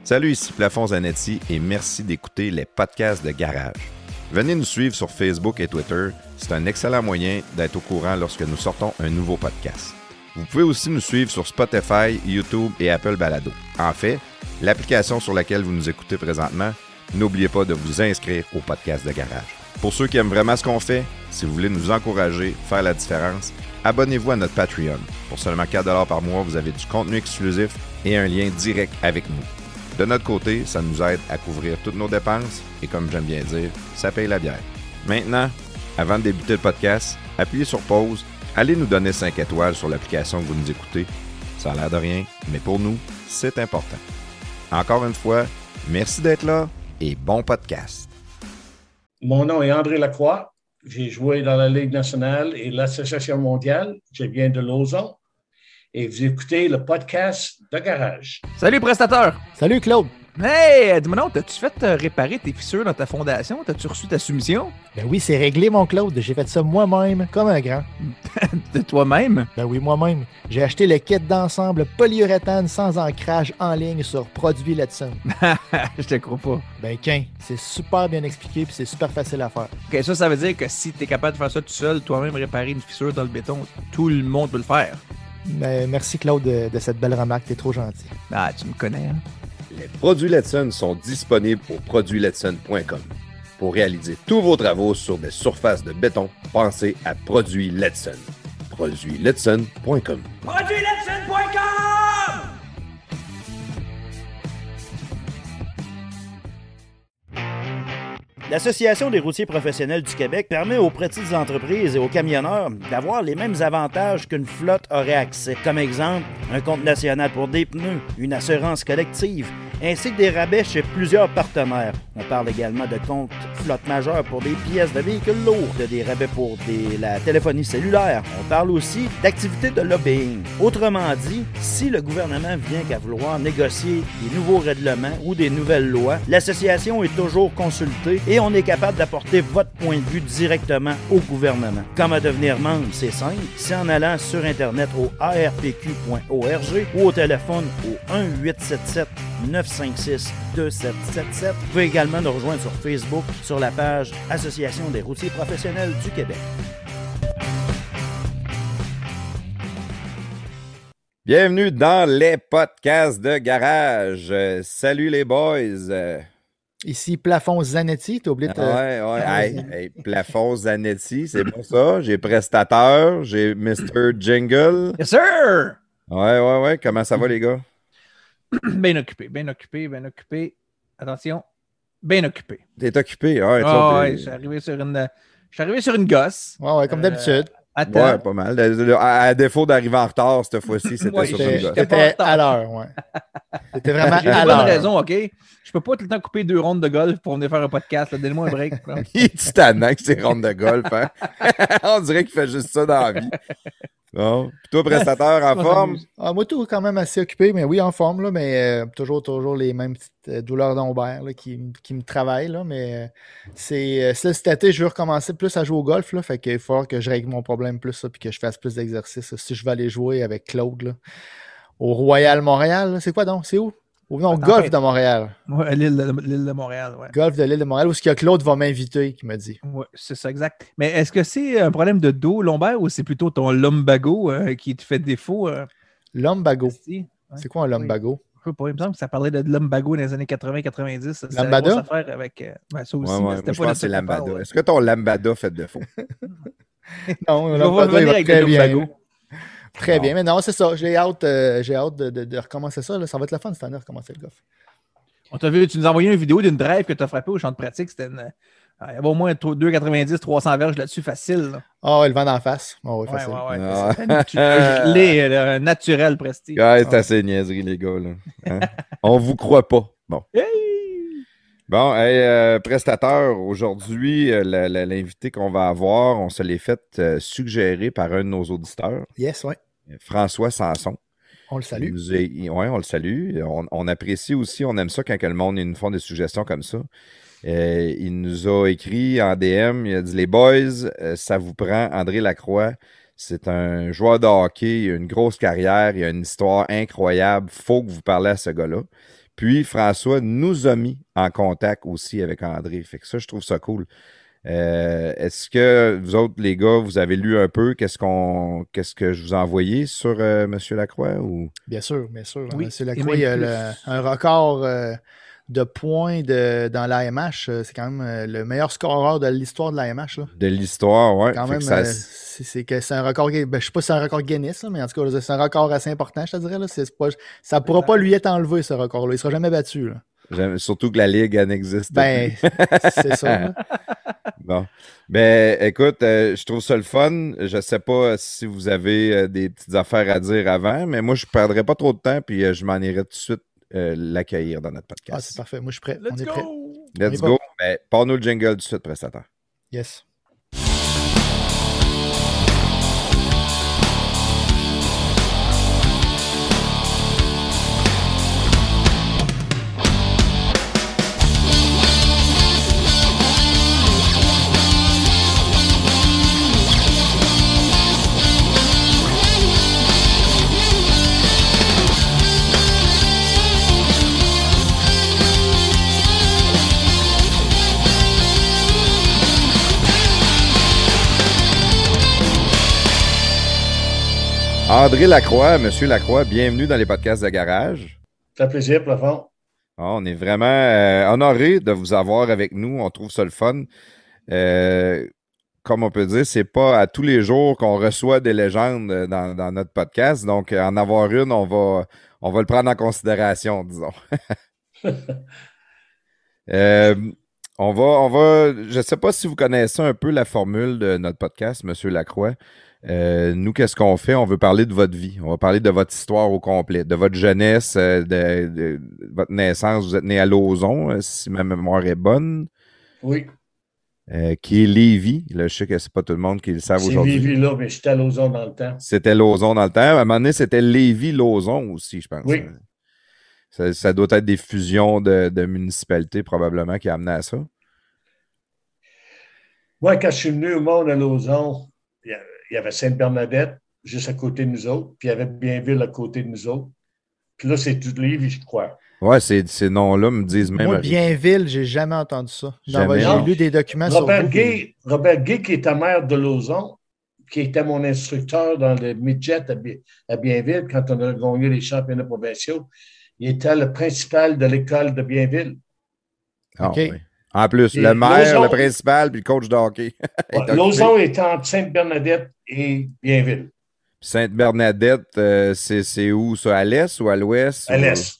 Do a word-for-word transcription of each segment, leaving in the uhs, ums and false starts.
Salut, ici Plafond Zanetti et merci d'écouter les podcasts de Garage. Venez nous suivre sur Facebook et Twitter. C'est un excellent moyen d'être au courant lorsque nous sortons un nouveau podcast. Vous pouvez aussi nous suivre sur Spotify, YouTube et Apple Balado. En fait, l'application sur laquelle vous nous écoutez présentement, n'oubliez pas de vous inscrire au podcast de Garage. Pour ceux qui aiment vraiment ce qu'on fait, si vous voulez nous encourager, faire la différence, abonnez-vous à notre Patreon. Pour seulement quatre dollars par mois, vous avez du contenu exclusif et un lien direct avec nous. De notre côté, ça nous aide à couvrir toutes nos dépenses et comme j'aime bien dire, ça paye la bière. Maintenant, avant de débuter le podcast, appuyez sur pause, allez nous donner cinq étoiles sur l'application que vous nous écoutez. Ça a l'air de rien, mais pour nous, c'est important. Encore une fois, merci d'être là et bon podcast. Mon nom est André Lacroix. J'ai joué dans la Ligue nationale et l'Association mondiale. Je viens de Lauson. Et vous écoutez le podcast de Garage. Salut, prestateur! Salut, Claude! Hey, dis-moi non, t'as-tu fait euh, réparer tes fissures dans ta fondation? T'as-tu reçu ta soumission? Ben oui, c'est réglé, mon Claude. J'ai fait ça moi-même, comme un grand. De toi-même? Ben oui, moi-même. J'ai acheté le kit d'ensemble polyuréthane sans ancrage en ligne sur Produit Letson. Je te crois pas. Ben, qu'un, c'est super bien expliqué puis c'est super facile à faire. Ok, ça, ça veut dire que si t'es capable de faire ça tout seul, toi-même réparer une fissure dans le béton, tout le monde peut le faire. Ben, merci, Claude, de, de cette belle remarque. T'es trop gentil. Ah, tu me connais, hein? Les produits Letson sont disponibles au produit letson point com. Pour réaliser tous vos travaux sur des surfaces de béton, pensez à Produits Letson. produit letson point com. produit letson point com! L'Association des routiers professionnels du Québec permet aux petites entreprises et aux camionneurs d'avoir les mêmes avantages qu'une flotte aurait accès. Comme exemple, un compte national pour des pneus, une assurance collective, ainsi que des rabais chez plusieurs partenaires. On parle également de comptes flotte majeure pour des pièces de véhicules lourds, de des rabais pour des, la téléphonie cellulaire. On parle aussi d'activités de lobbying. Autrement dit, si le gouvernement vient qu'à vouloir négocier des nouveaux règlements ou des nouvelles lois, l'association est toujours consultée et on est capable d'apporter votre point de vue directement au gouvernement. Comment devenir membre, c'est simple. C'est en allant sur Internet au a r p q point org ou au téléphone au un huit sept sept neuf cinq six deux sept sept sept. Vous pouvez également nous rejoindre sur Facebook sur la page Association des routiers professionnels du Québec. Bienvenue dans les podcasts de Garage. Euh, salut les boys. Euh, Ici, Plafond Zanetti. T'as oublié de te... Ouais, ouais. Hey, hey, Plafond Zanetti, c'est bon ça. J'ai prestateur, j'ai mister Jingle. Yes, sir! Ouais, ouais, ouais. Comment ça va, les gars? Bien occupé, bien occupé, bien occupé. Attention, bien occupé. T'es occupé, ouais. Ah toi, ouais, t'es- je suis arrivé sur une, je suis arrivé sur une gosse. Ouais, ouais, comme Euh, d'habitude. Attends. Ouais, pas mal. À, à défaut d'arriver en retard cette fois-ci, c'était Ouais, sur j'étais- une gosse. j'étais- T'étais pas en à l'heure, ouais. T'étais vraiment J'ai à une bonne l'heure. raison, OK? Je peux pas tout le temps couper deux rondes de golf pour venir faire un podcast. là. Donnez-moi un break. là. Il est titannant que c'est ronde de golf, hein? On dirait qu'il fait juste ça dans la vie. Bon. Puis toi, prestateur, en On forme? s'amuse. Ah, moi, tout quand même assez occupé, mais oui, en forme, là, mais euh, toujours, toujours les mêmes petites euh, douleurs lombaires là, qui, qui me travaillent. Là, mais euh, c'est euh, ça, cet été, je veux recommencer plus à jouer au golf. Là, fait qu'il va falloir que je règle mon problème plus ça, puis que je fasse plus d'exercices. là. Si je vais aller jouer avec Claude là, au Royal Montréal, là, c'est quoi donc? C'est où? Au non, Attends, Golf fait. de Montréal. Ouais, l'île de, l'île de Montréal, ouais. Golf de l'île de Montréal, où est-ce que Claude va m'inviter, qui m'a dit. Ouais, c'est ça, exact. Mais est-ce que c'est un problème de dos lombaire ou c'est plutôt ton lumbago euh, qui te fait défaut? Euh, Lumbago. Esti? Ouais. C'est quoi un lumbago? Je sais pas, il me semble que ça parlait de lumbago dans les années quatre-vingts quatre-vingt-dix. Ça, c'était Lambada? une grosse affaire avec. euh, ouais, ça aussi, Ouais, mais ouais. c'était Moi, je pas de pense que c'est ça qu'on parle, Lambada. là. Est-ce que ton Lambada fait défaut? Non, On va Lambada, il revenir va avec très le bien. lumbago. Très Bon. bien, mais non, c'est ça. J'ai hâte, euh, j'ai hâte de, de- de recommencer ça. là. Ça va être le fun cette année, de recommencer le golf. On t'a vu, tu nous as envoyé une vidéo d'une drive que tu as frappé au champ de pratique. C'était une. euh, Il y avait au moins deux virgule quatre-vingt-dix, trois cents verges là-dessus, facile. là. Ah, ouais, le vent d'en face. Ah, ouais, Ouais, facile. ouais, ouais. Ah. C'était un tu- un gelé, là, un naturel prestige. Ouais, c'est assez niaiserie, les gars. Là. Hein? On vous croit pas. Bon. Hey! Bon, hey, euh, prestateur, aujourd'hui, euh, la- la- l'invité qu'on va avoir, on se l'est fait euh, suggérer par un de nos auditeurs, Yes, ouais. François Sanson. On le Il salue. nous a- il- ouais, on le salue. On, on apprécie aussi, on aime ça quand que le monde nous font des suggestions comme ça. Euh, il nous a écrit en D M, il a dit « Les boys, euh, ça vous prend André Lacroix. C'est un joueur de hockey, il a une grosse carrière, il a une histoire incroyable. Faut que vous parlez à ce gars-là. » Puis François nous a mis en contact aussi avec André. Fait que ça, je trouve ça cool. Euh, est-ce que vous autres, les gars, vous avez lu un peu qu'est-ce qu'on qu'est-ce que je vous ai envoyé sur euh, M. Lacroix? Ou... Bien sûr, bien sûr. Oui, M. Lacroix, il y a le, un record euh, de points de, dans l'A M H. C'est quand même euh, le meilleur scoreur de l'histoire de l'A M H. Là. De l'histoire, oui. Quand même, ça... euh, c'est, c'est, que c'est un record. Ben, je ne sais pas si c'est un record Guinness, là, mais en tout cas, c'est un record assez important, je te dirais. Là. C'est pas, ça ne pourra pas lui être enlevé, ce record-là. Il ne sera jamais battu. Là. J'aime, surtout que la Ligue, elle n'existe ben, plus. C'est ça. Là. Bon. Ben, écoute, euh, je trouve ça le fun. Je sais pas si vous avez euh, des petites affaires à dire avant, mais moi, je ne perdrai pas trop de temps, puis euh, je m'en irai tout de suite euh, l'accueillir dans notre podcast. Ah, c'est parfait. Moi, je suis prêt. Let's On est go! prêt. Let's go. Ben, parle-nous le jingle tout de suite, prestataire. Yes. André Lacroix, Monsieur Lacroix, bienvenue dans les podcasts de Garage. Ça fait plaisir, Plafond. Oh, on est vraiment euh, honoré de vous avoir avec nous. On trouve ça le fun. Euh, comme on peut dire, c'est pas à tous les jours qu'on reçoit des légendes dans, dans notre podcast. Donc, en avoir une, on va, on va le prendre en considération, disons. euh, on va, on va, je ne sais pas si vous connaissez un peu la formule de notre podcast, Monsieur Lacroix. Euh, nous, qu'est-ce qu'on fait? On veut parler de votre vie. On va parler de votre histoire au complet, de votre jeunesse, euh, de, de, de votre naissance. Vous êtes né à Lauson, euh, si ma mémoire est bonne. Oui. Euh, qui est Lévis. Là, je sais que c'est pas tout le monde qui le savent aujourd'hui. C'est Lévis là, mais j'étais à Lauson dans le temps. C'était Lauson dans le temps. À un moment donné, c'était Lévis-Lauson aussi, je pense. Oui. Ça, ça doit être des fusions de, de municipalités probablement qui a amené à ça. Moi, quand je suis venu au monde à Lauson, il y avait Sainte-Bernadette juste à côté de nous autres, puis il y avait Bienville à côté de nous autres. Puis là, c'est tout Lévis, je crois. Ouais, ces, ces noms-là me disent même... Moi, Bienville, j'ai jamais entendu ça. Jamais. J'ai Non. lu des documents Robert sur vous. Gay, Robert Gay, qui était maire de Lauson, qui était mon instructeur dans le midget à, Bi- à Bienville, quand on a gagné les championnats provinciaux, il était le principal de l'école de Bienville. Ah, OK. oui. En plus, Et le maire, Lauson- le principal, puis le coach de hockey. est Ouais, occupé. Lauson était entre Sainte-Bernadette et Bienville, Sainte-Bernadette, euh, c'est, c'est où ça? À l'est ou à l'ouest? à ou- l'est.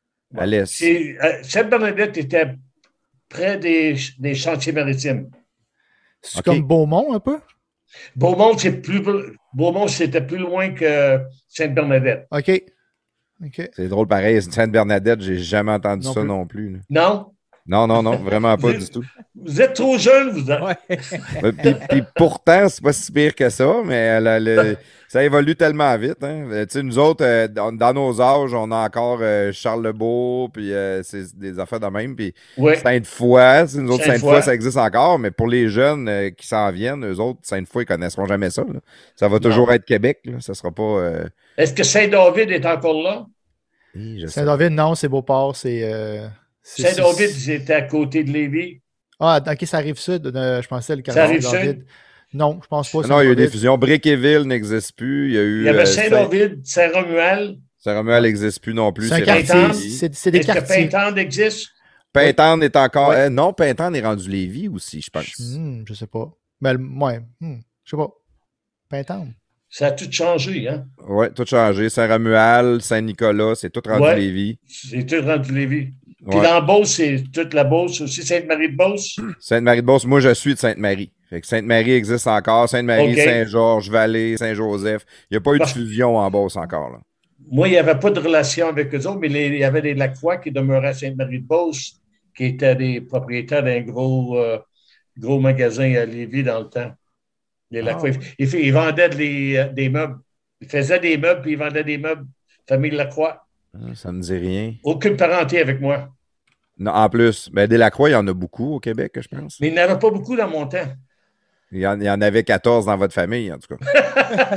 À l'est. C'est- euh, Sainte-Bernadette était près des, des chantiers maritimes. C'est OK. comme Beaumont, un peu? Beaumont, c'est plus, Beaumont, c'était plus loin que Sainte-Bernadette. OK. OK. C'est drôle pareil. Sainte-Bernadette, j'ai jamais entendu Non ça plus. non plus. là. Non? Non, non, non, vraiment pas du tout. Vous êtes trop jeune, vous êtes. Ouais. Euh, Puis, puis pourtant, c'est pas si pire que ça, mais la- le- ça évolue tellement vite. Hein. Euh, Tu sais, nous autres, euh, dans, dans nos âges, on a encore euh, Charles Lebeau, puis euh, c'est des affaires de même. Puis Oui. Sainte-Foy, tu sais, nous autres, Sainte-Foy. Sainte-Foy, ça existe encore, mais pour les jeunes euh, qui s'en viennent, eux autres, Sainte-Foy, ils connaisseront jamais ça. là. Ça va toujours être Québec. Là. Ça sera pas... euh, Est-ce que Saint-David est encore là? eh, je sais Saint-David, non, c'est Beauport. C'est. euh, c'est- Saint-David, c'est- c'était à côté de Lévis. Ah, OK, ça arrive sud. euh, je pensais le Ça quartier arrive Saint-David. sud? Non, je pense pas. pas. Non, il y a eu des Saint-David. fusions. Brickeville n'existe plus. Il y a eu... Il y avait euh, Saint-David, Saint-Romuald. Saint-Romuald n'existe plus non plus. C'est un c'est quartier. rendu- C'est c'est des Est-ce que quartiers. Pintendre existe? Pintendre est encore... Ouais. euh, non, Pintendre est rendu Lévis aussi, je pense. Hmm, je sais pas. Mais, le- ouais, hmm, je sais pas. Pintendre. Ça a tout changé, hein? Oui, tout changé. Saint-Romuald, Saint-Nicolas, c'est tout rendu Ouais. Lévis. C'est tout rendu Lévis. Puis Ouais. dans Beauce, c'est toute la Beauce aussi. Sainte-Marie-de-Beauce. Sainte-Marie-de-Beauce, moi, je suis de Sainte-Marie. Fait que Sainte-Marie existe encore. Sainte-Marie, OK. Saint-Georges, Vallée, Saint-Joseph. Il n'y a pas eu de Bah. fusion en Beauce encore. Là. Moi, il n'y avait pas de relation avec eux autres, mais les- il y avait des Lacroix qui demeuraient à Sainte-Marie-de-Beauce, qui étaient des propriétaires d'un gros, euh, gros magasin à Lévis dans le temps. Les Lacroix. Ah. Ils, ils- ils vendaient des, euh, des meubles. Ils faisaient des meubles, puis ils vendaient des meubles. Famille Lacroix. Ah, ça ne me dit rien. Aucune parenté avec moi. Non, en plus, ben, des Lacroix, il y en a beaucoup au Québec, je pense. Mais il n'y en avait pas beaucoup dans mon temps. Il y, en, il y en avait quatorze dans votre famille, en tout cas.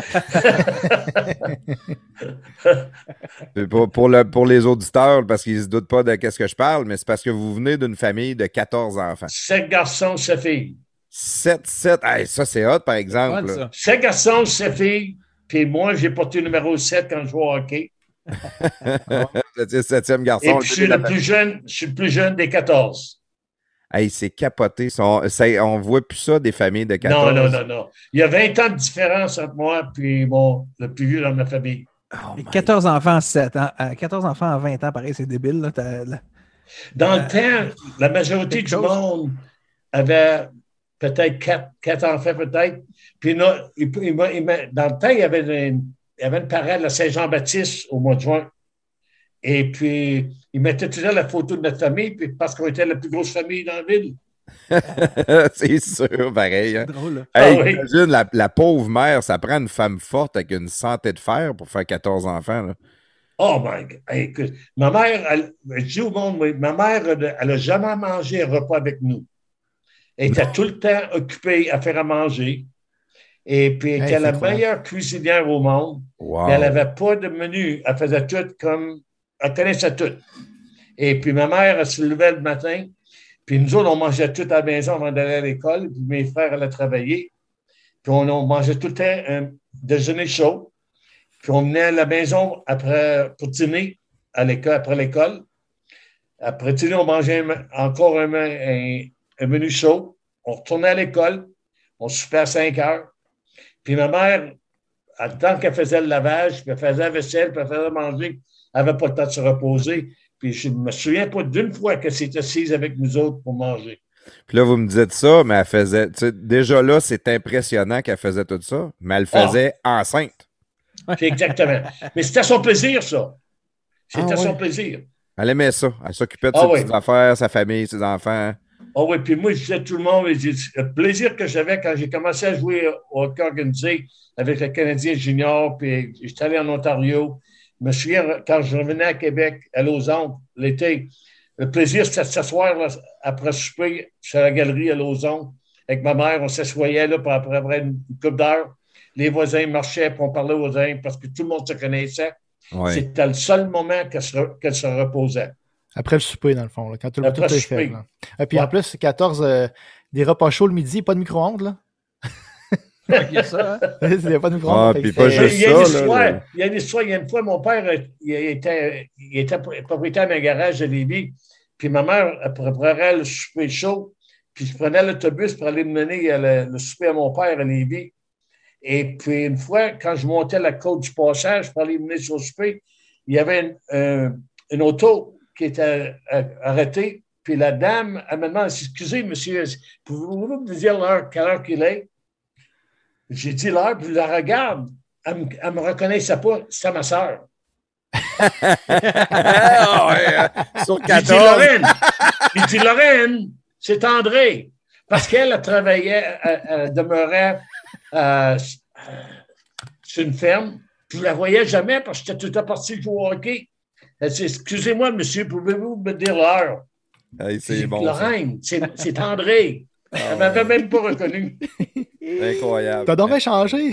pour, pour, le, pour les auditeurs, parce qu'ils ne se doutent pas de ce que je parle, mais c'est parce que vous venez d'une famille de quatorze enfants. Sept garçons, sept filles. sept, sept. Hey, ça, c'est hot, par exemple. Fun, ça. Sept garçons, sept filles. Puis moi, j'ai porté le numéro sept quand je jouais au hockey. C'est le septième garçon. Et puis, je suis le plus jeune, je suis le plus jeune des quatorze. Hey, c'est capoté. On, ça, on voit plus ça des familles de quatorze. Non, non, non, non. Il y a vingt ans de différence entre moi et bon, le plus vieux dans ma famille. Oh quatorze enfants en sept ans. Euh, quatorze enfants en vingt ans, pareil, c'est débile. Là. Là. Dans Euh, le temps, la majorité du chose. monde avait peut-être quatre, quatre enfants, peut-être. Puis là, il, il, il, dans le temps, il y avait une, il y avait une parade à Saint-Jean-Baptiste au mois de juin. Et puis, ils mettaient toujours la photo de notre famille puis parce qu'on était la plus grosse famille dans la ville. C'est sûr, pareil. Hein? C'est drôle. Là. Hey, Ah oui. imagine, la, la pauvre mère, ça prend une femme forte avec une santé de fer pour faire quatorze enfants. Là. Oh my God. Hey, écoute, ma mère, elle, je dis au monde, oui, ma mère, elle n'a jamais mangé un repas avec nous. Elle était tout le temps occupée à faire à manger. Et puis, elle Hey, était la incroyable. meilleure cuisinière au monde. Wow. Mais elle n'avait pas de menu. Elle faisait tout comme... Elle connaissait tout. Et puis, ma mère, elle se levait le matin. Puis, nous autres, on mangeait tout à la maison avant d'aller à l'école. Puis, mes frères allaient travailler. Puis, on, on mangeait tout le temps un déjeuner chaud. Puis, on venait à la maison après, pour dîner à l'école, après l'école. Après dîner, on mangeait un, encore un, un, un menu chaud. On retournait à l'école. On soupait à cinq heures. Puis, ma mère, tant qu'elle faisait le lavage, puis elle faisait la vaisselle, puis elle faisait manger, elle n'avait pas le temps de se reposer. Puis je ne me souviens pas d'une fois qu'elle s'est assise avec nous autres pour manger. Puis là, vous me dites ça, mais elle faisait. Tu sais, déjà là, c'est impressionnant qu'elle faisait tout ça, mais elle faisait Ah. enceinte. C'est exactement. Mais c'était son plaisir, ça. C'était Ah, son ouais. plaisir. Elle aimait ça. Elle s'occupait de Ah, ses oui. petites affaires, sa famille, ses enfants. Ah oui, puis moi, je disais à tout le monde, le plaisir que j'avais quand j'ai commencé à jouer au hockey organisé avec le Canadien junior, puis j'étais allé en Ontario. Je me souviens, quand je revenais à Québec, à Lausanne, l'été, le plaisir, c'était de s'asseoir là, après souper sur la galerie à Lausanne avec ma mère. On s'assoyait là, puis après, après une couple d'heures, les voisins marchaient, puis on parlait aux voisins parce que tout le monde se connaissait. Ouais. C'était le seul moment qu'elle se, qu'elle se reposait. Après le souper, dans le fond, là, quand tout, le- tout Après le est fait. souper. Là. Et puis Ouais. en plus, quatorze, euh, des repas chauds le midi, pas de micro-ondes, là. Il y a ça, hein? Il n'y a pas de Ah, micro-ondes. puis fait pas que c'est- juste il, y a ça, une là, histoire, là. il y a une histoire. Il y a une fois, mon père, il était, il était propriétaire d'un garage à Lévis. Puis ma mère, elle préparait le souper chaud. Puis je prenais l'autobus pour aller me mener à le, le souper à mon père à Lévis. Et puis une fois, quand je montais la côte du passage pour aller me mener sur le souper, il y avait une, euh, une auto qui était euh, arrêtée. Puis la dame, elle me demande, excusez, monsieur, pouvez-vous me dire l'heure, quelle heure qu'il est? J'ai dit l'heure, puis je la regarde. Elle ne me, me reconnaissait pas. C'était ma soeur. Ah, ouais, hein. Sur J'ai dit quatorze. Lorraine. J'ai dit Lorraine, c'est André. Parce qu'elle elle travaillait, elle, elle demeurait euh, sur une ferme. Puis je ne la voyais jamais parce que j'étais tout le temps parti jouer au hockey. Elle dit, excusez-moi, monsieur, pouvez-vous me dire l'heure? Hey, J'ai c'est dit, bon. ça. Lorraine, c'est, c'est André. Elle ne m'avait même pas reconnu. Incroyable. T'as donc bien changé.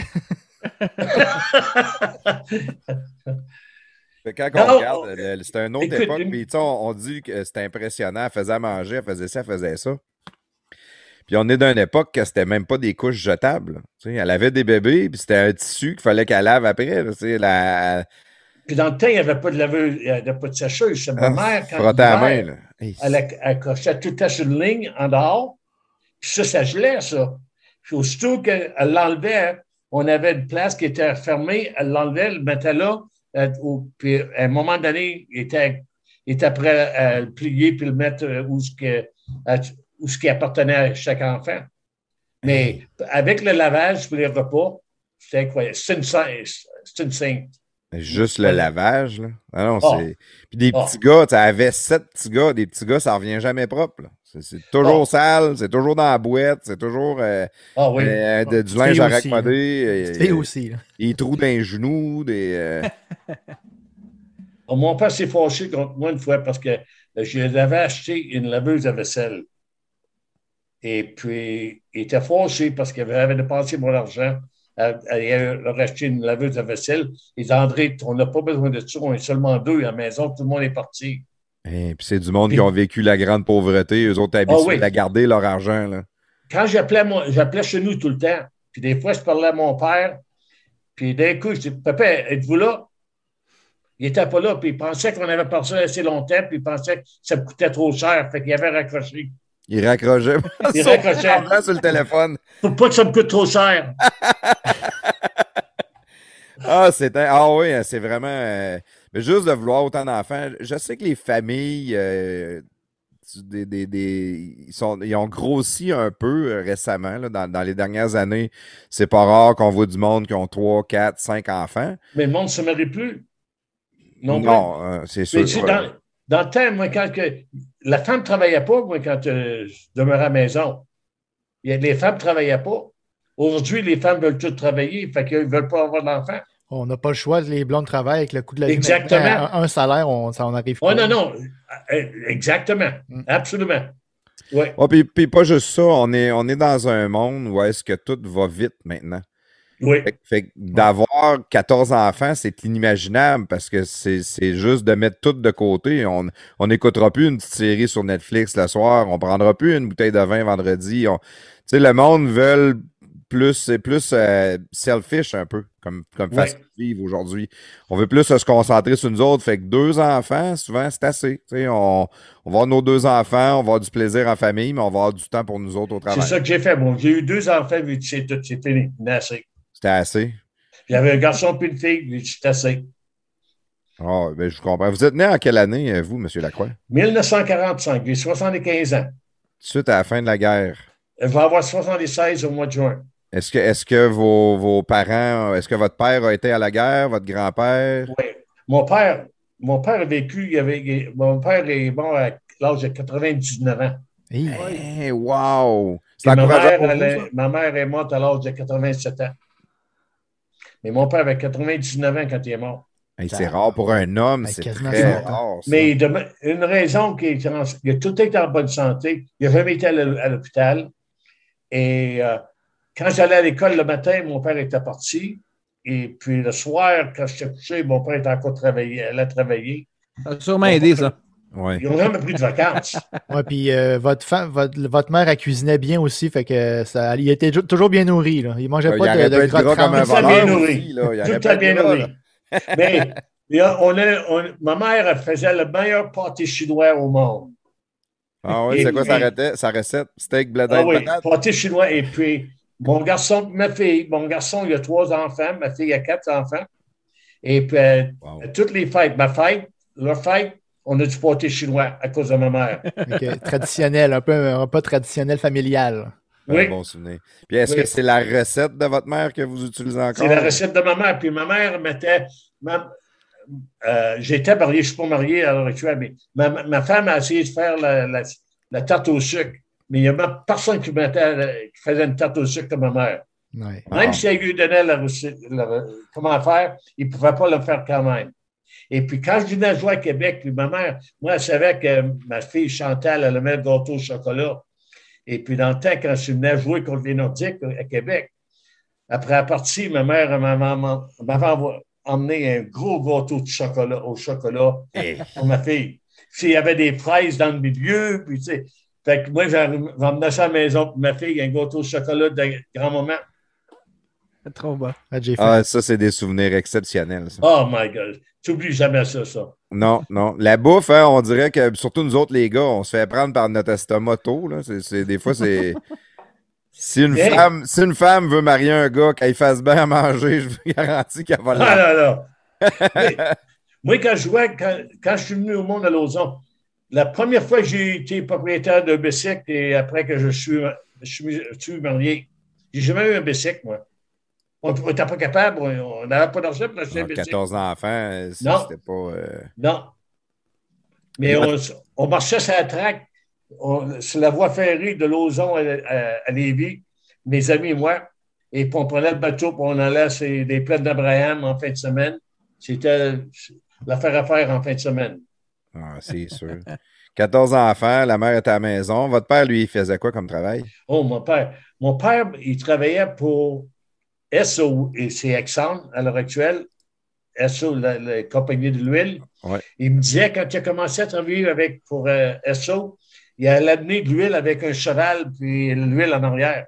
Fait que Quand on Non, regarde, le- le- c'était une autre écoute, époque, une- puis tu sais, on, on dit que c'était impressionnant. Elle faisait à manger, elle faisait ça, elle faisait ça. Puis on est d'une époque que c'était même pas des couches jetables. Tu sais, elle avait des bébés, puis c'était un tissu qu'il fallait qu'elle lave après. là, tu sais, la, Puis dans le temps, il n'y avait pas de laveuse, il n'y avait pas de sécheuse. C'est ma Ah, mère, quand frotter à la main. l'hiver, Là. Hey, elle, a- elle cochait tout le temps sur une ligne en dehors. Puis ça, ça gelait, ça. Puis aussitôt qu'elle l'enlevait, on avait une place qui était fermée, elle l'enlevait, elle le mettait là. euh, au- puis à un moment donné, il était, il était prêt à le plier puis le mettre euh, où ce, que, à- où ce qui appartenait à chaque enfant. Mais avec le lavage pour les repas, c'était incroyable. C'est une, sainte- c'est une sainte. Juste le lavage. Là. Ah non, Ah. c'est... Puis des Ah. petits gars, tu avais sept petits gars, des petits gars, ça revient jamais propre. là. C'est, c'est toujours Ah. sale, c'est toujours dans la boîte, c'est toujours euh, Ah oui. euh, de- du Tu linge fais à aussi, raccommoder, C'était euh, aussi. Là. des trous dans les genoux, des... euh, Ah, mon père s'est fâché contre moi une fois parce que je lui avais acheté une laveuse à vaisselle. Et puis, il était fâché parce qu'il avait dépensé mon argent. Il a racheté une laveuse de vaisselle. Il dit, André, on n'a pas besoin de ça, on est seulement deux à la maison, tout le monde est parti. Et puis c'est du monde Puis, qui ont vécu la grande pauvreté, eux autres habitués ah oui. à garder leur argent. Là. Quand j'appelais, mon, j'appelais chez nous tout le temps, puis des fois, je parlais à mon père, puis d'un coup, je dis, papa, êtes-vous là? Il n'était pas là, puis il pensait qu'on avait passé assez longtemps, puis il pensait que ça me coûtait trop cher, fait qu'il avait raccroché. Il raccrochait. Il raccrochait. Sur le téléphone. Pour pas que ça me coûte trop cher. Ah, c'est un... ah oui, c'est vraiment... Euh... Mais juste de vouloir autant d'enfants, je sais que les familles, euh... des, des, des... Ils, sont... ils ont grossi un peu euh, récemment, là, dans, dans les dernières années. C'est pas rare qu'on voit du monde qui ont trois, quatre, cinq enfants. Mais le monde ne se marie plus. Non, non euh, c'est sûr. Mais tu sais, dans, dans le temps, moi, quand que, la femme ne travaillait pas, moi, quand euh, je demeurais à la maison. Les femmes ne travaillaient pas. Aujourd'hui, les femmes veulent toutes travailler, fait qu'ils ne veulent pas avoir d'enfants. On n'a pas le choix, les blondes travaillent avec le coût de la vie. Exactement. Un, un salaire, on, ça en arrive pas. Oh, non, non. Exactement. Mm. Absolument. Oui. Oh, puis, puis pas juste ça, on est, on est dans un monde où est-ce que tout va vite maintenant. Oui. Fait, fait que d'avoir quatorze enfants, c'est inimaginable parce que c'est, c'est juste de mettre tout de côté. On n'écoutera plus une petite série sur Netflix le soir, on prendra plus une bouteille de vin vendredi. Tu sais, le monde veut plus, c'est plus euh, selfish un peu, comme, comme ouais. façon de vivre aujourd'hui. On veut plus se concentrer sur nous autres. Fait que deux enfants, souvent, c'est assez. Tu sais, on, on va avoir nos deux enfants, on va avoir du plaisir en famille, mais on va avoir du temps pour nous autres au travail. C'est ça que j'ai fait. Bon, j'ai eu deux enfants, mais c'est tout, c'est fini. Assez. C'était assez. J'avais un garçon puis une fille, c'était assez. Ah, oh, ben je comprends. Vous êtes né en quelle année, vous, M. Lacroix? dix-neuf cent quarante-cinq, j'ai soixante-quinze ans. Suite à la fin de la guerre. Je vais avoir soixante-seize au mois de juin. Est-ce que, est-ce que vos, vos parents, est-ce que votre père a été à la guerre, votre grand-père? Oui. Mon père, mon père a vécu, il avait, mon père est mort à l'âge de quatre-vingt-dix-neuf ans. Hey, wow! C'est ma, mère, elle, ma mère est morte à l'âge de quatre-vingt-sept ans. Mais mon père avait quatre-vingt-dix-neuf ans quand il est mort. Hey, c'est rare pour un homme, c'est très rare. Ça. Mais de, une raison qui est, il a tout été en bonne santé. Il n'a jamais été à l'hôpital. Et euh, quand j'allais à l'école le matin, mon père était parti. Et puis le soir, quand j'étais couché, mon père était encore travaillé, allait travailler. Ça a sûrement aidé, ça. Ouais. Ils n'ont jamais pris de vacances. Oui, puis euh, votre, femme, votre, votre mère, elle cuisinait bien aussi, fait que ça, il était toujours bien nourri. Là. Il ne mangeait ouais, pas il de, de gras comme un Tout ça bien nourri. Aussi, là. Tout ça bien nourri. Mais on a, on, ma mère faisait le meilleur pâté chinois au monde. Ah oui, c'est quoi sa, recette, sa recette? Steak, blé d'Inde, ah oui, patate? Pâté chinois. Et puis, mon garçon, ma fille, mon garçon, il a trois enfants, ma fille a quatre enfants. Et puis, wow. toutes les fêtes, ma fête, leur fête, on a du pâté chinois à cause de ma mère. Okay. Traditionnel, un peu un repas traditionnel familial. Oui. Un bon souvenir. Puis est-ce oui. que c'est la recette de votre mère que vous utilisez encore? C'est la recette de ma mère. Puis ma mère mettait... Ma, euh, j'étais marié, je ne suis pas marié à l'heure actuelle, mais ma, ma femme a essayé de faire la, la, la tarte au sucre. Mais il n'y a personne qui, mettait, qui faisait une tarte au sucre comme ma mère. Oui. Même ah. si elle lui donnait la, la, comment faire, il ne pouvait pas le faire quand même. Et puis, quand je venais jouer à Québec, puis ma mère, moi, elle savait que ma fille Chantal, elle aimait le gâteau au chocolat. Et puis, dans le temps, quand je venais jouer contre les Nordiques à Québec, après la partie, ma mère m'avait emmené un gros gâteau de chocolat au chocolat pour ma fille. Puis, il y avait des fraises dans le milieu, puis tu sais, fait que moi, j'emmenais ça à la maison pour ma fille, un gâteau au chocolat de grand-maman. C'est trop bas. Ah, ça, c'est des souvenirs exceptionnels. Ça. Oh my God. Tu n'oublies jamais ça, ça. Non, non. La bouffe, hein, on dirait que, surtout nous autres, les gars, on se fait prendre par notre estomac tôt. Là. C'est, c'est, des fois, c'est... Si une, hey. femme, si une femme veut marier un gars, qu'elle fasse bien à manger, je vous garantis qu'elle va le faire. Ah, non, non. Mais, moi, quand je jouais, quand, quand je suis venu au monde à Lauson, la première fois que j'ai été propriétaire d'un bicycle et après que je suis, je suis, je suis marié, j'ai jamais eu un bicycle, moi. On n'était pas capable, on n'avait pas d'argent pour acheter un bicycle. quatorze enfants, non. C'était pas... Euh... Non. Mais on, on marchait sur la traque, on, sur la voie ferrée de Lauson à, à, à Lévis, mes amis et moi, et puis on prenait le bateau, puis on allait sur les plaines d'Abraham en fin de semaine. C'était l'affaire à faire en fin de semaine. Ah, c'est sûr. quatorze enfants, la mère était à la maison. Votre père, lui, il faisait quoi comme travail? Oh, mon père. Mon père, il travaillait pour S O, et c'est Exxon à l'heure actuelle. S O, la, la compagnie de l'huile. Ouais. Il me disait, quand il a commencé à travailler avec, pour euh, S O, il allait amener de l'huile avec un cheval, puis l'huile en arrière.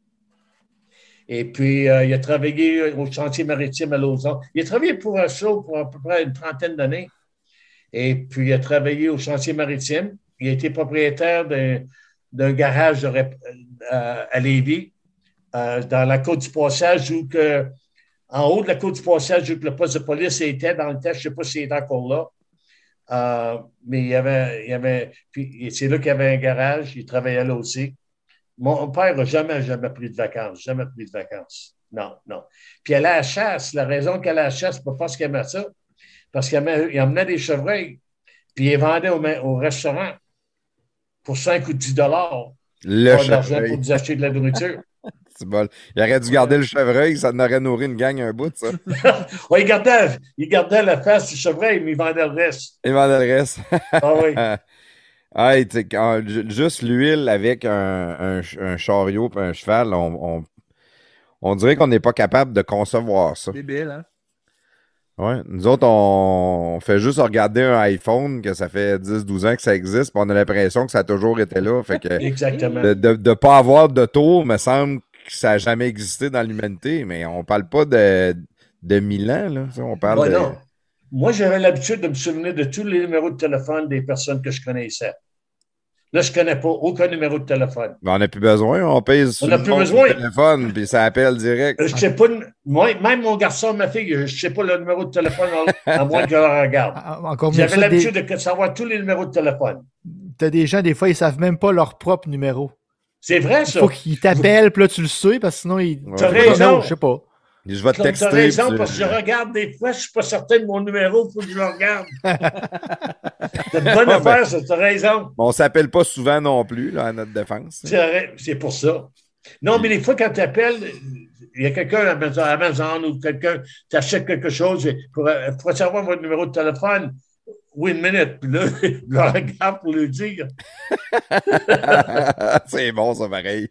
Et puis, euh, il a travaillé au chantier maritime à Lauson. Il a travaillé pour S O pour à peu près une trentaine d'années. Et puis, il a travaillé au chantier maritime. Il a été propriétaire d'un, d'un garage de, euh, à Lévis, euh, dans la côte du Passage, où que, en haut de la côte du Passage, où que le poste de police était dans le temps. Je ne sais pas s'il est encore là. Euh, mais il y avait, il y avait, puis c'est là qu'il y avait un garage. Il travaillait là aussi. Mon père n'a jamais, jamais pris de vacances. Jamais pris de vacances. Non, non. Puis elle allait à la chasse. La raison qu'elle allait à la chasse, c'est pas parce qu'elle aimait ça. Parce qu'il emmenait des chevreuils. Puis il les vendait au, au restaurant pour cinq ou dix dollars. Le pour l'argent chevreuil. pour nous acheter de la nourriture. C'est bon. Il aurait dû garder le chevreuil, ça n'aurait nourri une gang un bout, ça. Ouais, il, gardait, il gardait la face du chevreuil, mais il vendait le reste. Il vendait le reste. Ah oui. Ah, quand, juste l'huile avec un, un, un chariot et un cheval, on, on, on dirait qu'on n'est pas capable de concevoir ça. Débile, hein? Ouais. Nous autres, on, on fait juste regarder un iPhone, que ça fait dix douze ans que ça existe, puis on a l'impression que ça a toujours été là. Fait que Exactement. de ne pas avoir de tour, me semble que ça n'a jamais existé dans l'humanité, mais on parle pas de, de mille ans, là. On parle Ouais, de... non. Moi, j'avais l'habitude de me souvenir de tous les numéros de téléphone des personnes que je connaissais. Là, je ne connais pas aucun numéro de téléphone. Mais on n'a plus besoin, on pèse sur n'a le plus nom besoin. du téléphone, puis ça appelle direct. Je sais pas, moi, même mon garçon, ma fille, je ne sais pas le numéro de téléphone à moins que je le regarde. Encore mieux J'avais ça, l'habitude des... de savoir tous les numéros de téléphone. T'as des gens, des fois, ils ne savent même pas leur propre numéro. C'est vrai, ça. Il faut qu'ils t'appellent, puis là, tu le sais, parce que sinon, ils. Ouais. T'as Je raison. sais pas. Je vais te Tu as texter. raison, puis parce que je regarde des fois, je ne suis pas certain de mon numéro, il faut que je le regarde. C'est une bonne Ah, affaire, ben, ça, tu as raison. On ne s'appelle pas souvent non plus, là, à notre défense. C'est, c'est pour ça. Non, mais des fois, quand tu appelles, il y a quelqu'un à Amazon ou quelqu'un, tu achètes quelque chose, pour, pour savoir votre numéro de téléphone, oui, une minute. Puis là, je le regarde pour lui dire. C'est bon, ça, pareil.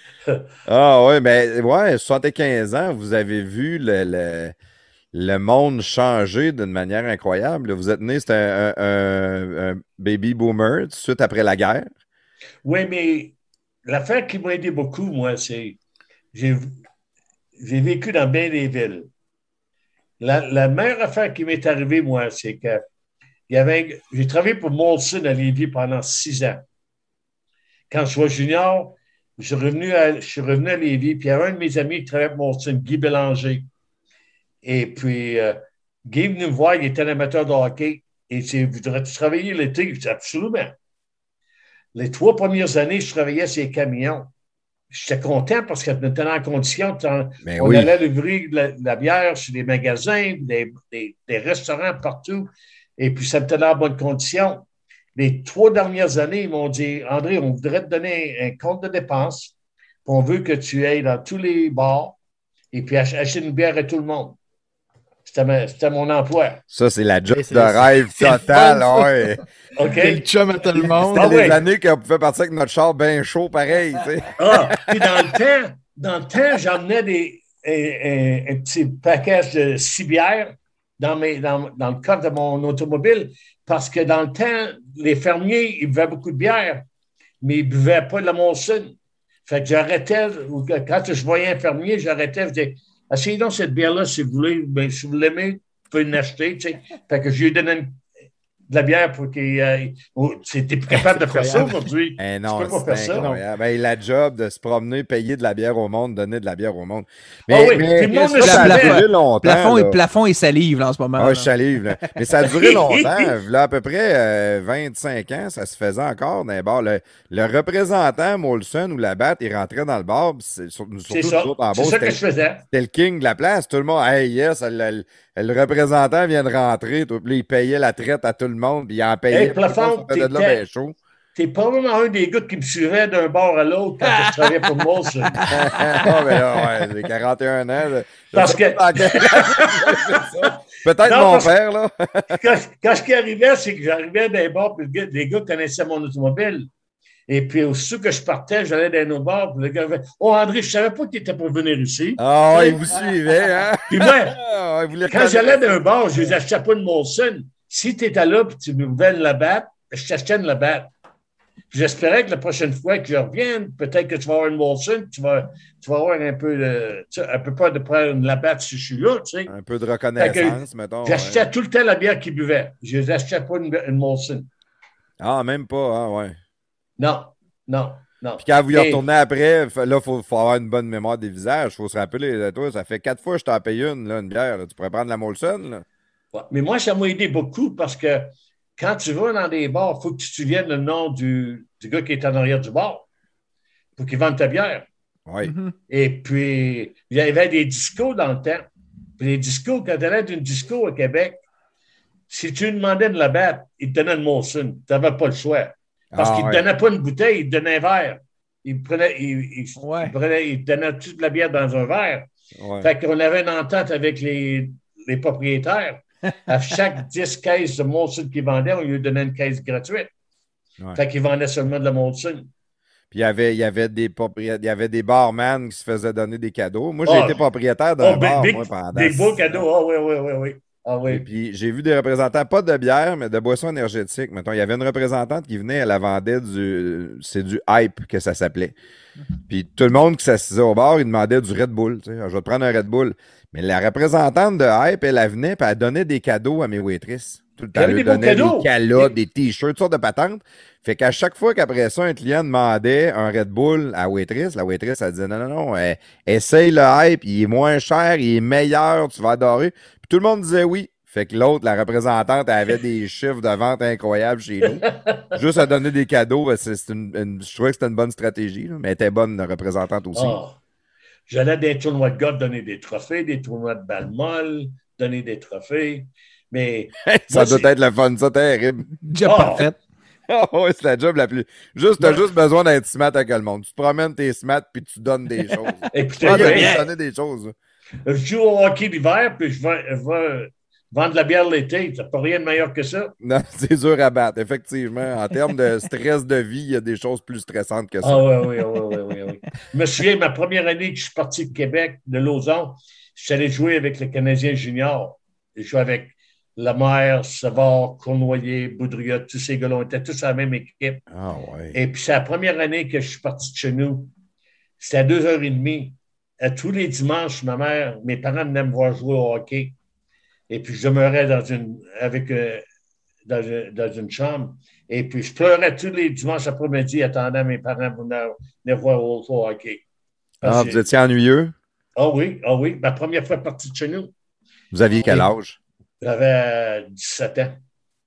Ah ouais, mais ouais, soixante-quinze ans, vous avez vu le, le, le monde changer d'une manière incroyable. Vous êtes né, c'était un, un, un baby boomer tout de suite après la guerre. Oui, mais l'affaire qui m'a aidé beaucoup, moi, c'est j'ai, j'ai vécu dans bien des villes. La, la meilleure affaire qui m'est arrivée, moi, c'est que il y avait, j'ai travaillé pour Molson à Lévis pendant six ans. Quand je suis junior, je suis revenu à, je suis revenu à Lévis, puis il y avait un de mes amis qui travaillait pour Molson, Guy Bélanger. Et puis, euh, Guy est venu me voir, il était un amateur de hockey. Et il dit, voudrais-tu travailler l'été? Je dis, absolument. Les trois premières années, je travaillais sur les camions. J'étais content parce que nous étions en condition. Mais on oui. allait livrer de la, de la bière sur des magasins, des, des, des restaurants partout. Et puis, ça me tenait en bonne condition. Les trois dernières années, ils m'ont dit, André, on voudrait te donner un compte de dépenses. On veut que tu ailles dans tous les bars et puis acheter une bière à tout le monde. C'était, ma, c'était mon emploi. Ça, c'est la job Mais c'est- de rêve c'est le total. fun, ça. Ouais. OK? Quel chum à tout le monde. C'était Ah des ouais. années qu'on pouvait partir avec notre char bien chaud, pareil. Tu sais. Ah, puis dans le temps, dans le temps, j'emmenais des, un, un, un petit paquet de six bières dans, mes, dans, dans le coffre de mon automobile parce que dans le temps, les fermiers, ils buvaient beaucoup de bière, mais ils ne buvaient pas de la Molson. Fait que j'arrêtais, ou que quand je voyais un fermier, j'arrêtais, je disais, essayez donc cette bière-là si vous voulez, ben, si vous l'aimez, vous pouvez l'acheter. Tu sais. Fait que je lui ai donné une- de la bière pour qu'il. Euh, oh, c'était plus capable de faire ça aujourd'hui. Eh Je non, peux pas faire c'est ça. incroyable. Ben, la job de se promener, payer de la bière au monde, donner de la bière au monde. Ah oui, puis le monde ça, le ça a savait. duré longtemps. Plafond, là. et, plafond et salive là, en ce moment. Ah, là. je salive, là. Mais ça a duré longtemps. Là, à peu près euh, vingt-cinq ans, ça se faisait encore dans les bars. Le, le représentant Molson ou la batte, il rentrait dans le bar. puis C'est, surtout C'est nous ça. autres en C'est Beauce, ça que c'était, je faisais. c'était le king de la place. Tout le monde, hey, yes, le, le- le représentant vient de rentrer. Tout, puis là, il payait la traite à tout le monde. Puis il en payait. Hey, Plafond, ça faisait de là t'étais- bien chaud. T'es probablement un des gars qui me suivait d'un bord à l'autre quand je travaillais pour Molson. Ah, ben là, ouais, j'ai quarante et un ans. là. Je Parce sais que- pas dans quel âge j'ai fait ça. Peut-être Non, mon parce- père, là. quand, quand ce qui arrivait, c'est que j'arrivais dans les bars, puis le gars- les gars connaissaient mon automobile. Et puis, aussitôt que je partais, j'allais dans nos bars, puis le gars avait Oh, André, je ne savais pas que tu étais pour venir ici. Ah, il vous suivait, hein? Puis moi, Ah, il voulait quand j'allais reconnaître. dans un bar, je ne les achetais pas de Molson. Si tu étais là et tu me voulais une Labatt, je t'achetais une Labatt. Puis j'espérais que la prochaine fois que je revienne, peut-être que tu vas avoir une Molson, tu vas, tu vas avoir un peu de, tu sais, un peu peur de prendre une Labatt si je suis là, tu sais. Un peu de reconnaissance, mettons. J'achetais ouais. tout le temps la bière qu'ils buvaient. Je les achetais pas une, une Molson. Ah, même pas, hein, ouais. Non, non, non. Puis quand vous y Et- retournez après, fa- là, il faut, faut avoir une bonne mémoire des visages. Il faut se rappeler de toi. Ça fait quatre fois que je t'en paye une, là, une bière. là. Tu pourrais prendre la Molson, là. Ouais. Mais moi, ça m'a aidé beaucoup parce que quand tu vas dans des bars, il faut que tu te souviennes le nom du, du gars qui est en arrière du bar pour qu'il vende ta bière. Oui. Mhm. Et puis, il y avait des discos dans le temps. Puis les discos, quand tu allais d'une disco à Québec, si tu lui demandais de la battre, il te donnait une Molson. Tu n'avais pas le choix. Parce Ah, qu'il ne ouais. te donnait pas une bouteille, il te donnait un verre. Il, prenait, il, il, Ouais. il prenait, il te donnait toute la bière dans un verre. Ouais. Fait qu'on avait une entente avec les, les propriétaires. À chaque dix caisses de Molson qu'ils vendaient, on lui donnait une caisse gratuite. Ouais. Fait qu'ils vendaient seulement de la Molson. Puis il y avait, il y avait des propri- il y avait des barman qui se faisaient donner des cadeaux. Moi, j'ai Oh. été propriétaire d'un Oh, bar, big- moi, pendant des six beaux ans. cadeaux. Ah oui, oui, oui, oui. Ah Et oui. puis, j'ai vu des représentants, pas de bière, mais de boissons énergétiques. Mettons, il y avait une représentante qui venait, elle la vendait du. C'est du hype que ça s'appelait. Puis tout le monde qui s'assisait au bar, il demandait du Red Bull. Tu sais, je vais te prendre un Red Bull. Mais la représentante de hype, elle, elle venait, puis elle donnait des cadeaux à mes waitresses. Tout le Il y temps, avait elle des leur beaux donnait cadeaux. des calottes, des t-shirts, toutes sortes de patentes. Fait qu'à chaque fois qu'après ça, un client demandait un Red Bull à la waitress, la waitress, elle disait non, non, non, eh, essaye le hype, il est moins cher, il est meilleur, tu vas adorer. Puis tout le monde disait oui. Fait que l'autre, la représentante, elle avait des chiffres de vente incroyables chez nous. Juste à donner des cadeaux, c'est, c'est une, une- je trouvais que c'était une bonne stratégie, là, mais elle était bonne, la représentante aussi. Ah. J'allais à des tournois de golf donner des trophées, des tournois de balles molles, donner des trophées. Mais Ça moi, doit c'est- être le fun, ça, terrible. Job Oh. parfait. Ah ouais, c'est la job la plus. Juste, t'as Ouais. juste besoin d'être smart avec le monde. Tu te promènes tes smart puis tu donnes des choses. écoutez, Ah, ben, ben, donner des choses. je joue au hockey l'hiver, puis je vais, je vais vendre de la bière l'été. Ça pas rien de meilleur que ça. Non, c'est dur à battre, effectivement. En termes de stress de vie, il y a des choses plus stressantes que ça. Ah oui, oui, oui, oui, oui, oui. Je me souviens, ma première année que je suis parti de Québec, de Lausanne, je suis allé jouer avec le Canadien junior. Je jouais avec Lemaire, Savard, Cournoyer, Boudria, tous ces gars-là. On était tous à la même équipe. Ah ouais. Et puis, c'est la première année que je suis parti de chez nous. C'était à deux heures trente. À tous les dimanches, ma mère, mes parents venaient me voir jouer au hockey. Et puis, je demeurais dans une, avec, euh, dans, une, dans une chambre. Et puis, je pleurais tous les dimanches après-midi, attendant mes parents pour venir, venir voir au, au hockey. Parce Ah, que- vous étiez ennuyeux? Ah oui, ah oui. Ma première fois partie de chez nous, Vous aviez quel Oui. âge? j'avais euh, dix-sept ans.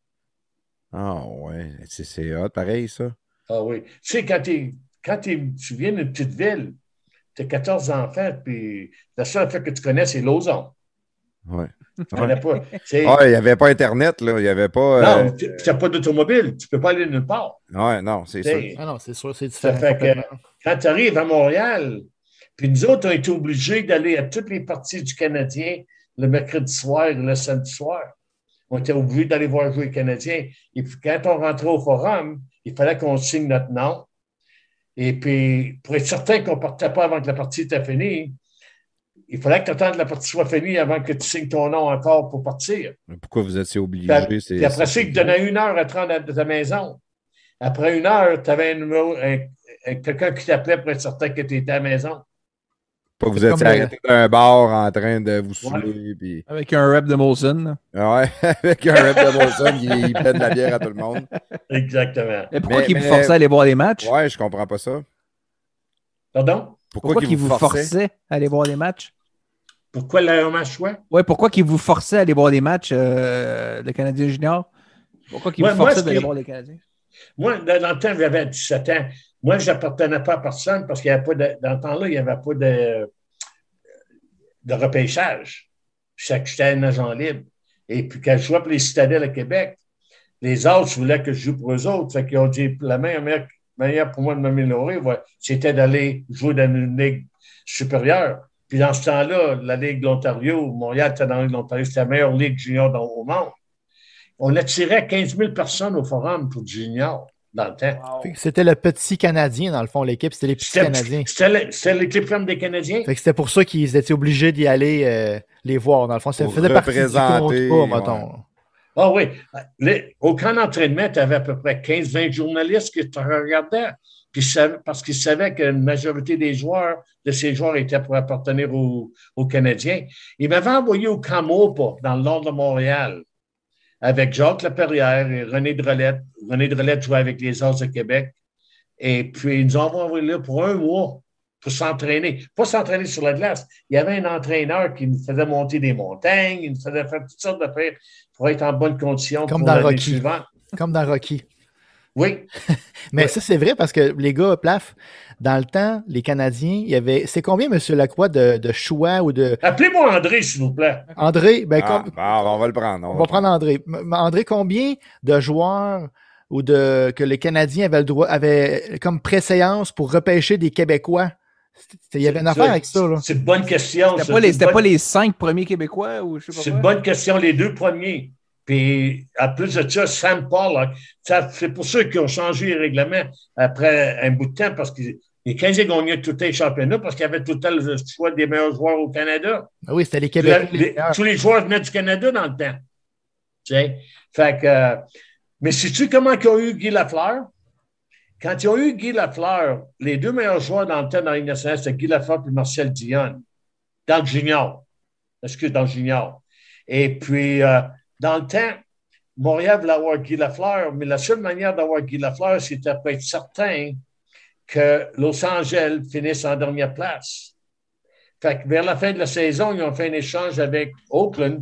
Ah ouais, c'est, c'est hot, pareil, ça. Ah oui. Tu sais, quand, t'es, quand t'es, tu viens d'une petite ville, tu as quatorze enfants, puis la seule fois que tu connais, c'est Lausanne. Ouais. Tu connais pas. C'est- Ah, il n'y avait pas Internet, là. Il n'y avait pas. non, euh, tu n'as pas d'automobile. Tu ne peux pas aller nulle part. Ouais, non, c'est ça. C'est- Ah non, c'est sûr, c'est Ça différent. fait que complètement. quand tu arrives à Montréal, puis nous autres, on été obligés d'aller à toutes les parties du Canadien le mercredi soir et le samedi soir. On était obligés d'aller voir jouer les Canadiens. Et puis quand on rentrait au forum, il fallait qu'on signe notre nom. Et puis, pour être certain qu'on ne partait pas avant que la partie était finie, il fallait que tu attendes que la partie soit finie avant que tu signes ton nom encore pour partir. Mais pourquoi vous étiez obligé? Puis, c'est, puis après ça, c'est- il te donnait une heure à te rendre à ta maison. Après une heure, tu avais un numéro, un- un- quelqu'un qui t'appelait pour être certain que tu étais à la maison. Pas que vous C'est étiez comme le- arrêté d'un bar en train de vous saouler. Puis... Avec un rep de Molson. là. Ouais, avec un rep de Bolson, il, il paie de la bière à tout le monde. Exactement. Mais pourquoi Mais- qu'ils mais- vous forçaient à aller voir des matchs? Ouais, je comprends pas ça. Pardon? Pourquoi, Pourquoi qu'ils qu'ils vous vous forçaient? forçaient à aller voir des matchs? Pourquoi le match choix? Ouais, pourquoi qu'ils vous forçaient à aller voir des matchs, euh, le Canadien junior? Pourquoi qu'ils Ouais, vous moi, forçaient ce d'aller qui- voir les Canadiens? Moi, dans, dans le temps, j'avais dix-sept ans. Moi, je n'appartenais pas à personne parce qu'il n'y avait pas de. Dans ce temps-là, il n'y avait pas de, de repêchage. Chaque- J'étais un agent libre. Et puis, quand je jouais pour les Citadelles à Québec, les autres voulaient que je joue pour eux autres. Fait qu'ils ont dit la meilleure manière pour moi de m'améliorer, ouais, c'était d'aller jouer dans une ligue supérieure. Puis dans ce temps-là, la Ligue de l'Ontario, Montréal était dans la Ligue de l'Ontario, c'était la meilleure Ligue junior dans, au monde. On attirait quinze mille personnes au forum pour du junior dans le temps. Wow. C'était le petit Canadien, dans le fond, l'équipe. C'était les petits c'était, Canadiens. C'était, c'était l'équipe ferme des Canadiens. Fait que c'était pour ça qu'ils étaient obligés d'y aller euh, les voir, dans le fond. Ça pour faisait partie du contrat, ouais. mettons. Ah oui. Les, au camp d'entraînement, tu avais à peu près quinze vingt journalistes qui te regardaient. Puis, parce qu'ils savaient qu'une majorité des joueurs, de ces joueurs étaient pour appartenir aux, aux Canadiens. Ils m'avaient envoyé au camp Maupas, dans le nord de Montréal, avec Jacques Laperrière et René Drolette. René Drolette jouait avec les As de Québec. Et puis, ils nous ont envoyé là pour un mois pour s'entraîner. Pas s'entraîner sur la glace. Il y avait un entraîneur qui nous faisait monter des montagnes, il nous faisait faire toutes sortes d'affaires pour être en bonne condition Comme pour dans l'année Rocky. suivante. Comme dans Rocky. Oui. Mais oui. Ça, c'est vrai parce que les gars, plaf, dans le temps, les Canadiens, il y avait. C'est combien, M. Lacroix, de, de choix ou de. Appelez-moi André, s'il vous plaît. André, ben, Ah, com... bah, on va le prendre. On, on va prendre André. André, combien de joueurs ou de que les Canadiens avaient le droit, avaient comme préséance pour repêcher des Québécois? Il y avait une affaire avec ça, là. C'est une bonne question. C'était pas, les, c'était bonne... pas les cinq premiers Québécois ou je sais pas C'est quoi. une bonne question, les deux premiers. Puis, en plus de ça, Sam Paul, ça, c'est pour ça qu'ils ont changé les règlements après un bout de temps, parce que les Canadiens gagnaient tout les championnats parce qu'il y avait tout le temps le choix des meilleurs joueurs au Canada. Ah oui, c'était les Québécois. Les, les, tous les joueurs venaient du Canada dans le temps. Tu sais? Fait que, euh, mais sais-tu comment ils ont eu Guy Lafleur? Quand ils ont eu Guy Lafleur, les deux meilleurs joueurs dans le temps dans la Ligue nationale, c'était Guy Lafleur et Marcel Dionne, dans le junior. Excuse, dans le junior. Et puis, euh, dans le temps, Montréal voulait avoir Guy Lafleur, mais la seule manière d'avoir Guy Lafleur, c'était pour être certain que Los Angeles finisse en dernière place. Fait que vers la fin de la saison, ils ont fait un échange avec Oakland.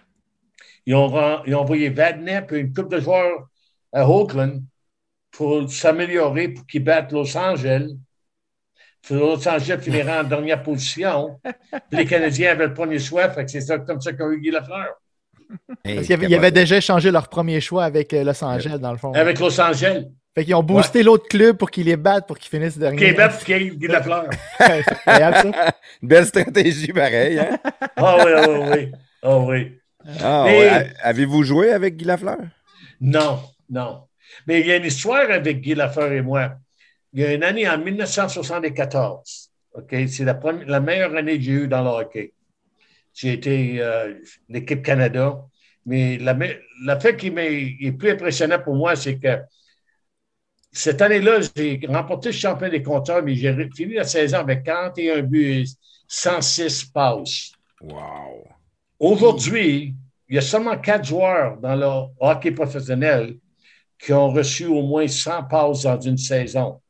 Ils ont, ils ont envoyé Vadnais et une couple de joueurs à Oakland pour s'améliorer, pour qu'ils battent Los Angeles. Puis Los Angeles finira en dernière position. Puis les Canadiens avaient le premier choix, fait que c'est ça, comme ça qu'ont eu Guy Lafleur. Hey, Parce qu'ils avaient, avaient déjà échangé leur premier choix avec Los Angeles, dans le fond. Avec Los Angeles. Fait qu'ils ont boosté ouais. l'autre club pour qu'ils les battent, pour qu'ils finissent dernier. Qu'ils battent pour qu'ils aient Guy Lafleur. C'est incroyable, ça. Belle stratégie, pareil. Hein? Ah oui, ah oui, oui. Ah oui. Ah, Mais... ouais. Avez-vous joué avec Guy Lafleur? Non, non. Mais il y a une histoire avec Guy Lafleur et moi. Il y a une année en dix-neuf cent soixante-quatorze. Okay? C'est la, première, la meilleure année que j'ai eue dans le hockey. J'ai été euh, l'équipe Canada. Mais la, la fait qui est plus impressionnant pour moi, c'est que cette année-là, j'ai remporté le championnat des compteurs, mais j'ai fini la saison avec quarante et un buts et cent six passes. Wow! Aujourd'hui, il y a seulement quatre joueurs dans le hockey professionnel qui ont reçu au moins cent passes dans une saison.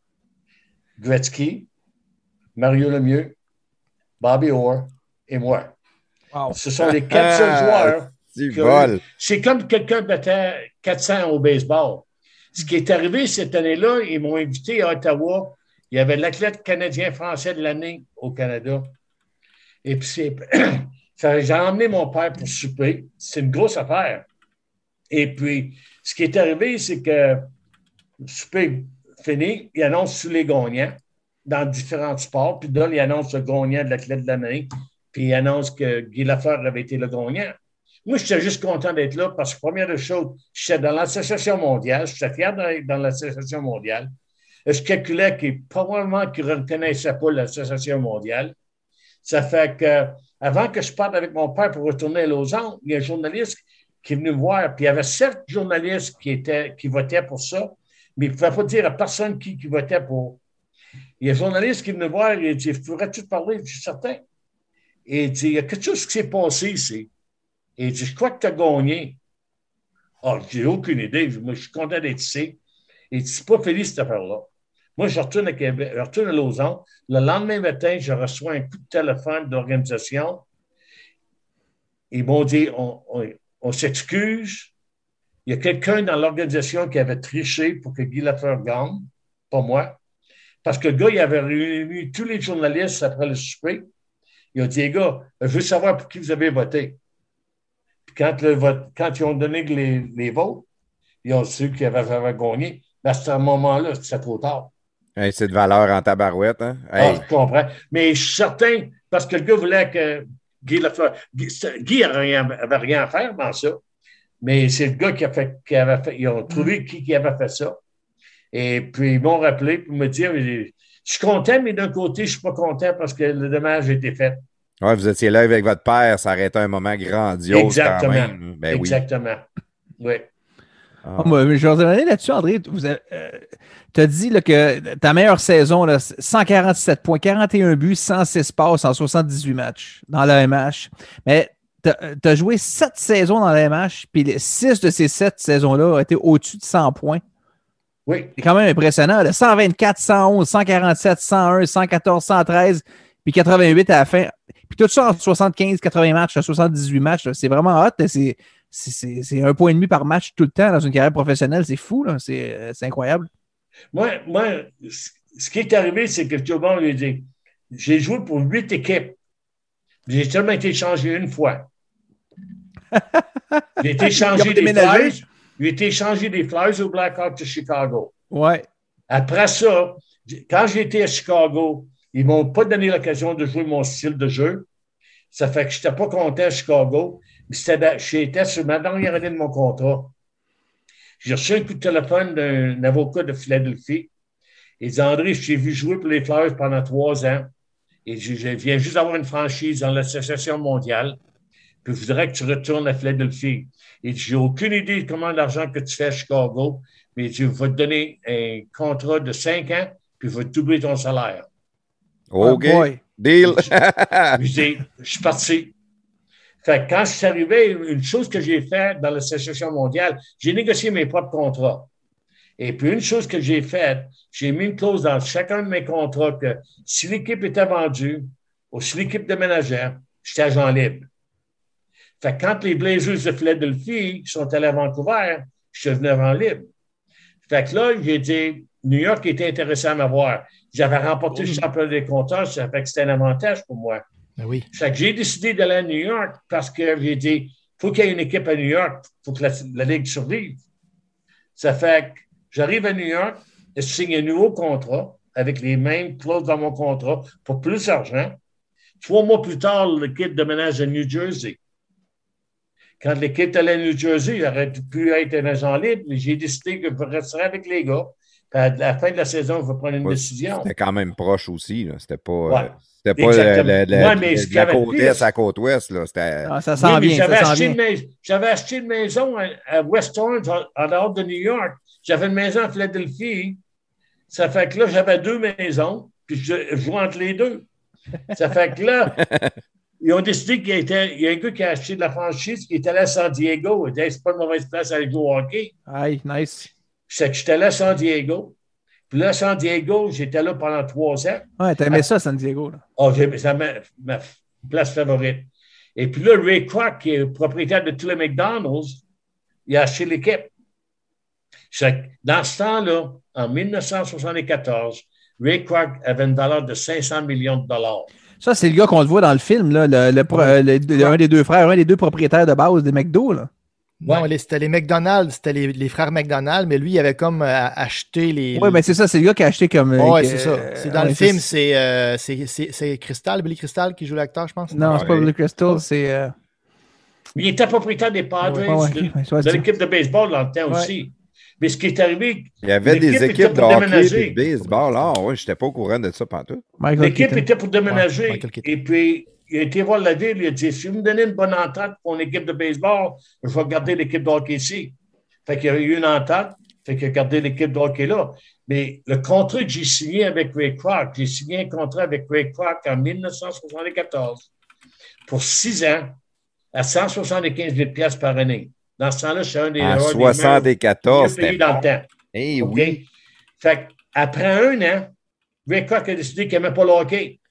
Gretzky, Mario Lemieux, Bobby Orr et moi. Wow. Ce sont les quatre seuls joueurs. Eu, c'est comme quelqu'un battait quatre cents au baseball. Ce qui est arrivé cette année-là, ils m'ont invité à Ottawa. Il y avait l'athlète canadien-français de l'année au Canada. Et puis, c'est... j'ai emmené mon père pour souper. C'est une grosse affaire. Et puis, ce qui est arrivé, c'est que le souper fini, il annonce tous les gagnants dans différents sports. Puis là, il annonce le gagnant de l'athlète de l'année. Puis il annonce que Guy Lafleur avait été le gagnant. Moi, j'étais juste content d'être là parce que, première chose, j'étais dans l'Association mondiale. J'étais fier d'être dans l'Association mondiale. Je calculais qu'il probablement qu'il ne reconnaissait pas l'Association mondiale. Ça fait que, avant que je parte avec mon père pour retourner à Lausanne, il y a un journaliste qui est venu me voir. Puis il y avait sept journalistes qui, étaient, qui votaient pour ça, mais il ne pouvait pas dire à personne qui, qui votait pour. Il y a un journaliste qui est venu me voir et il a dit « Faudrait-tu te parler? » Je suis certain. Et il dit « Il y a quelque chose qui s'est passé ici. » Et il dit, je crois que tu as gagné. Ah, oh, j'ai aucune idée. Moi, je suis content d'être ici. Et il dit, c'est pas fini cette affaire-là. Moi, je retourne à Québec, je retourne à Lausanne. Le lendemain matin, je reçois un coup de téléphone d'organisation. Ils m'ont dit, on, on, on s'excuse. Il y a quelqu'un dans l'organisation qui avait triché pour que Guy Lafleur gagne, pas moi. Parce que le gars, il avait réuni tous les journalistes après le souper. Il a dit, les gars, je veux savoir pour qui vous avez voté. Quand, le vote, quand ils ont donné les, les votes, ils ont su qu'ils avaient, avaient gagné. Mais à ce moment-là, c'était trop tard. Hey, c'est de valeur en tabarouette. Hein? Hey. Ah, je comprends. Mais je suis certain parce que le gars voulait que Guy Lafleur. Guy, Guy n'avait rien, avait rien à faire dans ça. Mais c'est le gars qui, a fait, qui avait fait. Ils ont trouvé qui, qui avait fait ça. Et puis, ils m'ont rappelé pour me dire je suis content, mais d'un côté, je ne suis pas content parce que le dommage a été fait. Oui, vous étiez là avec votre père, ça aurait été un moment grandiose. Exactement. Quand même. Ben, Exactement. Oui. Ah. Oh, moi, je vais revenir là-dessus, André. Tu euh, as dit là, que ta meilleure saison, là, cent quarante-sept points, quarante et un buts, cent six passes en soixante-dix-huit matchs dans la M H. Mais tu as joué sept saisons dans la M H, puis six de ces sept saisons-là ont été au-dessus de cent points. Oui. C'est quand même impressionnant. Là. cent vingt-quatre, cent onze, cent quarante-sept, cent un, cent quatorze, cent treize, puis quatre-vingt-huit à la fin. Puis tout ça en soixante-quinze, quatre-vingts matchs, soixante-dix-huit matchs. Là. C'est vraiment hot. C'est, c'est, c'est, c'est un point et demi par match tout le temps dans une carrière professionnelle. C'est fou. Là. C'est, c'est incroyable. Moi, moi, ce qui est arrivé, c'est que Joe Bon lui a dit j'ai joué pour huit équipes. J'ai seulement été échangé une fois. J'ai été échangé des Flyers. J'ai été échangé des Flyers aux Blackhawks de Chicago. Ouais. Après ça, quand j'ai été à Chicago, ils ne m'ont pas donné l'occasion de jouer mon style de jeu. Ça fait que je n'étais pas content à Chicago. J'étais sur ma dernière année de mon contrat. J'ai reçu un coup de téléphone d'un avocat de Philadelphie. Il dit André, je t'ai vu jouer pour les Flyers pendant trois ans. Et je, je viens juste d'avoir une franchise dans l'Association mondiale. Puis je voudrais que tu retournes à Philadelphie. Il dit j'ai aucune idée de comment l'argent que tu fais à Chicago, mais je vais te donner un contrat de cinq ans, puis je vais te doubler ton salaire. OK. Oh Je, Deal. je, je, dis, je suis parti. Fait que quand je suis arrivé, une chose que j'ai faite dans l'Association mondiale, j'ai négocié mes propres contrats. Et puis, une chose que j'ai faite, j'ai mis une clause dans chacun de mes contrats que si l'équipe était vendue ou si l'équipe déménageait, j'étais agent libre. Fait que quand les Blazers de Philadelphie sont allés à Vancouver, je suis devenu agent libre. Fait que là, j'ai dit, New York était intéressé à m'avoir. J'avais remporté le championnat des compteurs, ça fait que c'était un avantage pour moi. Ben oui. Fait que j'ai décidé d'aller à New York parce que j'ai dit, il faut qu'il y ait une équipe à New York, il faut que la, la Ligue survive. Ça fait que j'arrive à New York, je signe un nouveau contrat avec les mêmes clauses dans mon contrat pour plus d'argent. Trois mois plus tard, l'équipe déménage à New Jersey. Quand l'équipe allait à New Jersey, il aurait pu être un agent libre, mais j'ai décidé que je resterais avec les gars. Puis à la fin de la saison, je vais prendre une Ouais, décision. C'était quand même proche aussi. Là. C'était pas, Ouais. euh, c'était pas la, la, la, ouais, mais la, la côte est à la côte ouest. Là. C'était... Ah, ça sent oui, bien. J'avais, ça sent acheté bien. Une maison, j'avais acheté une maison à, à West Orange, en dehors de New York. J'avais une maison à Philadelphie. Ça fait que là, j'avais deux maisons, puis je, je jouais entre les deux. Ça fait que là, ils ont décidé qu'il y, était, il y a un gars qui a acheté de la franchise qui était allé à San Diego. Il dit hey, c'est pas une mauvaise place à aller jouer au hockey. Aïe, nice. C'est que j'étais allé à San Diego. Puis là, San Diego, j'étais là pendant trois ans. Ouais, t'aimais ça, San Diego. Là. Oh, j'ai, c'est ma, ma place favorite. Et puis là, Ray Kroc, qui est propriétaire de tous les McDonald's, il a acheté l'équipe. Dans ce temps-là, en dix-neuf cent soixante-quatorze, Ray Kroc avait une valeur de cinq cents millions de dollars. Ça, c'est le gars qu'on te voit dans le film, là, le, le, Ouais. le, le, un des deux frères, un des deux propriétaires de base des McDo. Là. Non, Ouais. les- c'était les McDonald's, c'était les, les frères McDonald's, mais lui, il avait comme euh, acheté les. Oui, mais c'est ça, c'est le gars qui a acheté comme. Ouais, que- c'est ça. C'est dans ouais, le film, c'est, euh, c'est, c'est, c'est Crystal, Billy Crystal qui joue l'acteur, je pense. Non, c'est pas Ouais. Billy Crystal, c'est. euh, Mais il était propriétaire des Padres, Ouais, ouais, de, ouais, ouais, c'est de ça. l'équipe de baseball dans le temps Ouais. aussi. Mais ce qui est arrivé, Il y avait des l'équipe équipes était de pour hockey et déménager. de baseball. Ah, ouais, je n'étais pas au courant de ça pantoute. Michael L'équipe Keaton. était pour déménager. Ouais, Michael Keaton. Et puis, il a été voir la ville. Il a dit si vous me donnez une bonne entente pour une équipe de baseball, je vais garder l'équipe de hockey ici. Fait qu'il y a eu une entente. Fait qu'il a gardé l'équipe de hockey là. Mais le contrat que j'ai signé avec Ray Kroc, j'ai signé un contrat avec Ray Kroc en dix-neuf cent soixante-quatorze pour six ans à cent soixante-quinze mille dollars par année. Dans ce temps-là, je suis un des En un des soixante-quatorze, mieux payés c'était dans bon. le temps. Eh OK? oui. Fait qu'après un an, Ray Kroc a décidé qu'il n'aimait pas le hockey.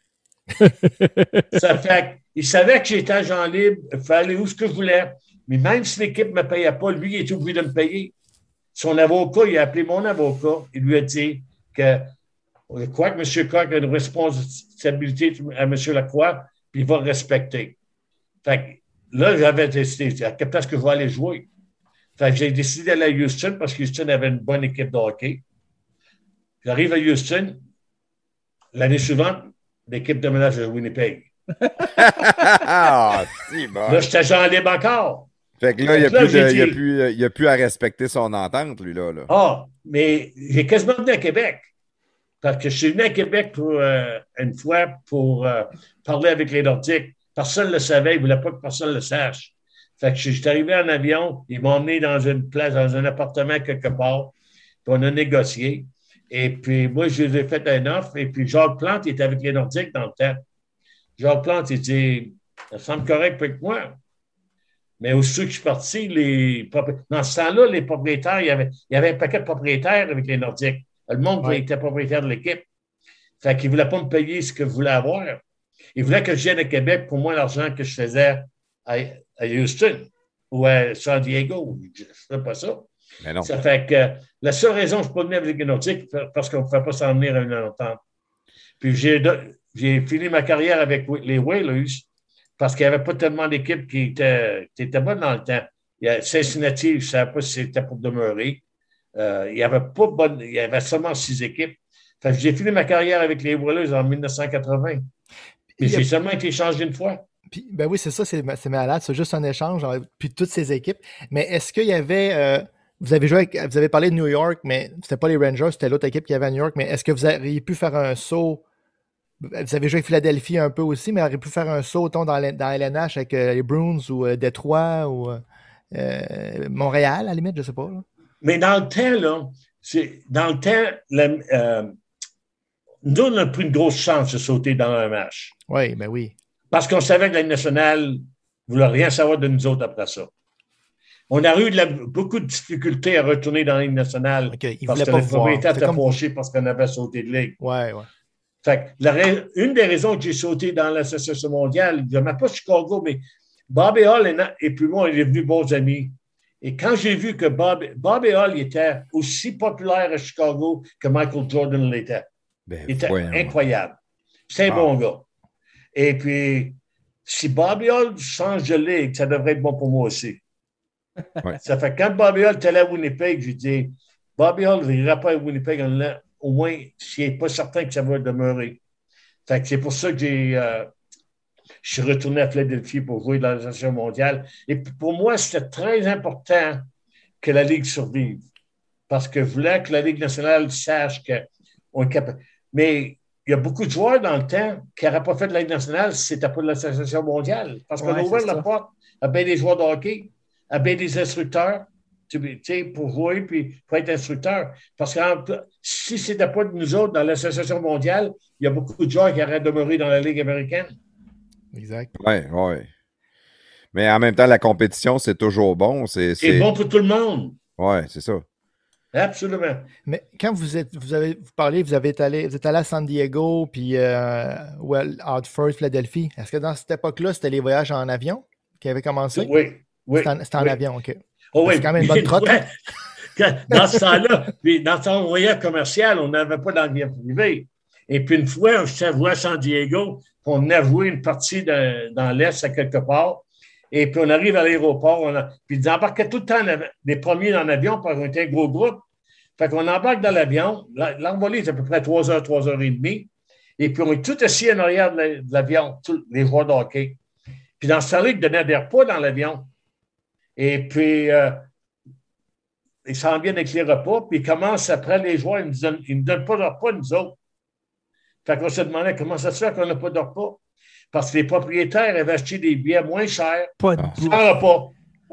Ça fait qu'il savait que j'étais agent libre, il fallait aller où ce que je voulais. Mais même si l'équipe ne me payait pas, lui, il était obligé de me payer. Son avocat, il a appelé mon avocat, il lui a dit que je crois que M. Kroc a une responsabilité à M. Lacroix, puis il va le respecter. Fait que là, j'avais décidé, à quelle place que je vais aller jouer? Fait que j'ai décidé d'aller à Houston parce que Houston avait une bonne équipe de hockey. J'arrive à Houston. L'année suivante, l'équipe de ménage à Winnipeg. Ah, si, bon. Là, j'étais agent libre encore. Fait que là, il n'y a, Là, plus j'ai de- il y a, dit- plus- il y a plus à respecter son entente, lui, là. là. Ah, mais j'ai quasiment venu à Québec. Parce que je suis venu à Québec pour, euh, une fois pour euh, parler avec les Nordiques. Personne ne le savait, ils ne voulaient pas que personne le sache. Fait que je suis arrivé en avion, ils m'ont emmené dans une place, dans un appartement quelque part, puis on a négocié. Et puis, moi, je lui ai fait un offre, et puis Jacques Plante il était avec les Nordiques dans le temps. Jacques Plante, il dit, ça semble correct avec moi. Mais aussitôt que je suis parti, les propri... dans ce temps-là, les propriétaires, il y, avait, il y avait un paquet de propriétaires avec les Nordiques. Le monde Ouais. était propriétaire de l'équipe. Fait qu'ils ne voulaient pas me payer ce que je voulais avoir. Ils voulaient que je vienne à Québec pour moi l'argent que je faisais à, à Houston ou à San Diego. Je ne ferais pas ça. Mais non. Ça fait que la seule raison que je ne suis pas venu avec les Nordiques, c'est parce qu'on ne pouvait pas s'en venir à une entente. Puis j'ai, j'ai fini ma carrière avec les Whalers parce qu'il n'y avait pas tellement d'équipes qui étaient, qui étaient bonnes dans le temps. Il y a Cincinnati, je ne savais pas si c'était pour demeurer. Euh, il n'y avait pas bonne, il y avait seulement six équipes. Fait que j'ai fini ma carrière avec les Whalers en dix-neuf cent quatre-vingts. Mais Il y a- j'ai seulement été échangé une fois. Puis, ben oui, c'est ça, c'est, c'est malade. C'est juste un échange, genre, puis toutes ces équipes. Mais est-ce qu'il y avait. euh, vous avez joué avec- vous avez parlé de New York, mais c'était pas les Rangers, c'était l'autre équipe qui avait à New York. Mais est-ce que vous auriez pu faire un saut? Vous avez joué avec Philadelphie un peu aussi, mais auriez pu faire un saut autant, dans, la- dans L N H avec euh, les Bruins ou euh, Détroit ou euh, euh, Montréal, à la limite, je sais pas. Là. Mais dans le temps, là, c'est, dans le temps, la, euh, nous, on a pris une grosse chance de sauter dans un match. Oui, ben oui. Parce qu'on savait que la Ligue nationale ne voulait rien savoir de nous autres après ça. On a eu de la- beaucoup de difficultés à retourner dans la Ligue nationale OK, ils parce voulaient que pas les vous voir. propriétaires C'est étaient comme- fâchés parce qu'on avait sauté de ligue. Ouais, ouais. Fait que la ra- une des raisons que j'ai sauté dans l'Association mondiale, je ne mets pas Chicago, mais Bobby Hall et, na- et puis moi, on est devenus bons amis. Et quand j'ai vu que Bob, Bobby Hall était aussi populaire à Chicago que Michael Jordan l'était, Ben, il était voyons. incroyable. C'est un Ah. bon gars. Et puis, si Bobby Hall change de ligue, ça devrait être bon pour moi aussi. Ouais. Ça fait que quand Bobby Hall était allé à Winnipeg, j'ai dit, Bobby Hall n'ira pas à Winnipeg en allant, au moins s'il n'est pas certain que ça va demeurer. Fait que c'est pour ça que j'ai, euh, je suis retourné à Philadelphie pour jouer dans l'Association mondiale. Et puis pour moi, c'était très important que la Ligue survive. Parce que je voulais que la Ligue nationale sache qu'on est capable. Mais il y a beaucoup de joueurs dans le temps qui n'auraient pas fait de la Ligue nationale si ce n'était pas de l'Association mondiale. Parce qu'on Ouais, a ouvert c'est la ça. porte à bien des joueurs de hockey, à bien des instructeurs, tu sais, pour jouer puis pour être instructeur. Parce que en- si ce n'était pas de nous autres dans l'Association mondiale, il y a beaucoup de joueurs qui auraient demeuré dans la Ligue américaine. Exact. Oui, oui. Mais en même temps, la compétition, c'est toujours bon. C'est, C'est c'est... bon pour tout le monde. Oui, c'est ça. Absolument. Mais quand vous êtes, vous avez vous parlez, vous avez été allé, vous êtes allé à San Diego, puis euh, well, Hartford, Philadelphie. Est-ce que dans cette époque-là, c'était les voyages en avion qui avaient commencé? Oui, oui. C'était en, c'était en oui. avion, OK. Oh, oui. C'est quand même une bonne trotte. Ouais. Quand- Dans ce temps-là, puis dans son voyage commercial, on n'avait pas d'avion privé. Et puis une fois, on s'est voué à San Diego, puis on a joué une partie de- dans l'Est à quelque part. Et puis on arrive à l'aéroport, on a, puis ils embarquaient tout le temps en- les premiers dans l'avion parce qu'on était un gros groupe. Fait qu'on embarque dans l'avion. La- L'envolée, c'est à peu près trois heures, trois heures et demie. Et puis on est tout assis en arrière de la- de l'avion, tous les joueurs de hockey. Puis dans ce temps-là, ils donnaient des repas dans l'avion. Et puis, euh, ils s'en viennent avec les repas, puis ils commencent après les joueurs, ils ne nous donnent, ils nous donnent pas de repas, nous autres. Fait qu'on se demandait comment ça se fait qu'on n'a pas de repas. Parce que les propriétaires avaient acheté des billets moins chers, Pas de Ah. bouffe. sans repas.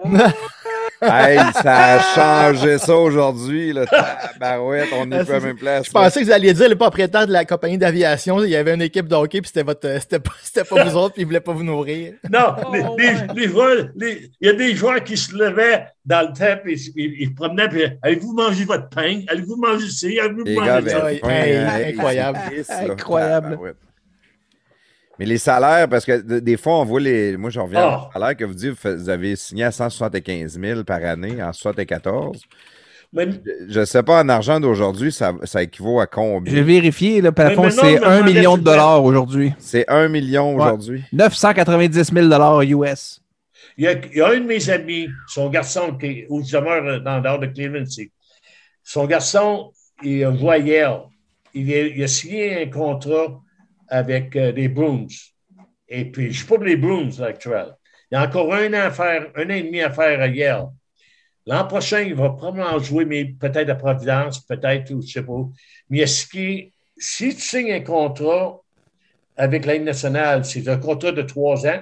Hey, ça a changé ça aujourd'hui. Là. Tabarouette, on n'est plus à la même place. Je pensais que vous alliez dire le propriétaire de la compagnie d'aviation, il y avait une équipe de hockey, puis c'était votre, c'était pas, c'était pas vous autres, puis ils voulaient pas vous nourrir. Non, Oh, les, ouais. les- les joueurs, les- il y a des joueurs qui se levaient dans le temps, puis ils, ils, ils se promenaient, puis allez-vous manger votre pain? Allez-vous manger ci? Allez-vous Les manger gars ça? avaient Hey, faim, hey, hey, incroyable. c'est triste, là. Incroyable. Tabarouette. Mais les salaires, parce que de- des fois, on voit les. Moi, je reviens Ah. au salaire que vous dites, vous fa- vous avez signé à cent soixante-quinze mille par année en soixante-quatorze. Mais, Je ne sais pas, en argent d'aujourd'hui, ça, ça équivaut à combien? J'ai vérifié, le plafond, Mais maintenant, c'est on me un demandait million de si- dollars aujourd'hui. C'est un million Ouais. aujourd'hui. neuf cent quatre-vingt-dix mille dollars U S. il y, a, il y a un de mes amis, son garçon, qui, où je demeure dans le nord de Cleveland, c'est- son garçon, il voit hier, il a, il a signé un contrat avec euh, les Bruins. Et puis, je suis pas pour les Bruins actuels. Il y a encore un an à faire, un an et demi à faire à Yale. L'an prochain, il va probablement jouer, mais peut-être à Providence, peut-être, ou je ne sais pas. Mais ce qui, si tu signes un contrat avec la Ligue nationale, c'est un contrat de trois ans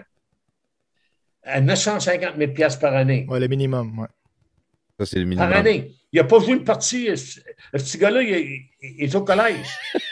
à neuf cent cinquante mille dollars par année. Oui, le minimum, oui. Ça, c'est le minimum. Par année. Il n'a pas joué une partie. Le petit gars-là, il, il, il est au collège.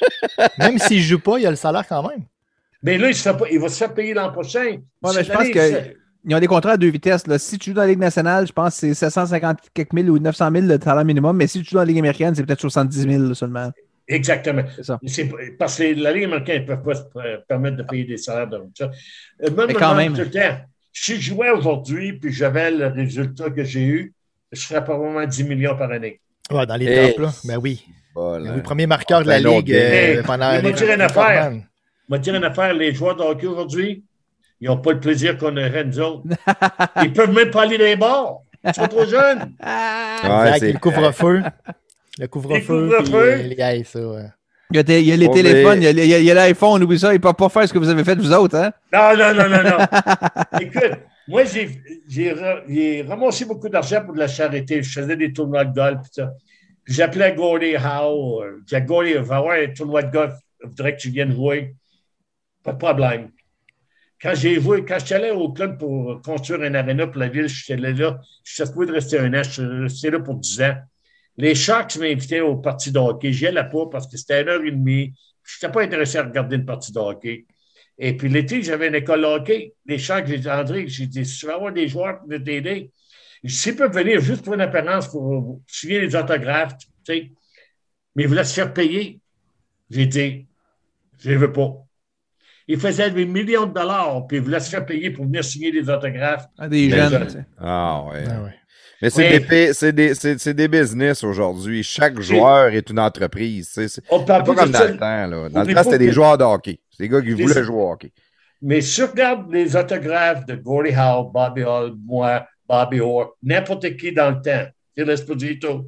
Même s'il ne joue pas, il a le salaire quand même. Mais là, il, se fait pas, il va se faire payer l'an prochain. Ouais, mais je pense qu'ils ont des contrats à deux vitesses. Là. Si tu joues dans la Ligue nationale, je pense que c'est sept cent cinquante quelques mille ou neuf cent mille le salaire minimum. Mais si tu joues dans la Ligue américaine, c'est peut-être soixante-dix mille là, seulement. Exactement. C'est ça. C'est parce que la Ligue américaine ne peut pas se permettre de payer des salaires de ça. Même mais quand même. Tout le temps, si je jouais aujourd'hui puis j'avais le résultat que j'ai eu, je serais probablement dix millions par année. Ouais, dans les hey. tops, là. Ben oui. Voilà. Ben oui, premier marqueur de la Ben Ligue euh, hey, pendant les. Je vais dire une affaire. Man. Je vais dire une affaire. Les joueurs de hockey aujourd'hui, ils n'ont pas le plaisir qu'on aurait nous autres. Ils ne peuvent même pas aller dans les bars. Ils sont trop jeunes. Ouais, c'est le couvre-feu. Le couvre-feu. Le couvre-feu. Puis, les hey, ça, ouais. Il y a, il y a les oh, téléphones, mais... il y a, il y a l'iPhone, oublie ça, ils ne peuvent pas faire ce que vous avez fait vous autres, hein? Non, non, non, non, non. Écoute, moi, j'ai, j'ai, j'ai ramassé beaucoup d'argent pour de la charité. Je faisais des tournois de golf, et ça. Puis j'appelais Gordie Howe. J'ai dit, Gordie, va avoir un tournoi de golf, je voudrais que tu viennes jouer. Pas de problème. Quand j'ai joué, quand je suis allé au club pour construire un aréna pour la ville, je suis allé là, je suis supposé de rester un an, je suis resté là pour dix ans. Les Sharks m'invitaient au parti de hockey. J'y allais pas parce que c'était une heure et demie. Je n'étais pas intéressé à regarder une partie de hockey. Et puis l'été, j'avais une école de hockey. Les Sharks, j'ai dit, André, j'ai dit, si tu veux avoir des joueurs pour t'aider, s'ils peuvent venir juste pour une apparence, pour signer les autographes, tu sais, mais ils voulaient se faire payer. J'ai dit, je ne veux pas. Ils faisaient des millions de dollars, puis ils voulaient se faire payer pour venir signer des autographes. Ah, des Mais jeunes. je... Ah ouais. Ah ouais. Mais c'est, ouais. des, c'est, des, c'est, c'est des business aujourd'hui. Chaque joueur est une entreprise. C'est, c'est, On c'est pas comme dans ça. le temps. Là. Dans le temps, c'était des joueurs de hockey. C'est des gars qui voulaient jouer au hockey. Mais si tu regardes les autographes de Gordie Howe, Bobby Hull, moi, Bobby Orr, n'importe qui dans le temps, Phil Esposito,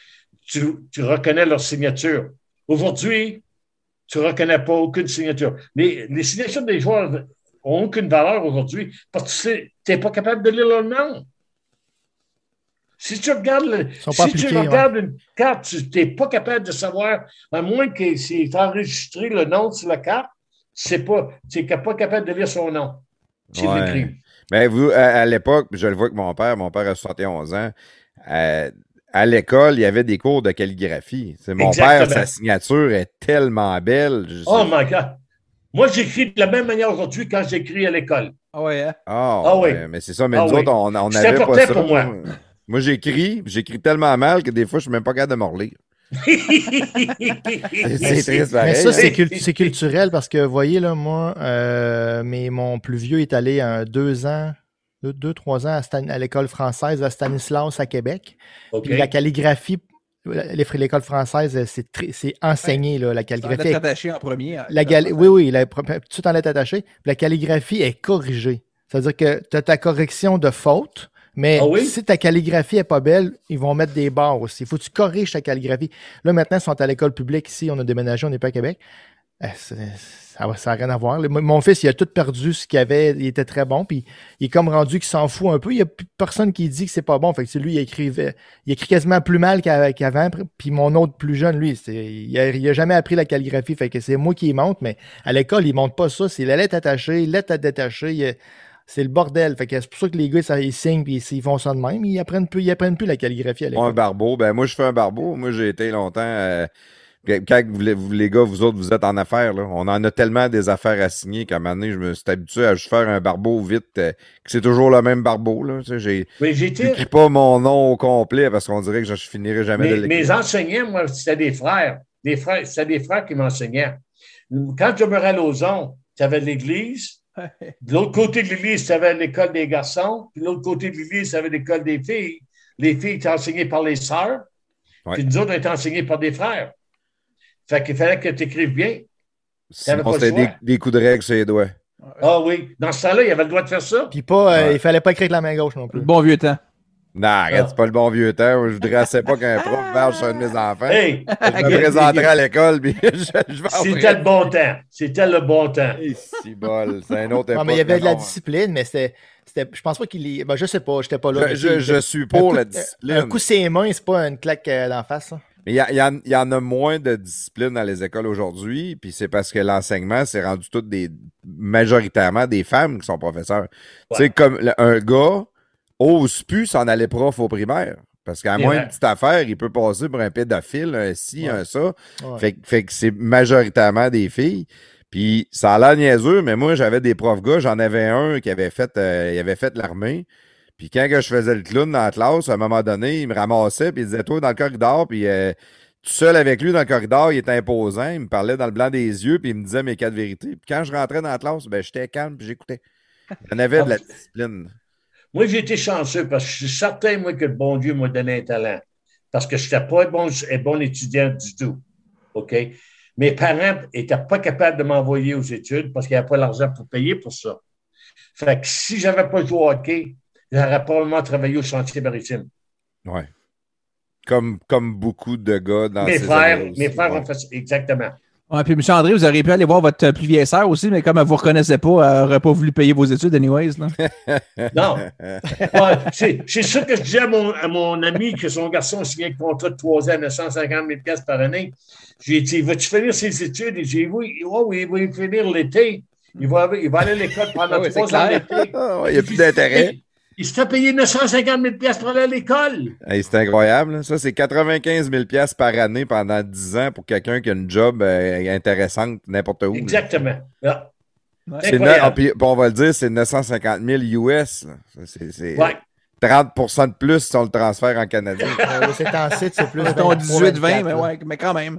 tu, tu reconnais leur signature. Aujourd'hui, tu ne reconnais pas aucune signature. Les, les signatures des joueurs n'ont aucune valeur aujourd'hui parce que tu n'es pas capable de lire leur nom. Si tu regardes, le, si tu regardes ouais. une carte, tu n'es pas capable de savoir, à moins que c'est enregistré le nom sur la carte, tu n'es pas capable de lire son nom. C'est ouais. l'écrit. Mais vous, à, à l'époque, je le vois avec mon père, mon père a soixante et onze ans, euh, à l'école, il y avait des cours de calligraphie. C'est mon Exactement. Père, sa signature est tellement belle. Oh my God! Moi, j'écris de la même manière aujourd'hui quand j'écris à l'école. Ah oui, hein? Oh, ah oui. Mais c'est ça, mais ah nous oui. autres, on, on c'est avait pas ça. pour moi. Moi, j'écris, j'écris tellement mal que des fois, je suis même pas capable de me relire. c'est, c'est triste, pareil. Mais ça, c'est, cult- c'est culturel parce que, vous voyez, là, moi, euh, mais mon plus vieux est allé à deux ans, deux, deux trois ans à, Stan- à l'école française à Stanislas à Québec. Okay. Puis la calligraphie, l'école française, c'est, très, c'est enseigné, là, la calligraphie. Ça en est attaché en premier. La gal- oui, oui, la, tout en est attaché. Puis la calligraphie est corrigée. C'est-à-dire que tu as ta correction de faute. Mais ah oui? si ta calligraphie n'est pas belle, ils vont mettre des barres aussi. Il faut que tu corriges ta calligraphie. Là, maintenant, ils sont à l'école publique ici. On a déménagé, on n'est pas à Québec. C'est, ça n'a rien à voir. Mon fils, il a tout perdu ce qu'il avait. Il était très bon. Puis il est comme rendu qu'il s'en fout un peu. Il n'y a plus personne qui dit que c'est pas bon. Fait que c'est lui, il écrivait, il écrit quasiment plus mal qu'avant. Puis mon autre plus jeune, lui, c'est, il n'a jamais appris la calligraphie. Fait que c'est moi qui y montre. Mais à l'école, il ne montre pas ça. C'est la lettre attachée, lettre à détacher. Il, c'est le bordel. Fait que c'est pour ça que les gars, ça, ils signent et ils font ça de même. Ils apprennent plus, ils apprennent plus la calligraphie à l'école. Un barbeau. Ben, moi, je fais un barbeau. Moi, j'ai été longtemps. Euh, quand vous, vous, les gars, vous autres, vous êtes en affaires, là. On en a tellement des affaires à signer qu'à un moment donné, je me suis habitué à juste faire un barbeau vite, euh, que c'est toujours le même barbeau, là. Tu sais, j'ai, oui, j'écris pas mon nom au complet parce qu'on dirait que je, je finirai jamais mais, de l'écrire. Mes enseignants, moi, c'était des frères. Des frères, c'était des frères qui m'enseignaient. Quand je me à Lauson, tu avais l'église. De l'autre côté de l'église, tu avais l'école des garçons. Puis de l'autre côté de l'église, tu avais l'école des filles. Les filles étaient enseignées par les sœurs. Ouais. Puis nous autres, on était enseignés par des frères. Fait qu'il fallait que tu écrives bien. Sinon, c'était des, des coups de règle sur les doigts. Ah oui. Dans ce temps-là, il avait le droit de faire ça. Puis pas, euh, ouais. il fallait pas écrire avec la main gauche non plus. Bon vieux temps. Non, arrête, Ah. c'est pas le bon vieux temps. Je voudrais assez pas qu'un prof marche sur un de mes enfants. Hey! Je me présenterai à l'école, puis je, je vais C'était le bon temps. C'était le bon temps. Hey, si bol, c'est un autre Non, époque. mais il y avait de la non. discipline, mais c'était. c'était- Je pense pas qu'il y. Ben, je sais pas, j'étais pas là. Je, mais je, c'est- je suis un pour coup la de- discipline. Un coup ses mains, c'est pas une claque euh, d'en face. Ça. Mais il y, a- il y en- il y en a moins de discipline dans les écoles aujourd'hui, puis c'est parce que l'enseignement, c'est rendu tout des majoritairement des femmes qui sont professeurs. Tu sais, comme le- un gars ose plus s'en aller prof au primaire. Parce qu'à C'est moins vrai. une petite affaire, il peut passer pour un pédophile, un ci, Ouais. un ça. Ouais. Fait, que- fait que c'est majoritairement des filles. Puis ça a l'air niaiseux, mais moi, j'avais des profs gars. J'en avais un qui avait fait, euh, il avait fait l'armée. Puis quand que je faisais le clown dans la classe, à un moment donné, il me ramassait, puis il disait, toi, dans le corridor, puis euh, tout seul avec lui dans le corridor, il était imposant. Il me parlait dans le blanc des yeux, puis il me disait mes quatre vérités. Puis quand je rentrais dans la classe, ben, j'étais calme, puis j'écoutais. Il y en avait de la discipline. Moi, j'ai été chanceux parce que je suis certain, moi, que le bon Dieu m'a donné un talent. Parce que je n'étais pas un bon, un bon étudiant du tout. OK? Mes parents n'étaient pas capables de m'envoyer aux études parce qu'il n'y avait pas l'argent pour payer pour ça. Fait que si je n'avais pas joué au hockey, j'aurais probablement travaillé au chantier maritime. Ouais. Comme, comme beaucoup de gars dans Mes ces frères, années-là aussi. mes frères Ouais. ont fait ça. Exactement. Ouais, puis M. André, vous auriez pu aller voir votre plus vieille sœur aussi, mais comme elle ne vous reconnaissait pas, elle n'aurait pas voulu payer vos études, anyways. Là. Non. Ouais, c'est, c'est ça que je disais à mon, à mon ami que son garçon signait un contrat de trois ans à neuf cent cinquante mille dollars par année. J'ai dit, vas-tu finir ses études? Et j'ai dit, oui, oh, oui, il va finir l'été. Il va, il va aller à l'école pendant Ah oui, trois c'est ans clair. l'été. Ah ouais, il n'y a plus d'intérêt. Il s'était payé neuf cent cinquante mille dollars pour aller à l'école. Hey, c'est incroyable. Là. Ça, c'est quatre-vingt-quinze mille dollars par année pendant dix ans pour quelqu'un qui a une job euh, intéressante n'importe où. là. Exactement. Ah, Ouais. C'est incroyable. neuf- ah, puis, puis on va le dire, c'est neuf cent cinquante mille U S. Là. Ça, C'est, c'est Ouais. trente pour cent de plus si on le transfère en canadien. Euh, c'est en site, c'est plus. Mettons vingt-trois, dix-huit vingt, mais vingt-quatre, ouais, mais quand même.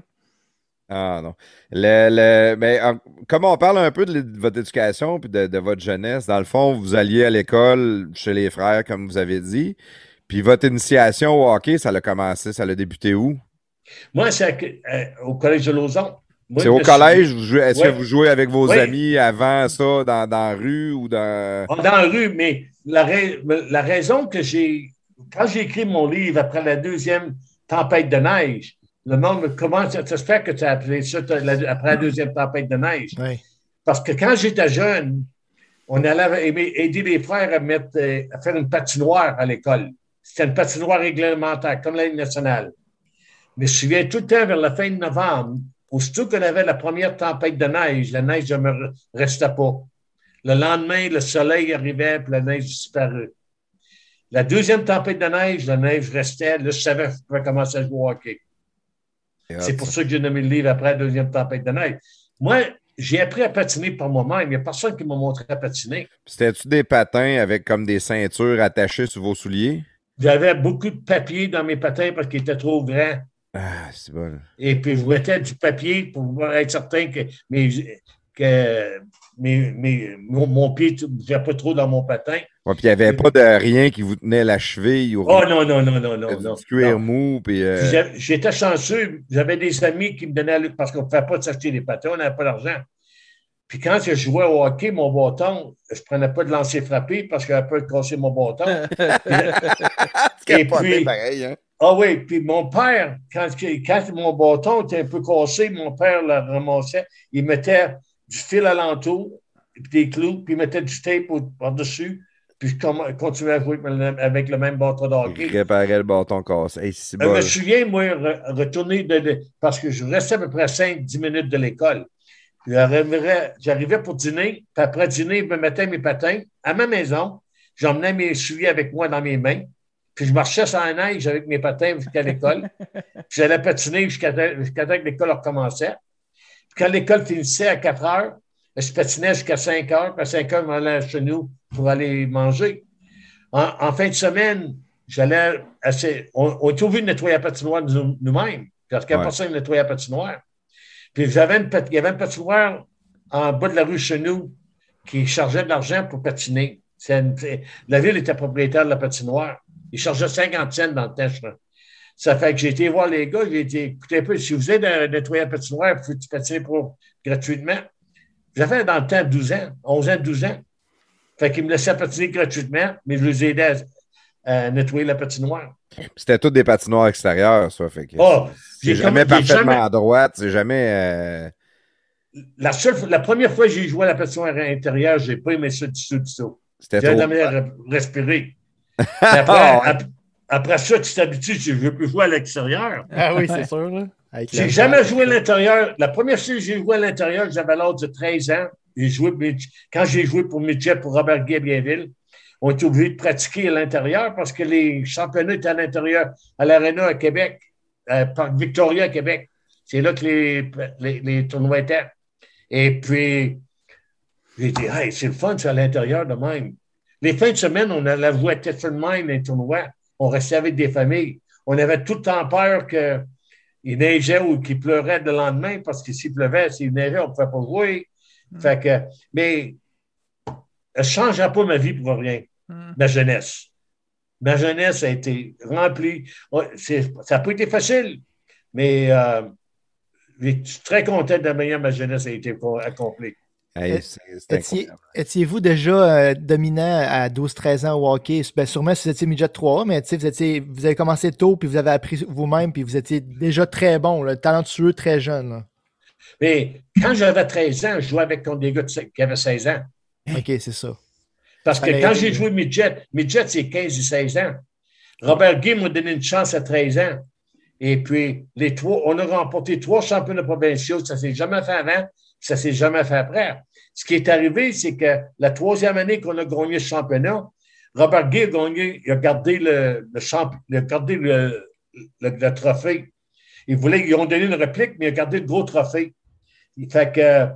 Ah non. Le, le, mais en- comme on parle un peu de, l'é- de votre éducation puis de, de votre jeunesse, dans le fond, vous alliez à l'école chez les frères, comme vous avez dit. Puis votre initiation au hockey, ça a commencé, ça a débuté où? Moi, c'est à- euh, au Collège de Lauson. Moi, C'est je au me suis- collège? Vous jouez- est-ce Ouais. que vous jouez avec vos Ouais. amis avant ça, dans, dans la rue ou dans. Dans la rue, mais la, rai- la raison que j'ai. Quand j'ai écrit mon livre après la deuxième tempête de neige, le monde me comment ça se fait que tu as appelé ça la- après la deuxième tempête de neige? Ouais. Parce que quand j'étais jeune, on allait aimer- aider les frères à, mettre, euh, à faire une patinoire à l'école. C'était une patinoire réglementaire, comme la Ligue nationale. Mais je me souviens tout le temps, vers la fin de novembre, aussitôt qu'on avait la première tempête de neige, la neige ne me restait pas. Le lendemain, le soleil arrivait, puis la neige disparut. La deuxième tempête de neige, la neige restait. Là, je savais que je pouvais commencer à jouer au hockey. C'est pour ça que j'ai nommé le livre après la deuxième tempête de neige. Moi, j'ai appris à patiner par moi-même. Il n'y a personne qui m'a montré à patiner. C'était-tu des patins avec comme des ceintures attachées sur vos souliers? J'avais beaucoup de papier dans mes patins parce qu'ils étaient trop grands. Ah, c'est bon. Et puis, je mettais du papier pour pouvoir être certain que, mes, que mes, mes, mon, mon pied ne bougeait pas trop dans mon patin. Ouais, puis il n'y avait pas de rien qui vous tenait la cheville ou Oh rien. non, non, non, non, non. Du non, cuir non. mou. Puis, euh, Puis j'a- J'étais chanceux. J'avais des amis qui me donnaient, parce qu'on ne pouvait pas s'acheter des patins, on n'avait pas d'argent. Puis quand je jouais au hockey, mon bâton, je ne prenais pas de lancer frappé parce qu'il avait peur de casser mon bâton. c'est et capoté puis- pareil, hein? Ah oui, puis mon père, quand, quand mon bâton était un peu cassé, mon père le ramassait, il mettait du fil alentour, puis des clous, puis il mettait du tape au- par-dessus, puis je comm- continuais à jouer avec le même bâton de Il hockey. réparait le bâton cassé. Hey, c'est Je bon. me souviens, moi, re- retourner de, de- parce que je restais à peu près cinq dix minutes de l'école. J'arrivais, j'arrivais pour dîner, puis après dîner, je me mettais mes patins à ma maison. J'emmenais mes souliers avec moi dans mes mains. Puis je marchais sur la neige avec mes patins jusqu'à l'école. Puis j'allais patiner jusqu'à, jusqu'à temps que l'école recommençait. Puis quand l'école finissait à quatre heures, je patinais jusqu'à cinq heures. Puis à cinq heures, je m'allais chez nous pour aller manger. En, en fin de semaine, j'allais assez. On, on était obligé de nettoyer la patinoire nous- nous-mêmes. Parce qu'il n'y a Ouais. personne qui nettoyait la patinoire. Puis j'avais une, pat- il y avait une patinoire en bas de la rue chez nous qui chargeait de l'argent pour patiner. C'est une- c'est- la ville était propriétaire de la patinoire. Il chargeait cinquante cents dans le temps, je crois. Ça fait que j'ai été voir les gars, j'ai dit, écoutez un peu, si vous êtes de nettoyer la patinoire, il faut que tu patines pour gratuitement. J'avais dans le temps douze ans, onze ans, douze ans. Fait qu'ils me laissaient patiner gratuitement, mais je les aidais à nettoyer la patinoire. C'était toutes des patinoires extérieures, ça. Fait que oh, c'est jamais comme, parfaitement jamais, à droite, c'est jamais... Euh... La, seule, la première fois que j'ai joué à la patinoire intérieure, j'ai pas aimé ça du tout, du tout. C'était J'avais trop... de la misère à respirer. Après, ap, après ça, tu t'habitues, je ne veux plus jouer à l'extérieur. Ah oui, c'est sûr. Là. J'ai jamais joué à l'intérieur. La première fois que j'ai joué à l'intérieur, j'avais l'âge de treize ans. J'ai joué, quand j'ai joué pour Midget, pour Robert Guy à Bienville, on était obligés de pratiquer à l'intérieur parce que les championnats étaient à l'intérieur, à l'Arena à Québec, à Parc Victoria à Québec. C'est là que les, les, les tournois étaient. Et puis, j'ai dit, hey, c'est le fun, c'est à l'intérieur de même. Les fins de semaine, on allait jouer à Tetford Mine, un tournoi. On restait avec des familles. On avait tout le temps peur qu'il neigeait ou qu'il pleurait le lendemain parce que s'il pleuvait, s'il neigeait, on ne pouvait pas jouer. Mm. Fait que, mais ça ne changera pas ma vie pour rien, mm. ma jeunesse. Ma jeunesse a été remplie. C'est, ça n'a pas été facile, mais euh, je suis très content de la manière ma jeunesse a été accomplie. Hey, c'est, c'est étiez-vous déjà euh, dominant à douze treize ans au hockey? Ben, sûrement si vous étiez midget trois A, mais vous, étiez, vous avez commencé tôt, puis vous avez appris vous-même, puis vous étiez déjà très bon, là, talentueux, très jeune. Là. Mais quand j'avais treize ans, je jouais avec des gars qui avaient seize ans. OK, c'est ça. Parce que quand j'ai joué midget, midget, c'est quinze et seize ans. Robert Guy m'a donné une chance à treize ans. Et puis, les trois, on a remporté trois championnats provinciaux. Ça ne s'est jamais fait avant, ça ne s'est jamais fait après. Ce qui est arrivé, c'est que la troisième année qu'on a gagné le championnat, Robert Guy a gagné, il a gardé le, le, champ, il a gardé le, le, le trophée. Ils, voulaient, ils ont donné une réplique, mais il a gardé le gros trophée. Fait que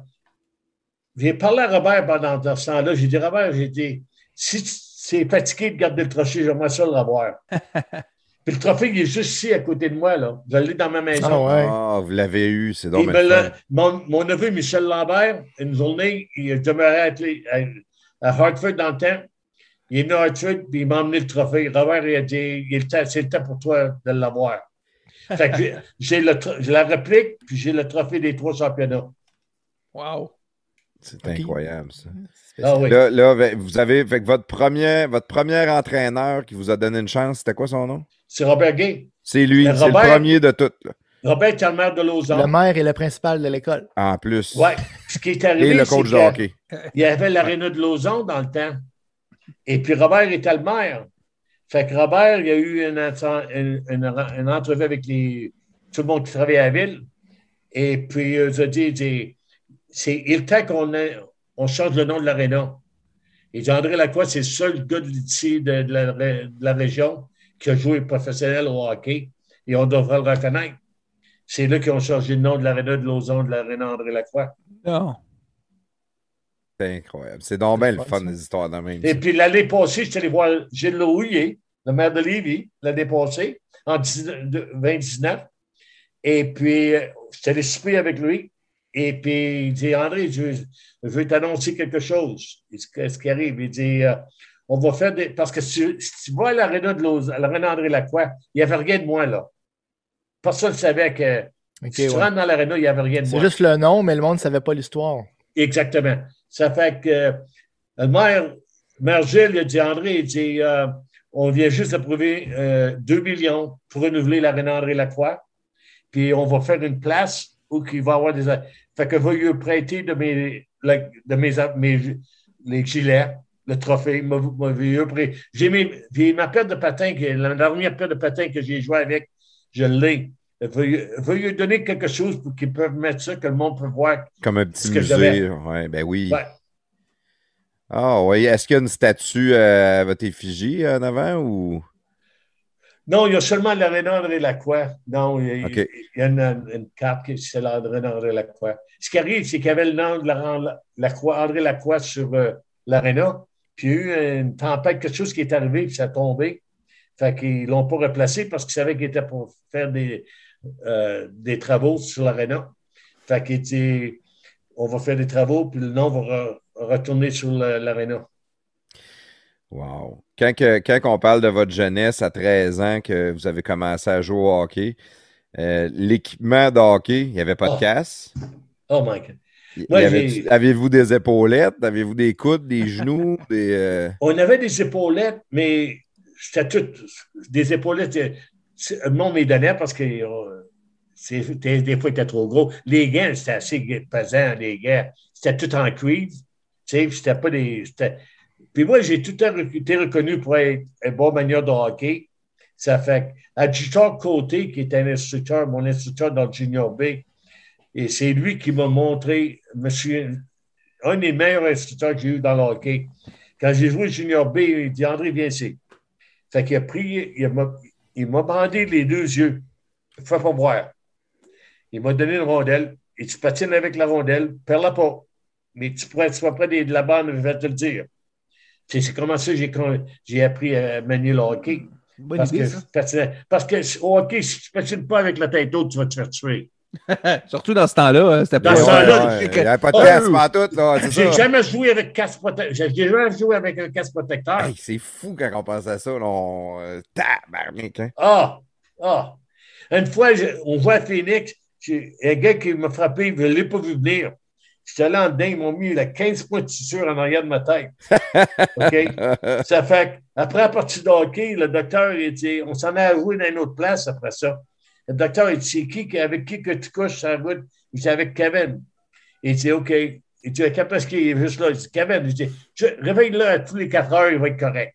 j'ai parlé à Robert pendant ce temps-là. J'ai dit, Robert, j'ai dit, si c'est fatigué de garder le trophée, j'aimerais ça le revoir. Puis le trophée, il est juste ici, à côté de moi, là. Je l'ai dans ma maison. Ah, ouais. oh, vous l'avez eu, c'est donc mon, mon neveu, Michel Lambert, une journée, il demeurait à, à Hartford dans le temps. Il est venu à Hartford, puis il m'a emmené le trophée. Robert, il a dit, il est, c'est le temps pour toi de l'avoir. Fait que j'ai, j'ai, le, j'ai la réplique, puis j'ai le trophée des trois championnats. Wow! C'est okay. incroyable, ça. Ah, oui. Là, là, vous avez, fait que votre premier, votre premier entraîneur qui vous a donné une chance, c'était quoi son nom? C'est Robert Gay. C'est lui, Robert, c'est le premier de tout. Là. Robert est le maire de Lausanne. Le maire est le principal de l'école. En plus. Oui. Ce qui est arrivé, et le coach de hockey. Il y avait l'aréna de Lausanne dans le temps. Et puis Robert était le maire. Fait que Robert, il y a eu une, une, une, une entrevue avec les, tout le monde qui travaillait à la ville. Et puis, il a dit, il dit c'est il temps qu'on a, on change le nom de l'aréna. Et André Lacroix, c'est le seul gars d'ici de, de, la, de la région qui a joué professionnel au hockey. Et on devrait le reconnaître. C'est là qu'ils ont changé le nom de l'aréna de Lausanne, de l'aréna André Lacroix. Non. C'est incroyable. C'est donc bien le fun des histoires de même. Et ça. Puis l'année passée, je suis allé voir Gilles Louillet, le maire de Lévis, l'année passée, en vingt dix-neuf. Et puis, je suis allé souper avec lui. Et puis, il dit, André, je veux, je veux t'annoncer quelque chose. Qu'est-ce qui arrive? Il dit, euh, on va faire des. Parce que si, si tu vas à l'aréna de Lausanne, à l'aréna André Lacroix, il n'y avait rien de moi là. Personne ne savait que okay, si tu ouais. rentres dans l'aréna, il n'y avait rien de C'est moi. C'est juste le nom, mais le monde ne savait pas l'histoire. Exactement. Ça fait que euh, le maire, maire Gilles, il a dit, André, il dit, euh, on vient juste d'approuver euh, deux millions pour renouveler l'aréna André Lacroix. Puis on va faire une place où il va y avoir des. Fait que va lui prêter de mes, de mes, mes les gilets, le trophée. M'a, m'a, j'ai mes, j'ai ma paire de patins, la dernière paire de patins que j'ai joué avec, je l'ai. Va lui donner quelque chose pour qu'ils peuvent mettre ça, que le monde peut voir. Comme un petit musée. Ouais, ben oui. Ouais. Ah oui. Est-ce qu'il y a une statue à votre effigie en avant ou. Non, il y a seulement l'aréna André Lacroix. Non, il y a, okay. il y a une, une carte qui c'est l'aréna André Lacroix. Ce qui arrive, c'est qu'il y avait le nom de la, Lacroix, André Lacroix sur euh, l'aréna. Puis il y a eu une tempête, quelque chose qui est arrivé, puis ça a tombé. Fait qu'ils ne l'ont pas replacé parce qu'ils savaient qu'il était pour faire des, euh, des travaux sur l'aréna. Fait qu'il dit, on va faire des travaux, puis le nom va re, retourner sur l'aréna. Wow. Quand, que, quand on parle de votre jeunesse à treize ans, que vous avez commencé à jouer au hockey, euh, l'équipement de hockey, il n'y avait pas de oh. casse? Oh my God. Moi, avait, avez-vous des épaulettes? Avez-vous des coudes, des genoux? des, euh... On avait des épaulettes, mais c'était tout. Des épaulettes, le monde m'y donnait parce que euh, c'est, des fois, il était trop gros. Les gants, c'était assez pesant, les gants. C'était tout en cuivre. Tu sais, c'était pas des. C'était... Puis moi, j'ai tout été reconnu pour être un bon manière de hockey. Ça fait Adjutant Côté, qui est un instructeur, mon instructeur dans le Junior B, et c'est lui qui m'a montré, monsieur, un des meilleurs instructeurs que j'ai eu dans le hockey. Quand j'ai joué Junior B, il dit André, viens ici. Fait qu'il a pris, il m'a, il m'a bandé les deux yeux. Fais pas boire. Il m'a donné une rondelle, et tu patines avec la rondelle, perds-la pas. Mais tu pourrais être près de la bande, je vais te le dire. C'est, c'est comme ça que j'ai, j'ai appris à manier le hockey. Bonne parce, idée, que, patinais, parce que au hockey, si tu ne patines pas avec la tête haute, tu vas te faire tuer. Surtout dans ce temps-là, c'était pas... Dans ce temps-là, ouais, ouais. Il n'y avait pas de casque, pas tout, là. C'est j'ai ça. jamais joué avec casque protecteur. J'ai jamais joué avec un casque protecteur. Hey, c'est fou quand on pense à ça. Là, on... euh, tabarnak, hein? Ah! Ah! Une fois, je, on voit à Phoenix, j'ai un gars qui m'a frappé, je ne l'ai pas vu venir. J'étais là en dedans, ils m'ont mis là, quinze points de suture en arrière de ma tête. OK? Ça fait qu'après la partie de hockey, le docteur, il dit, on s'en a joué dans une autre place après ça. Le docteur, il dit, c'est qui, avec qui que tu couches sur la route? Il dit, avec Kevin. Il dit, OK. Il dit, qu'est-ce qu'il est juste là? Il dit, Kevin, il dit, réveille-le à tous les quatre heures, il va être correct.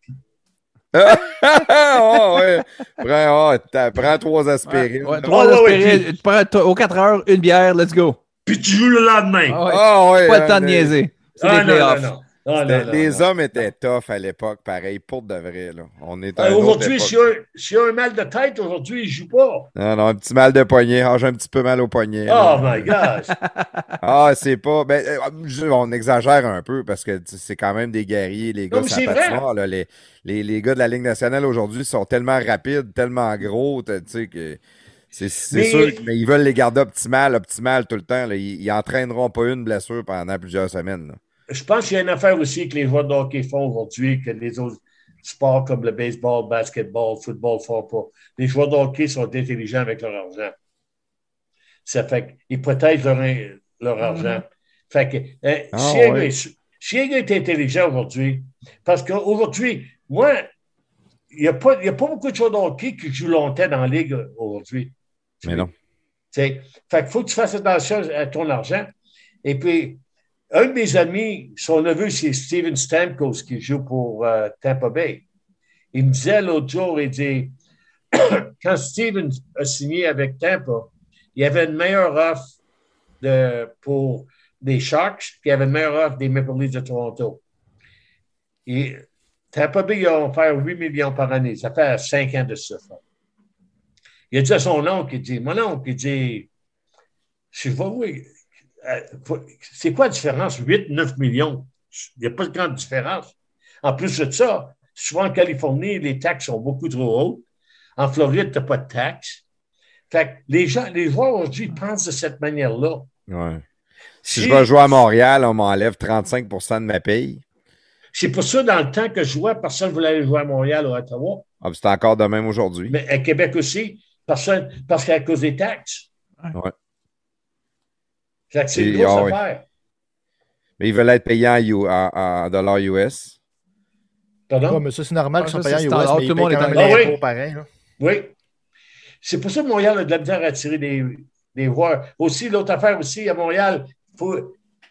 oh, ouais. Prends, oh, prends trois aspirines. Ouais, ouais, trois oh, aspirines. Ouais, tu prends aux quatre heures, une bière, let's go. Puis tu joues le lendemain. Ah ouais. Oh, ouais, pas le temps de mais... niaiser. C'est ah, des playoffs. Non, non, non. Ah, non, non, les non. hommes étaient tough à l'époque, pareil, pour de vrai. Là. On est Euh, aujourd'hui, s'il y a un mal de tête, aujourd'hui, il ne joue pas. Non, non, un petit mal de poignet. Ah, j'ai un petit peu mal au poignet. Oh my gosh! Ah, c'est pas... Ben, on exagère un peu parce que c'est quand même des guerriers, les gars, sans patinoire. Là, les, les, les gars de la Ligue nationale aujourd'hui sont tellement rapides, tellement gros, tu sais, que... C'est, c'est mais... sûr, mais ils veulent les garder optimales, optimales tout le temps. Là. Ils n'entraîneront pas une blessure pendant plusieurs semaines. Là. Je pense qu'il y a une affaire aussi que les joueurs de hockey font aujourd'hui que les autres sports comme le baseball, basketball, football font pas. Les joueurs de hockey sont intelligents avec leur argent. Ça fait qu'ils protègent leur, leur argent. Mm-hmm. Fait que hein, oh, si, ouais. un gars, si un gars est intelligent aujourd'hui, parce qu'aujourd'hui, moi, il n'y a, a pas beaucoup de joueurs de hockey qui jouent longtemps dans la ligue aujourd'hui. Mais non. T'sais, fait qu'il faut que tu fasses attention à ton argent. Et puis, un de mes amis, son neveu, c'est Steven Stamkos qui joue pour euh, Tampa Bay. Il me disait l'autre jour, il dit, quand Steven a signé avec Tampa, il y avait une meilleure offre de, pour des Sharks, puis il y avait une meilleure offre des Maple Leafs de Toronto. Et Tampa Bay, ils ont fait huit millions par année. Ça fait cinq ans de ça. Il a dit à son oncle, il dit, mon oncle, il dit, je vois, oui, c'est quoi la différence? huit, neuf millions? Il n'y a pas de grande différence. En plus de ça, souvent en Californie, les taxes sont beaucoup trop hautes. En Floride, tu n'as pas de taxes. Fait que les gens, les joueurs aujourd'hui pensent de cette manière-là. Ouais. Si, si je vais jouer à Montréal, on m'enlève trente-cinq pour cent de ma paye. C'est pour ça, dans le temps que je jouais, personne ne voulait aller jouer à Montréal ou à Ottawa. Ah, c'est encore de même aujourd'hui. Mais à Québec aussi, personne, parce qu'à cause des taxes. Ouais. Fait que c'est une grosse ah, affaire. Ouais. Mais ils veulent être payés en, U, en, en dollars U S. Pardon? Ouais, mais ça, c'est normal ah, qu'ils ça, soient payés en U S, mais ils payent quand même ah, l'impôt oui. pareil. Là. Oui. C'est pour ça que Montréal a de la misère à attirer des, des joueurs. Aussi, l'autre affaire aussi, à Montréal, il faut,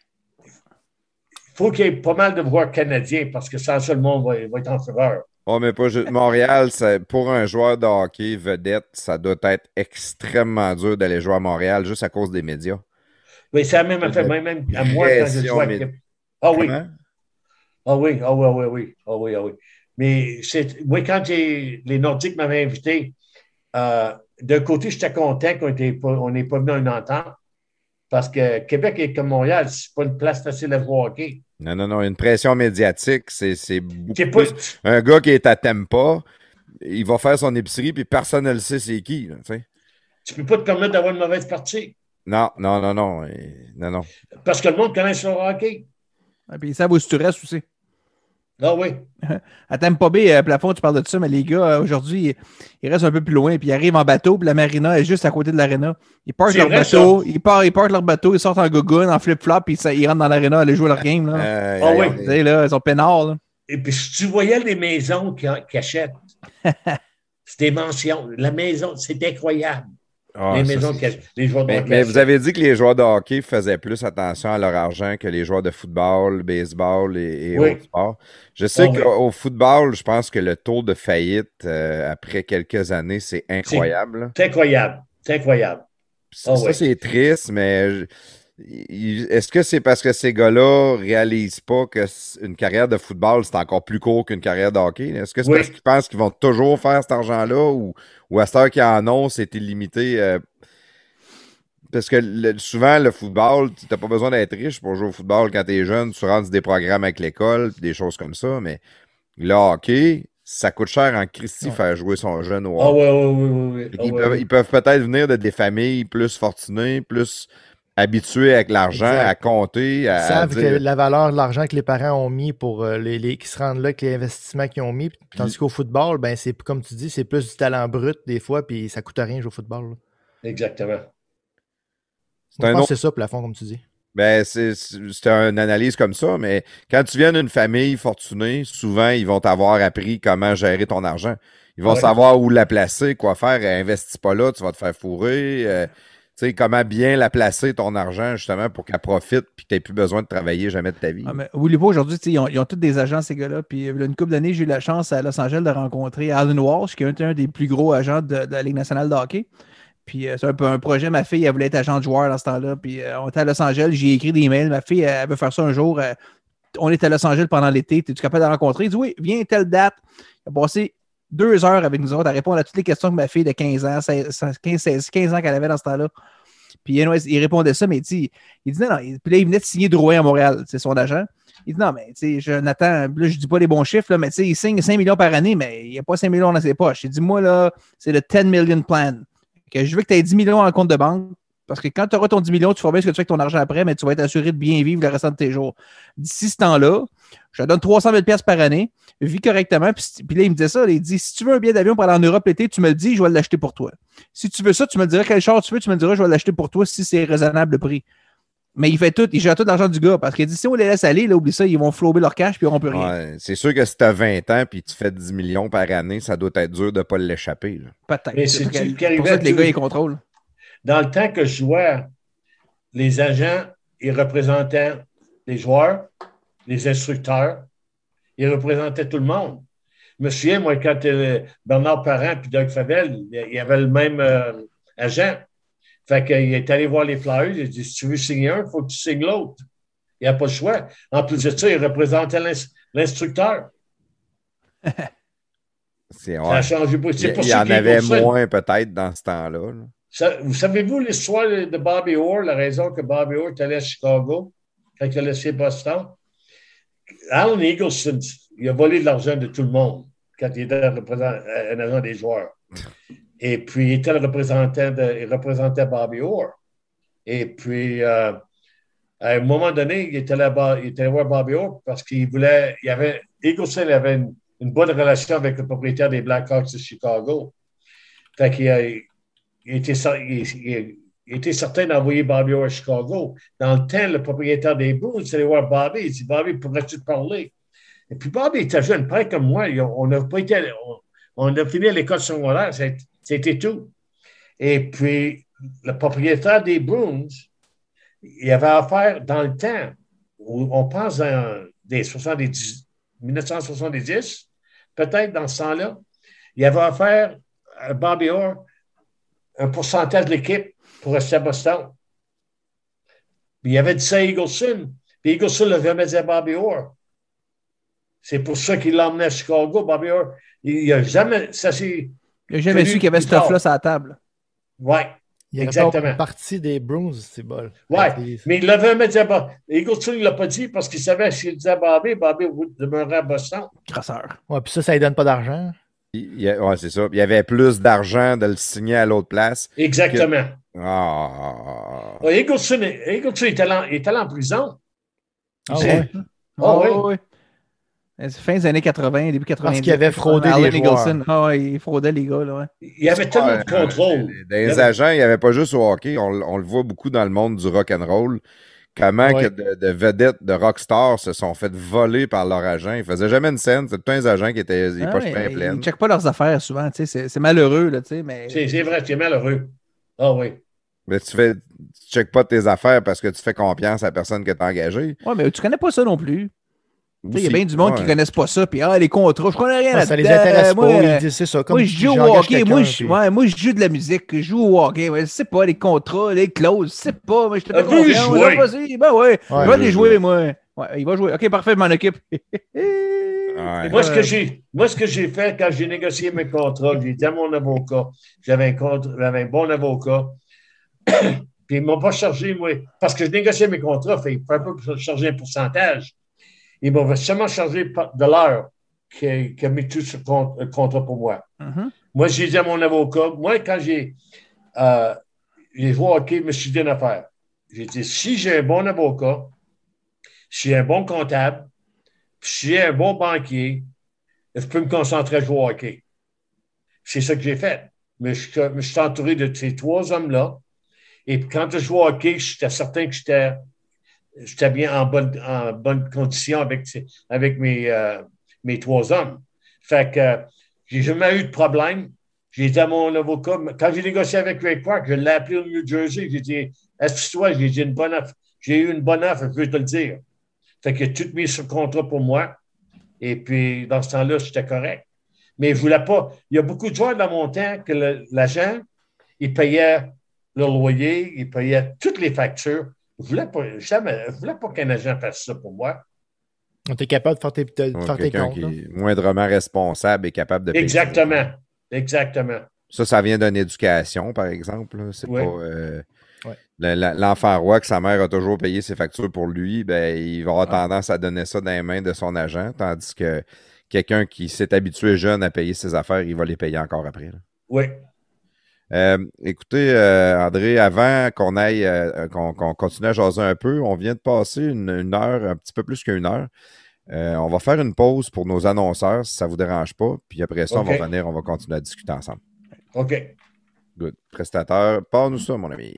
faut qu'il y ait pas mal de joueurs canadiens parce que sans ça, le monde va, va être en fureur. Oh, mais pas juste. Montréal, ça, pour un joueur de hockey vedette, ça doit être extrêmement dur d'aller jouer à Montréal juste à cause des médias. Oui, c'est la même affaire, même, même à moi quand je joue à Québec. Ah oui. Ah oui, ah oui, ah oui, oui. Ah oui, ah oui. Mais c'est, moi, quand les Nordiques m'avaient invité, euh, d'un côté, j'étais content qu'on n'ait pas, pas venu à une entente parce que Québec et comme Montréal, c'est pas une place facile à jouer au hockey. Non, non, non. Une pression médiatique, c'est, c'est beaucoup c'est plus. Pas... Un gars qui est à Tampa, il va faire son épicerie, puis personne ne le sait c'est qui. Là, tu ne peux pas te permettre d'avoir une mauvaise partie. Non, non, non, non. non, non. Parce que le monde connaît le hockey. Et puis ils savent où tu restes aussi. Ah oui. À Tampa Bay, euh, plafond, tu parles de ça, mais les gars, aujourd'hui, ils, ils restent un peu plus loin, puis ils arrivent en bateau, puis la marina est juste à côté de l'aréna. Ils partent leur bateau, ils partent, ils partent leur bateau, ils sortent en gogoon, en flip-flop, puis ça, ils rentrent dans l'aréna, aller jouer leur game. Là. Euh, ah oui. Est... Là, ils sont peinards. Là. Et puis, si tu voyais les maisons qu'ils qui achètent, c'est des mentions. La maison, c'est incroyable. Ah, les ça, maisons, c'est... que, les joueurs de mais, hockey. Mais vous avez dit que les joueurs de hockey faisaient plus attention à leur argent que les joueurs de football, baseball et, et oui. autres sports. Je sais oh, qu'au oui. football, je pense que le taux de faillite euh, après quelques années, c'est incroyable. C'est incroyable. C'est incroyable. Oh, ça, oui. c'est triste, mais je... est-ce que c'est parce que ces gars-là réalisent pas qu'une carrière de football, c'est encore plus court qu'une carrière de hockey? Est-ce que c'est oui. parce qu'ils pensent qu'ils vont toujours faire cet argent-là ou, ou à cette heure qu'ils en ont, c'est illimité? Euh... Parce que le, souvent, le football, tu n'as pas besoin d'être riche pour jouer au football quand tu es jeune. Tu rentres des programmes avec l'école, des choses comme ça. Mais le hockey, ça coûte cher en Christie ouais. faire jouer son jeune au hockey. Ah oui, oui, oui. oui. Ils, ah, peuvent, oui. ils peuvent peut-être venir de des familles plus fortunées, plus habitués avec l'argent, exact. À compter. À, Ils savent à dire... que la valeur de l'argent que les parents ont mis pour euh, les, les qui se rendent là, avec les investissements qu'ils ont mis. Tandis qu'au football, ben c'est comme tu dis, c'est plus du talent brut des fois, puis ça coûte rien jouer au football. Là. Exactement. Moi, je pense autre... que c'est ça, plafond, comme tu dis. Ben, c'est, c'est une analyse comme ça, mais quand tu viens d'une famille fortunée, souvent, ils vont t'avoir appris comment gérer ton argent. Ils vont ouais. savoir où la placer, quoi faire. Investis pas là, tu vas te faire fourrer. Euh, tu sais, comment bien la placer, ton argent, justement, pour qu'elle profite et que tu n'aies plus besoin de travailler jamais de ta vie. Ah, mais oublie pas, aujourd'hui, ils ont, ils ont tous des agents, ces gars-là. Puis, il y a une couple d'années, j'ai eu la chance à Los Angeles de rencontrer Alan Walsh, qui est un, un des plus gros agents de, de la Ligue nationale de hockey. Puis euh, c'est un peu un projet. Ma fille, elle voulait être agent de joueur dans ce temps-là. Puis euh, on était à Los Angeles, j'ai écrit des mails. Ma fille, elle, elle veut faire ça un jour. Euh, on est à Los Angeles pendant l'été. Es-tu capable de la rencontrer? Il dit oui, viens, telle date. Il a passé deux heures avec nous autres à répondre à toutes les questions que ma fille de quinze ans, quinze, seize, quinze ans qu'elle avait dans ce temps-là. Puis anyway, il répondait ça, mais il dit, il dit non, non. Puis là, il venait de signer Drouin à Montréal, c'est son agent. Il dit non, mais tu sais, Jonathan, là, je dis pas les bons chiffres, là, mais tu sais, il signe cinq millions par année, mais il n'y a pas cinq millions dans ses poches. Il dit moi, là, c'est le dix million plan. Que je veux que tu aies dix millions en compte de banque, parce que quand tu auras ton dix millions, tu feras bien ce que tu fais avec ton argent après, mais tu vas être assuré de bien vivre le restant de tes jours. D'ici ce temps-là, je te donne trois cent mille dollars par année, vis correctement, puis, puis là, il me disait ça, il dit, si tu veux un billet d'avion pour aller en Europe l'été, tu me le dis, je vais l'acheter pour toi. Si tu veux ça, tu me diras quel char tu veux, tu me diras, je vais l'acheter pour toi si c'est raisonnable le prix. Mais il fait tout, il gère tout l'argent du gars, parce qu'il dit, si on les laisse aller, là, oublie ça, ils vont flouber leur cash, puis ils n'auront plus rien. Ouais, c'est sûr que si tu as vingt ans, puis tu fais dix millions par année, ça doit être dur de ne pas l'échapper. Là. Peut-être. Mais c'est, c'est pour, pour ça que les gars, ils contrôlent. Dans le temps que je jouais, les agents, ils représentaient les joueurs, les instructeurs, ils représentaient tout le monde. Je me souviens, moi, quand euh, Bernard Parent et Doug Favel, il y avait le même euh, agent. Fait qu'il est allé voir les Flyers, il a dit, si tu veux signer un, il faut que tu signes l'autre. Il n'y a pas le choix. En plus de ça, il représentait l'ins- l'instructeur. C'est, ouais. Ça a changé pas. C'est il, pour il y ça en avait moins peut-être dans ce temps-là. Là. Ça, vous savez-vous l'histoire de Bobby Orr, la raison que Bobby Orr est allé à Chicago quand il a laissé Boston? Alan Eagleson, il a volé de l'argent de tout le monde quand il était un agent des joueurs. Et puis, il était le représentant de, il représentait Bobby Orr. Et puis, euh, à un moment donné, il était allé, il était allé voir Bobby Orr parce qu'il voulait, il avait, Eagleson avait une, une bonne relation avec le propriétaire des Blackhawks de Chicago. Fait qu'il a, il était, il, il, il était certain d'envoyer Bobby Orr à Chicago. Dans le temps, le propriétaire des Bruins, il allait voir Bobby. Il dit, Bobby, pourrais-tu te parler? Et puis, Bobby était jeune, pareil comme moi. On n'a pas été, on, on a fini à l'école secondaire. C'est, c'était tout. Et puis, le propriétaire des Bruins, il avait affaire dans le temps, où on pense dans des soixante-dix, dix-neuf cent soixante-dix, peut-être dans ce temps-là, il avait affaire à Bobby Orr un pourcentage de l'équipe pour rester à Boston. Puis il avait dit ça à Eagleson. Puis Eagleson l'a jamais dit à Bobby Orr. C'est pour ça qu'il l'a emmené à Chicago. Bobby Orr, il n'a jamais... Ça, c'est, il n'a jamais su qu'il y avait ce stuff-là sur la table. Oui, exactement. Une partie des Bruins, c'est bol. Oui, mais il l'avait jamais dit à Bobby. Eagleson, il ne l'a pas dit parce qu'il savait que s'il disait à Bobby, Bobby demeurait à Boston. Crasseur. Oui, puis ça, ça ne donne pas d'argent. Oui, c'est ça. Il y avait plus d'argent de le signer à l'autre place. Exactement. Que... Ah. Oh, Eagleson, Eagleson est, allé, est allé en prison. Ah ouais. Oh, oui. oui. C'est fin des années quatre-vingts, début quatre-vingt-dix. Parce qu'il avait fraudé Allen les joueurs. Ah ouais, il fraudait les gars. Là, ouais. Il y avait tellement de contrôle. Dans les agents, il n'y avait pas juste au hockey. On, on le voit beaucoup dans le monde du rock'n'roll comment Ouais. que de, de vedettes, de rockstars se sont fait voler par leur agent. Ils faisaient jamais une scène. C'est tout un agent qui était les Ah poches ouais, bien ils pleines. ne checkent pas leurs affaires souvent. tu sais, C'est c'est malheureux, là, tu sais, mais. C'est c'est vrai, c'est malheureux. Ah oui. Mais tu fais, tu checkes pas tes affaires parce que tu fais confiance à la personne que tu as engagée. Ouais, mais tu connais pas ça non plus. Tu sais, Il y a Aussi. bien du monde Ouais. qui ne connaissent pas ça. Puis, ah, les contrats, je connais rien Ah, là-dedans. ça les intéresse Moi, pas. euh, Ils disent, c'est ça. Comme Moi, je joue au j'engage hockey. Moi, quelqu'un, je, puis- ouais, moi, je joue de la musique. Je joue au hockey. Ouais, je sais pas, les contrats, les clauses, je sais pas. Mais je te fais Ah, veux-tu confiance. jouer? Ouais, vas-y. Ben ouais. Ouais, il va je les veux jouer, jouer. moi. Ouais, il va jouer. OK, parfait, je m'en occupe. Ouais. Moi, ce que j'ai, moi, ce que j'ai fait quand j'ai négocié mes contrats, j'ai dit à mon avocat, j'avais un, contre, j'avais un bon avocat, puis ils ne m'ont pas chargé, moi, parce que je négociais mes contrats, fait, il ne fallait pas charger un pourcentage. Ils m'ont seulement chargé de l'heure qui a, qui a mis tout ce compte, le contrat pour moi. Mhm. Moi, j'ai dit à mon avocat, moi, quand j'ai, euh, j'ai joué au hockey, je me suis dit une affaire. J'ai dit, si j'ai un bon avocat, si j'ai un bon comptable, si j'ai un bon banquier, je peux me concentrer à jouer au hockey. C'est ça que j'ai fait. Mais je, je me suis entouré de ces trois hommes-là. Et puis quand je jouais au hockey, j'étais certain que j'étais, j'étais bien en bonne, en bonne condition avec, avec mes, euh, mes trois hommes. Fait que euh, j'ai jamais eu de problème. J'ai dit à mon avocat, quand j'ai négocié avec Ray Park, je l'ai appelé au New Jersey. J'ai dit, est-ce que j'ai dit une bonne offre? J'ai eu une bonne offre, je veux te le dire. Fait qu'il a tout mis sur contrat pour moi. Et puis, dans ce temps-là, j'étais correct. Mais je voulais pas. Il y a beaucoup de joueurs dans mon temps que le, l'agent, il payait le loyer, il payait toutes les factures. Je voulais pas, jamais, je voulais pas qu'un agent fasse ça pour moi. Tu es capable de faire tes, de Ouais, faire tes quelqu'un comptes. qui là. est moindrement responsable et capable de payer. Exactement. Exactement. Ça, ça vient d'une éducation, par exemple. là. C'est Ouais. pas. euh, Ouais. le- la- l'enfant roi que sa mère a toujours payé ses factures pour lui, ben, il va avoir tendance à donner ça dans les mains de son agent, tandis que quelqu'un qui s'est habitué jeune à payer ses affaires, il va les payer encore après. là. Oui. Euh, écoutez, euh, André, avant qu'on aille, euh, qu'on, qu'on continue à jaser un peu, on vient de passer une, une heure, un petit peu plus qu'une heure. Euh, on va faire une pause pour nos annonceurs, si ça ne vous dérange pas. Puis après ça, OK. on va revenir, on va continuer à discuter ensemble. OK. Good. Prestateur, parle-nous ça, mon ami.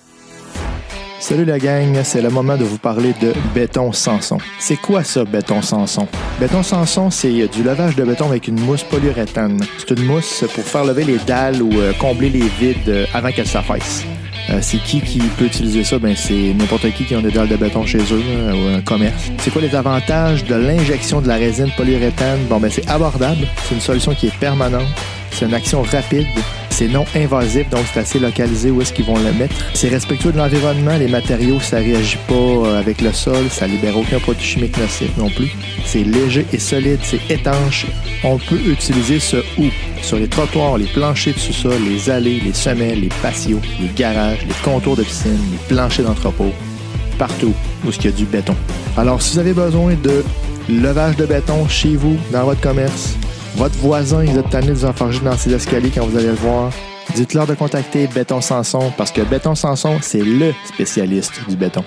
Salut la gang, c'est le moment de vous parler de Béton Sanson. C'est quoi ça, Béton Sanson? Béton Sanson, c'est du lavage de béton avec une mousse polyuréthane. C'est une mousse pour faire lever les dalles ou euh, combler les vides euh, avant qu'elles s'affaissent. Euh, c'est qui qui peut utiliser ça? Ben, c'est n'importe qui qui ont des dalles de béton chez eux là, ou un commerce. C'est quoi les avantages de l'injection de la résine polyuréthane? Bon, ben, c'est abordable. C'est une solution qui est permanente. C'est une action rapide. C'est non invasif, donc c'est assez localisé où est-ce qu'ils vont le mettre. C'est respectueux de l'environnement. Les matériaux, ça réagit pas avec le sol. Ça libère aucun produit chimique nocif non plus. C'est léger et solide. C'est étanche. On peut utiliser ce où? Sur les trottoirs, les planchers de sous-sol, les allées, les semelles, les patios, les garages, les contours de piscine, les planchers d'entrepôt. Partout où il y a du béton. Alors, si vous avez besoin de levage de béton chez vous, dans votre commerce, votre voisin, il est tanné de vous enfarger dans ses escaliers quand vous allez le voir, dites-leur de contacter Béton Sanson parce que Béton Sanson, c'est le spécialiste du béton.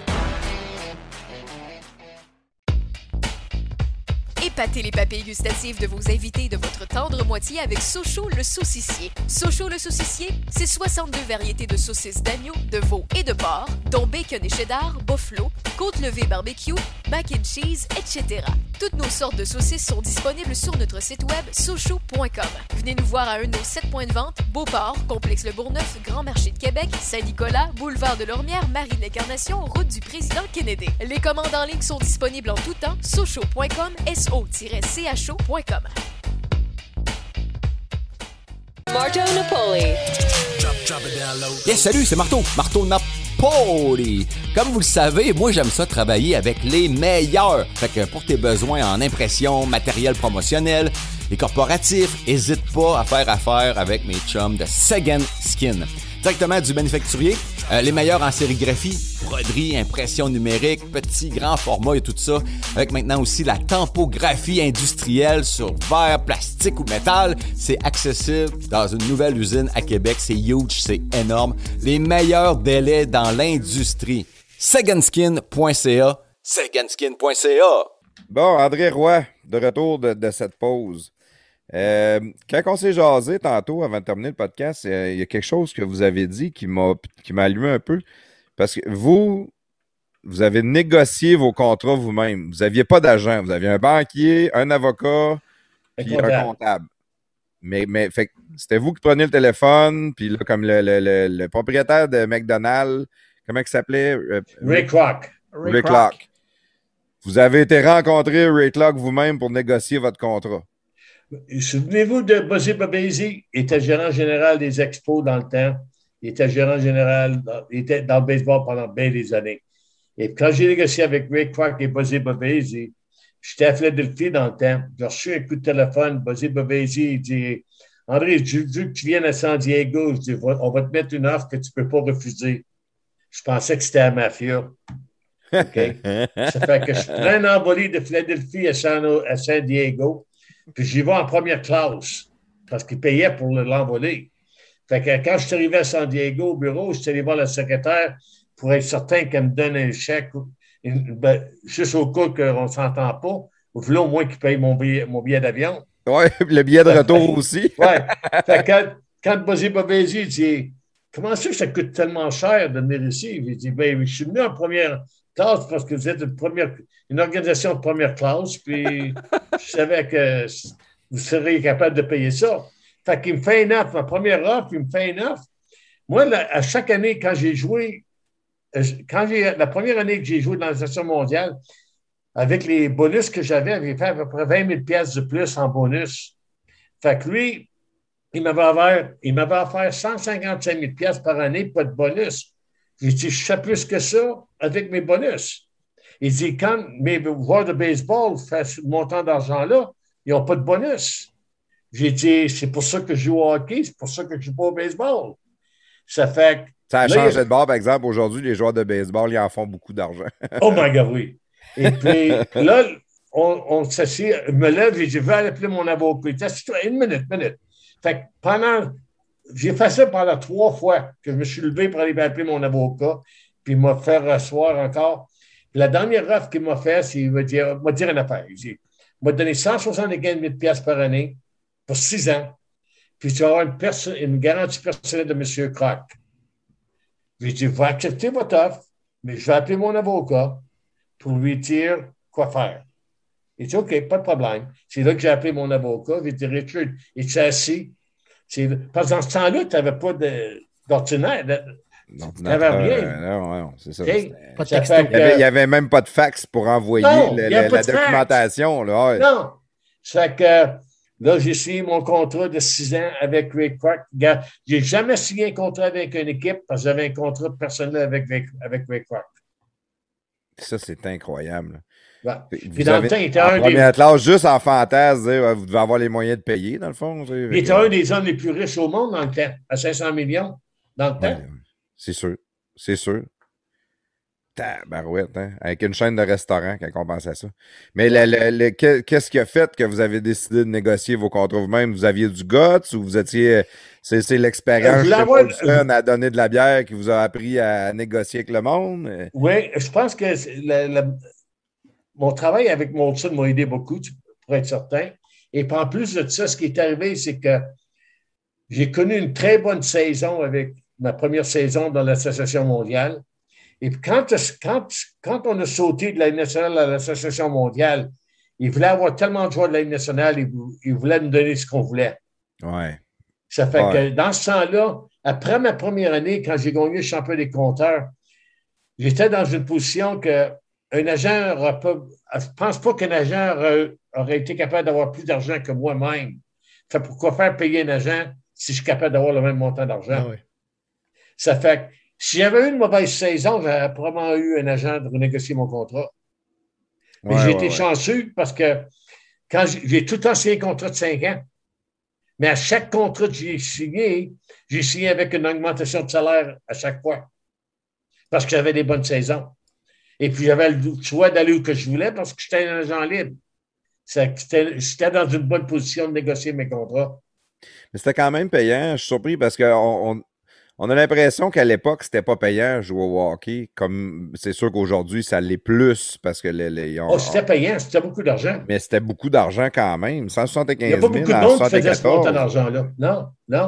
Épatez les papilles gustatives de vos invités et de votre tendre moitié avec Sochaux le saucissier. Sochaux le saucissier, c'est soixante-deux variétés de saucisses d'agneau, de veau et de porc, dont bacon et cheddar, buffalo, côte levée barbecue, mac and cheese, et cetera. Toutes nos sortes de saucisses sont disponibles sur notre site web sochaux point com. Venez nous voir à un de nos sept points de vente, Beauport, Complexe Le Bourgneuf, Grand Marché de Québec, Saint-Nicolas, Boulevard de l'Ormière, Marie de l'Incarnation, route du Président Kennedy. Les commandes en ligne sont disponibles en tout temps, sochaux point com, S O C H O point com. Marto Napoli. Yes, salut, c'est Marteau, Marteau Napoli. Comme vous le savez, moi j'aime ça travailler avec les meilleurs. Fait que pour tes besoins en impression, matériel promotionnel et corporatif, hésite pas à faire affaire avec mes chums de Second Skin. Directement du manufacturier, euh, les meilleurs en sérigraphie, broderie, impression numérique, petit, grand format et tout ça. Avec maintenant aussi la tempographie industrielle sur verre, plastique ou métal. C'est accessible dans une nouvelle usine à Québec. C'est huge, c'est énorme. Les meilleurs délais dans l'industrie. second skin point c a second skin point c a. Bon, André Roy, de retour de, de cette pause. Euh, quand on s'est jasé tantôt avant de terminer le podcast, euh, il y a quelque chose que vous avez dit qui m'a qui m'a allumé un peu. Parce que vous, vous avez négocié vos contrats vous-même. Vous n'aviez pas d'agent. Vous aviez un banquier, un avocat, puis un comptable. Mais, mais fait, c'était vous qui preniez le téléphone, puis là, comme le, le, le, le propriétaire de McDonald's, comment il s'appelait? Ray Kroc. Ray, Ray Kroc. Vous avez été rencontrer Ray Kroc vous-même pour négocier votre contrat. Souvenez-vous de Buzzy Babesi? Il était gérant général des Expos dans le temps. Il était gérant général, dans, il était dans le baseball pendant bien des années. Et quand j'ai négocié avec Ray Kroc et Buzzy Babesi, j'étais à Philadelphie dans le temps. J'ai reçu un coup de téléphone. Buzzy Babesi, il dit « André, je veux que tu viennes à San Diego. Je dis, on va te mettre une offre que tu ne peux pas refuser. » Je pensais que c'était à Mafia. OK? Ça fait que je prends un envolé de Philadelphie à San, à San Diego, puis j'y vais en première classe parce qu'ils payaient pour l'envoler. Fait que quand je suis arrivé à San Diego au bureau, je suis allé voir la secrétaire pour être certain qu'elle me donne un chèque, une, ben, juste au cas qu'on ne s'entend pas. Ou là, au moins qu'il paye mon billet, mon billet d'avion. Oui, le billet de retour aussi. Oui. Fait que quand, quand Buzzy Babesi dit « Comment ça que ça coûte tellement cher de venir ici? » J'ai dit « Ben, je suis venu en première classe parce que vous êtes une, première, une organisation de première classe, puis je savais que vous seriez capable de payer ça. » Fait qu'il me fait une offre, ma première offre, il me fait une offre. Moi, là, à chaque année, quand j'ai joué, quand j'ai, la première année que j'ai joué dans l'Organisation mondiale, avec les bonus que j'avais, j'avais fait à peu près vingt mille dollars de plus en bonus. Fait que lui, il m'avait offert, il m'avait offert cent cinquante-cinq mille dollars par année, pas de bonus. J'ai dit, je fais plus que ça avec mes bonus. Il dit, quand mes joueurs de baseball font ce montant d'argent-là, ils n'ont pas de bonus. J'ai dit, c'est pour ça que je joue au hockey, c'est pour ça que je joue pas au baseball. Ça fait que, ça a là, changé de bord, par exemple. Aujourd'hui, les joueurs de baseball, ils en font beaucoup d'argent. Oh my God, oui. Et puis là, on, on s'assied, je me lève et je vais aller appeler mon avocat. Il dit, assieds-toi, une minute, une minute. Fait que pendant, j'ai fait ça pendant trois fois que je me suis levé pour aller appeler mon avocat, puis il m'a fait rasseoir encore. Puis la dernière offre qu'il m'a fait, c'est qu'il m'a dit, m'a dit une affaire. Il dit, il m'a donné cent soixante-quinze mille dollars par année pour six ans, puis tu vas avoir une, perso- une garantie personnelle de M. Kroc. J'ai dit, vous acceptez votre offre, mais je vais appeler mon avocat pour lui dire quoi faire. Il dit, OK, pas de problème. C'est là que j'ai appelé mon avocat. J'ai dit, Richard, il s'est assis. C'est... Parce que dans ce temps-là, tu n'avais pas de... d'ordinaire. De... Tu n'avais rien. Euh, non, non, c'est ça. Okay? Pas de Ça texto. fait Il n'y avait, que... avait même pas de fax pour envoyer Non, le, il y a le, pas la de fax. documentation. Là. Ouais. Non. Ça fait que là, j'ai signé mon contrat de six ans avec Ray Kroc. Je n'ai jamais signé un contrat avec une équipe parce que j'avais un contrat personnel avec, avec Ray Kroc. Ça, c'est incroyable. Ouais. Vous Puis dans avez, le temps, il était en un première des... classe, juste en fantasme, dire, vous devez avoir les moyens de payer, dans le fond. Il était un des hommes les plus riches au monde dans le temps, à cinq cents millions dans le temps. Ouais, c'est sûr. C'est sûr. Tabarouette, hein? Avec une chaîne de restaurants quand on pense à ça. Mais le, le, le, qu'est-ce qui a fait que vous avez décidé de négocier vos contrats vous-même? Vous aviez du guts ou vous étiez... C'est, c'est l'expérience Euh, chez avoir... Paulson à donner de la bière qui vous a appris à négocier avec le monde? Oui, je pense que la, la... mon travail avec Molson m'a aidé beaucoup, pour être certain. Et puis en plus de ça, ce qui est arrivé, c'est que j'ai connu une très bonne saison avec ma première saison dans l'Association mondiale. Et puis quand, quand, quand on a sauté de la Ligue nationale à l'Association mondiale, ils voulaient avoir tellement de joueurs de la Ligue nationale, ils, ils voulaient nous donner ce qu'on voulait. Ouais. Ça fait ouais. que dans ce temps-là, après ma première année, quand j'ai gagné le championnat des compteurs, j'étais dans une position qu'un agent n'aurait pas... Je ne pense pas qu'un agent aurait, aurait été capable d'avoir plus d'argent que moi-même. Ça fait pourquoi faire payer un agent si je suis capable d'avoir le même montant d'argent? Ah oui. Ça fait que si j'avais eu une mauvaise saison, j'aurais probablement eu un agent de renégocier mon contrat. Mais ouais, j'ai ouais, été ouais. chanceux parce que quand j'ai, j'ai tout le temps signé un contrat de cinq ans. Mais à chaque contrat que j'ai signé, j'ai signé avec une augmentation de salaire à chaque fois. Parce que j'avais des bonnes saisons. Et puis, j'avais le choix d'aller où que je voulais parce que j'étais un agent libre. C'était, j'étais dans une bonne position de négocier mes contrats. Mais c'était quand même payant. Je suis surpris parce qu'on on, on a l'impression qu'à l'époque, c'était pas payant jouer au hockey. Comme c'est sûr qu'aujourd'hui, ça l'est plus parce que les. les on, oh, c'était payant, c'était beaucoup d'argent. Mais c'était beaucoup d'argent quand même. cent soixante-quinze mille. Il n'y a pas beaucoup de monde qui faisait ce montant d'argent-là. Non, non.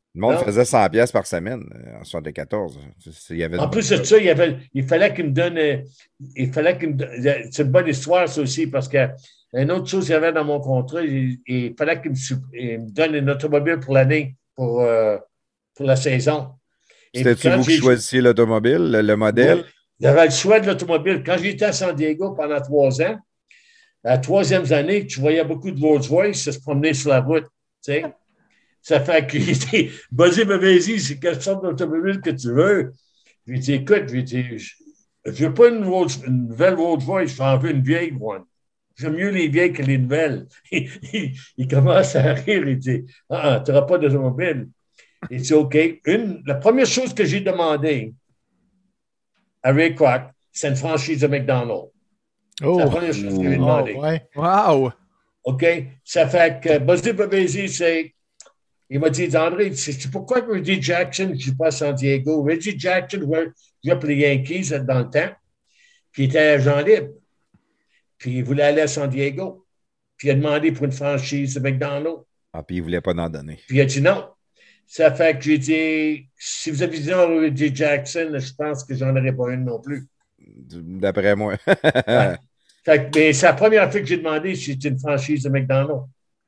Le monde Non. faisait cent piastres par semaine en soixante-quatorze. Il y avait En plus de ça, il, y avait, il fallait qu'il me donne. euh, Il fallait qu'il me donne. C'est une bonne histoire, ça aussi, parce que une autre chose qu'il y avait dans mon contrat, il, il fallait qu'il me, sup- il me donne une automobile pour l'année, pour, euh, pour la saison. Et C'était-tu quand vous qui j'ai- choisissiez l'automobile, le, le modèle? Oui, j'avais le choix de l'automobile. Quand j'étais à San Diego pendant trois ans, la troisième année, tu voyais beaucoup de Rolls-Royce se promener sur la route. Tu sais? Ça fait que j'ai dit, vas-y, mais vas-y, c'est quelle sorte d'automobile que tu veux? J'ai dit, écoute, j'ai dit, je ne veux pas une, Rolls, une nouvelle Rolls-Royce, j'en veux une vieille one. J'aime mieux les vieilles que les nouvelles. il, il- il commence à rire, il dit, ah, ah, tu n'auras pas d'automobile. Il dit, OK. Une, la première chose que j'ai demandé à Ray Kroc, c'est une franchise de McDonald's. Oh, C'est la première chose que j'ai oh, demandé. ouais. Wow! OK? Ça fait que Buzzy Babesi, c'est. Il m'a dit, André, c'est pourquoi Reggie Jackson ne joue pas à San Diego? Reggie Jackson jouait jouait pour les Yankees dans le temps, puis il était agent libre. Puis il voulait aller à San Diego. Puis il a demandé pour une franchise de McDonald's. Ah, puis il ne voulait pas en donner. Puis il a dit non. Ça fait que j'ai dit, si vous avez dit non à Reggie Jackson, je pense que j'en aurais pas une non plus. D'après moi. Ouais. Fait que, mais c'est la première fois que j'ai demandé si c'était une franchise de McDonald's.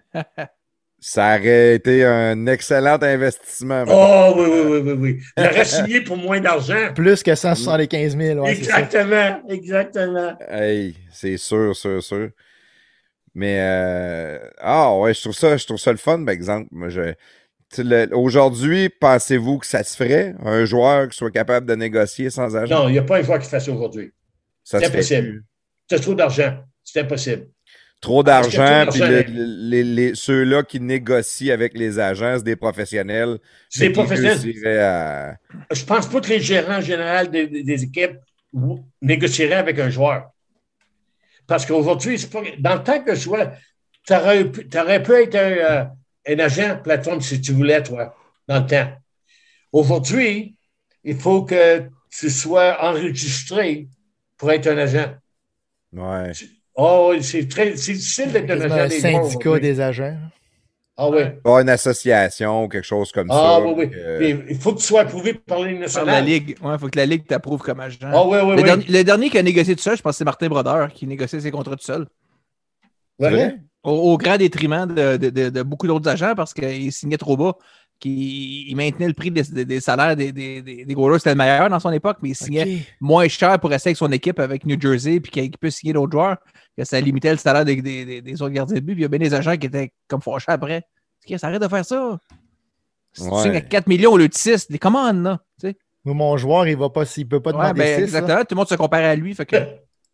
Ça aurait été un excellent investissement. Oh oui, oui, oui, oui, oui. J'aurais signé pour moins d'argent. Plus que cent soixante-quinze mille. Ouais, c'est ça. Exactement, exactement. Hey, c'est sûr, sûr, sûr. Mais euh, ah ouais, je trouve ça, je trouve ça le fun, par exemple. Moi, je, tu sais, le- aujourd'hui, pensez-vous que ça se ferait, un joueur qui soit capable de négocier sans agent? Non, il n'y a pas un joueur qui fait ça aujourd'hui. Ça C'est se fait impossible. plus. Tu as trop d'argent. C'est impossible. Trop Parce que d'argent, tout puis l'argent le- le- les, les- ceux-là qui négocient avec les agents, c'est des professionnels. C'est des Fait qu'ils professionnels. réussiraient à- Je ne pense pas que les gérants généraux des, des- des équipes négocieraient avec un joueur. Parce qu'aujourd'hui, c'est pas, dans le temps que je sois, tu aurais, pu être un, euh, un agent plateforme si tu voulais, toi, dans le temps. Aujourd'hui, il faut que tu sois enregistré pour être un agent. Ouais. Oh, oui, c'est très c'est difficile d'être un Quasiment agent un des syndicat bons, des agents. Ah oui. Pas une association ou quelque chose comme Ah ça. oui, oui. que- Puis, il faut que tu sois approuvé par la Ligue Par nationale. la Ligue. Il faut que la Ligue t'approuve comme agent. Ah oui, oui, le, oui. dernier, le dernier qui a négocié tout seul, je pense que c'est Martin Brodeur qui négociait ses contrats tout seul. C'est vrai? Au, au grand détriment de, de- de- de beaucoup d'autres agents parce qu'il signait trop bas. Qu'il il maintenait le prix des, des- des salaires des, des, des, des goalers. C'était le meilleur dans son époque, mais il signait Ok. moins cher pour rester avec son équipe avec New Jersey puis qu'il peut signer d'autres joueurs. Que ça limitait le salaire des, des, des, des autres gardiens de but. Puis il y a bien des agents qui étaient comme fâchés après. Okay, ça arrête de faire ça. Si Ouais. tu signes à quatre millions au lieu de six, des commandes, là. Tu sais. Moi, mon joueur, il va pas, il peut pas Ouais, demander ben, six. exactement. Tout le monde se compare à lui. Fait que...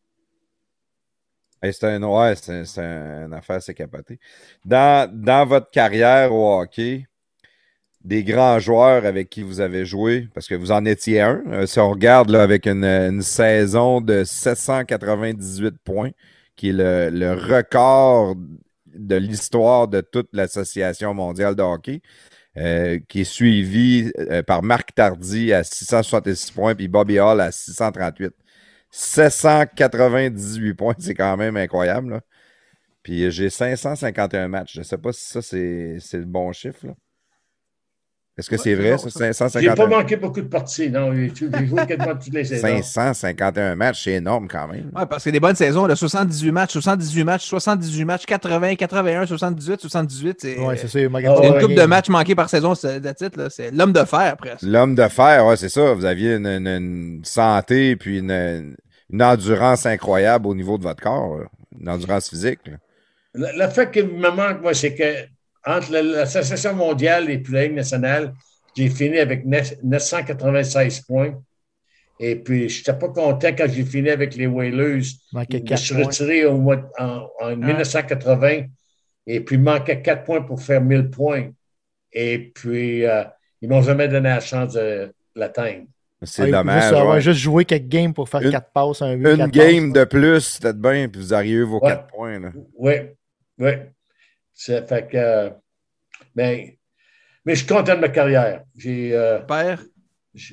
Hey, c'est un, ouais, c'est, c'est une affaire, c'est capoté. Dans, dans votre carrière au hockey, des grands joueurs avec qui vous avez joué, parce que vous en étiez un, euh, si on regarde là, avec une, une saison de sept cent quatre-vingt-dix-huit points, qui est le, le record de l'histoire de toute l'Association mondiale de hockey, euh, qui est suivi euh, par Marc Tardy à six cent soixante-six points, puis Bobby Hall à six cent trente-huit. sept cent quatre-vingt-dix-huit points, c'est quand même incroyable. Là. Puis j'ai cinq cent cinquante et un matchs. Je ne sais pas si ça, c'est, c'est le bon chiffre. Là. Est-ce que Ouais, c'est c'est vrai, bon, ça, ça. cinq cent J'ai cinquante et un? pas manqué beaucoup de parties. Non, j'ai joué quasiment toutes les saisons. cinq cent cinquante et un matchs, c'est énorme quand même. Ouais, parce que des bonnes saisons, là, soixante-dix-huit matchs, soixante-dix-huit matchs, soixante-dix-huit matchs, quatre-vingts, quatre-vingt-un, soixante-dix-huit, soixante-dix-huit. C'est Ouais, c'est ça. Il m'a Ah, c'est gagné une ouais, couple game. de matchs manqués par saison, c'est de titre, là. C'est l'homme de fer, presque. L'homme de fer, ouais, c'est ça. Vous aviez une, une- une santé puis une, une endurance incroyable au niveau de votre corps. Là. Une endurance physique. Là. Le, le fait qui me manque, moi, c'est que entre la- l'Association mondiale et puis la Ligue nationale, j'ai fini avec neuf cent quatre-vingt-seize points. Et puis, je n'étais pas content quand j'ai fini avec les Whalers. Manquait Je me quatre suis points. retiré au mois de- en, en mille neuf cent quatre-vingts. Et puis, il manquait quatre points pour faire mille points. Et puis, euh, ils ne m'ont jamais donné la chance de l'atteindre. C'est Ouais, dommage. Juste, ouais, ouais. juste jouer quelques games pour faire Une- quatre passes, un but. Une quatre game passes, de plus, c'était bien, puis vous auriez eu vos Ouais. quatre points. Là. Oui, oui. Ça fait que. euh, ben, mais je suis content de ma carrière. J'ai. euh, Père, je,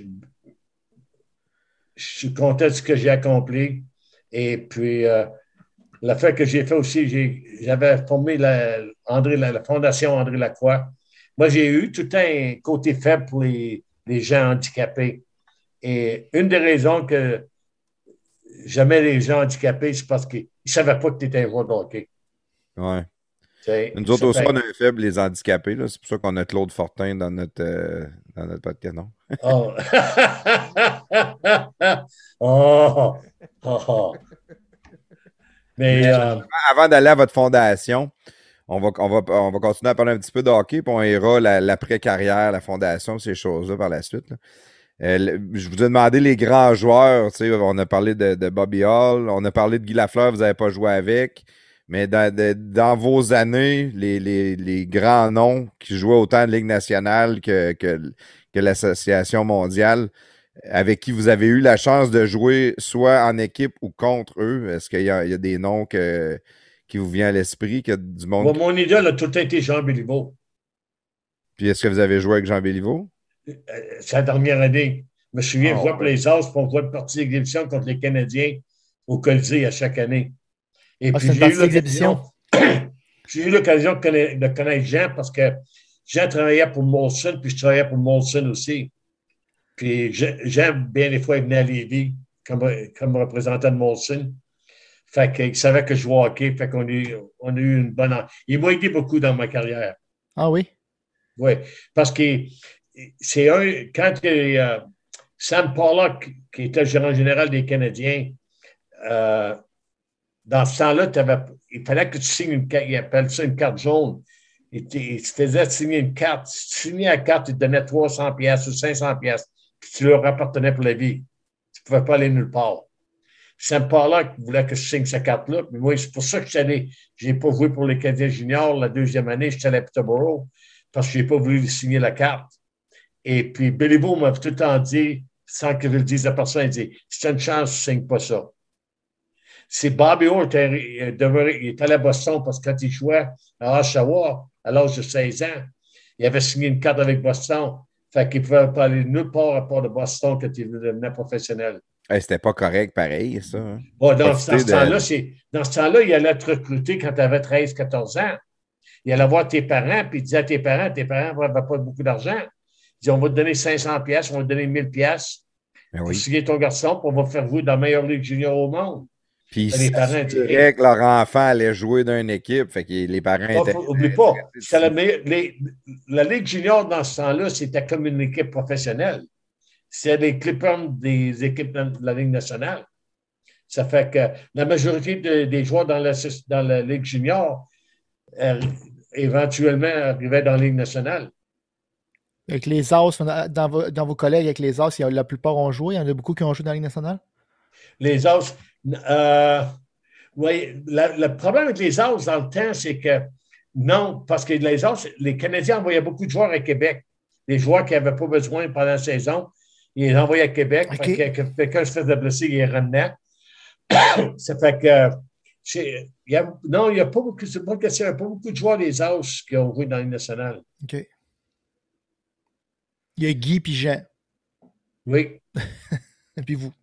je suis content de ce que j'ai accompli. Et puis, euh, l'affaire que j'ai fait aussi, j'ai, j'avais formé la, André, la, la Fondation André Lacroix moi, j'ai eu tout un côté faible pour les, les gens handicapés. Et une des raisons que j'aimais les gens handicapés, c'est parce qu'ils ne savaient pas que tu étais un joueur de hockey. Ouais. T'sais, Nous autres aussi, fait... on a un faible, les handicapés. Là. C'est pour ça qu'on a Claude Fortin dans notre, euh, dans notre podcast, non? Oh. oh. oh, oh. Mais, Mais euh... avant d'aller à votre fondation, on va, on, va, on va continuer à parler un petit peu de hockey, puis on ira la, l'après-carrière, la fondation, ces choses-là par la suite. Là. Euh, le, je vous ai demandé les grands joueurs. On a parlé de, de Bobby Hall, on a parlé de Guy Lafleur, vous n'avez pas joué avec. Mais dans, de, dans vos années, les, les, les grands noms qui jouaient autant de Ligue nationale que, que, que l'Association mondiale, avec qui vous avez eu la chance de jouer soit en équipe ou contre eux, est-ce qu'il y a, il y a des noms que, qui vous viennent à l'esprit, que du monde... Bon, mon idole a tout le temps été Jean Béliveau. Puis est-ce que vous avez joué avec Jean Béliveau? C'est la dernière année. Je me souviens, oh, je vois ouais. pour les As, pour on voit une partie d'exhibition contre les Canadiens au Colisée à chaque année. Et ah, puis, j'ai eu, l'occasion, j'ai eu l'occasion de connaître, de connaître Jean parce que Jean travaillait pour Molson, puis je travaillais pour Molson aussi. Puis Jean, bien des fois, il venait à Lévis comme, comme représentant de Molson. Fait qu'il savait que je jouais au hockey. Fait qu'on a, eu, on a eu une bonne... Il m'a aidé beaucoup dans ma carrière. Ah oui? Oui, parce que c'est un... Quand euh, Sam Pollock, qui était le gérant général des Canadiens, euh, dans ce temps-là, il fallait que tu signes une carte, il appelle ça une carte jaune. Il te faisait signer une carte. Si tu signais la carte, il te donnait trois cents piastres ou cinq cents piastres, puis tu leur appartenais pour la vie. Tu ne pouvais pas aller nulle part. Sam Pollock voulait que je signe cette carte-là. Mais moi, c'est pour ça que je n'ai pas joué pour les Canadiens juniors la deuxième année. Je suis allé à Peterborough parce que je n'ai pas voulu signer la carte. Et puis, Béliveau m'a tout le temps dit, sans que je le dise à personne, il dit, si tu as une chance, tu ne signes pas ça. C'est Bobby Orr, il est allé à Boston parce que quand il jouait à Oshawa, à l'âge de seize ans, il avait signé une carte avec Boston. Fait qu'il ne pouvait pas aller nulle part à part de Boston quand il devenait professionnel. Hey, c'était pas correct, pareil, ça. Hein? Bon, dans, dans, ce de... temps-là, dans ce temps-là, il allait te recruter quand tu avais treize quatorze ans. Il allait voir tes parents, puis il disait à tes parents, tes parents n'avaient pas beaucoup d'argent. Il dit, on va te donner cinq cents piastres, on va te donner mille piastres ben pour oui. signer ton garçon, puis on va faire jouer dans la meilleure ligue junior au monde. Puis il s'assurait que leur enfant allait jouer dans une équipe, fait que les parents oh, étaient... Faut, oublie pas, la, les, la ligue junior dans ce temps-là, c'était comme une équipe professionnelle. C'est les Clippers des équipes de la Ligue nationale. Ça fait que la majorité de, des joueurs dans la, dans la Ligue junior euh, éventuellement arrivaient dans la Ligue nationale. Avec les As, dans vos, dans vos collègues avec les As, la plupart ont joué. Il y en a beaucoup qui ont joué dans la Ligue nationale? Les As, euh, oui, la, le problème avec les As dans le temps, c'est que non, parce que les As, les Canadiens envoyaient beaucoup de joueurs à Québec. Les joueurs qui n'avaient pas besoin pendant la saison, ils les envoyaient à Québec. Okay. Fait que, que quelqu'un se faisait blesser, il les ramenait. Ça fait que il y a, non, il n'y a pas beaucoup, c'est pas question, il n'y a pas beaucoup de joueurs des As qui ont joué dans la Ligue nationale. OK. Il y a Guy et Jean. Oui. Et puis vous.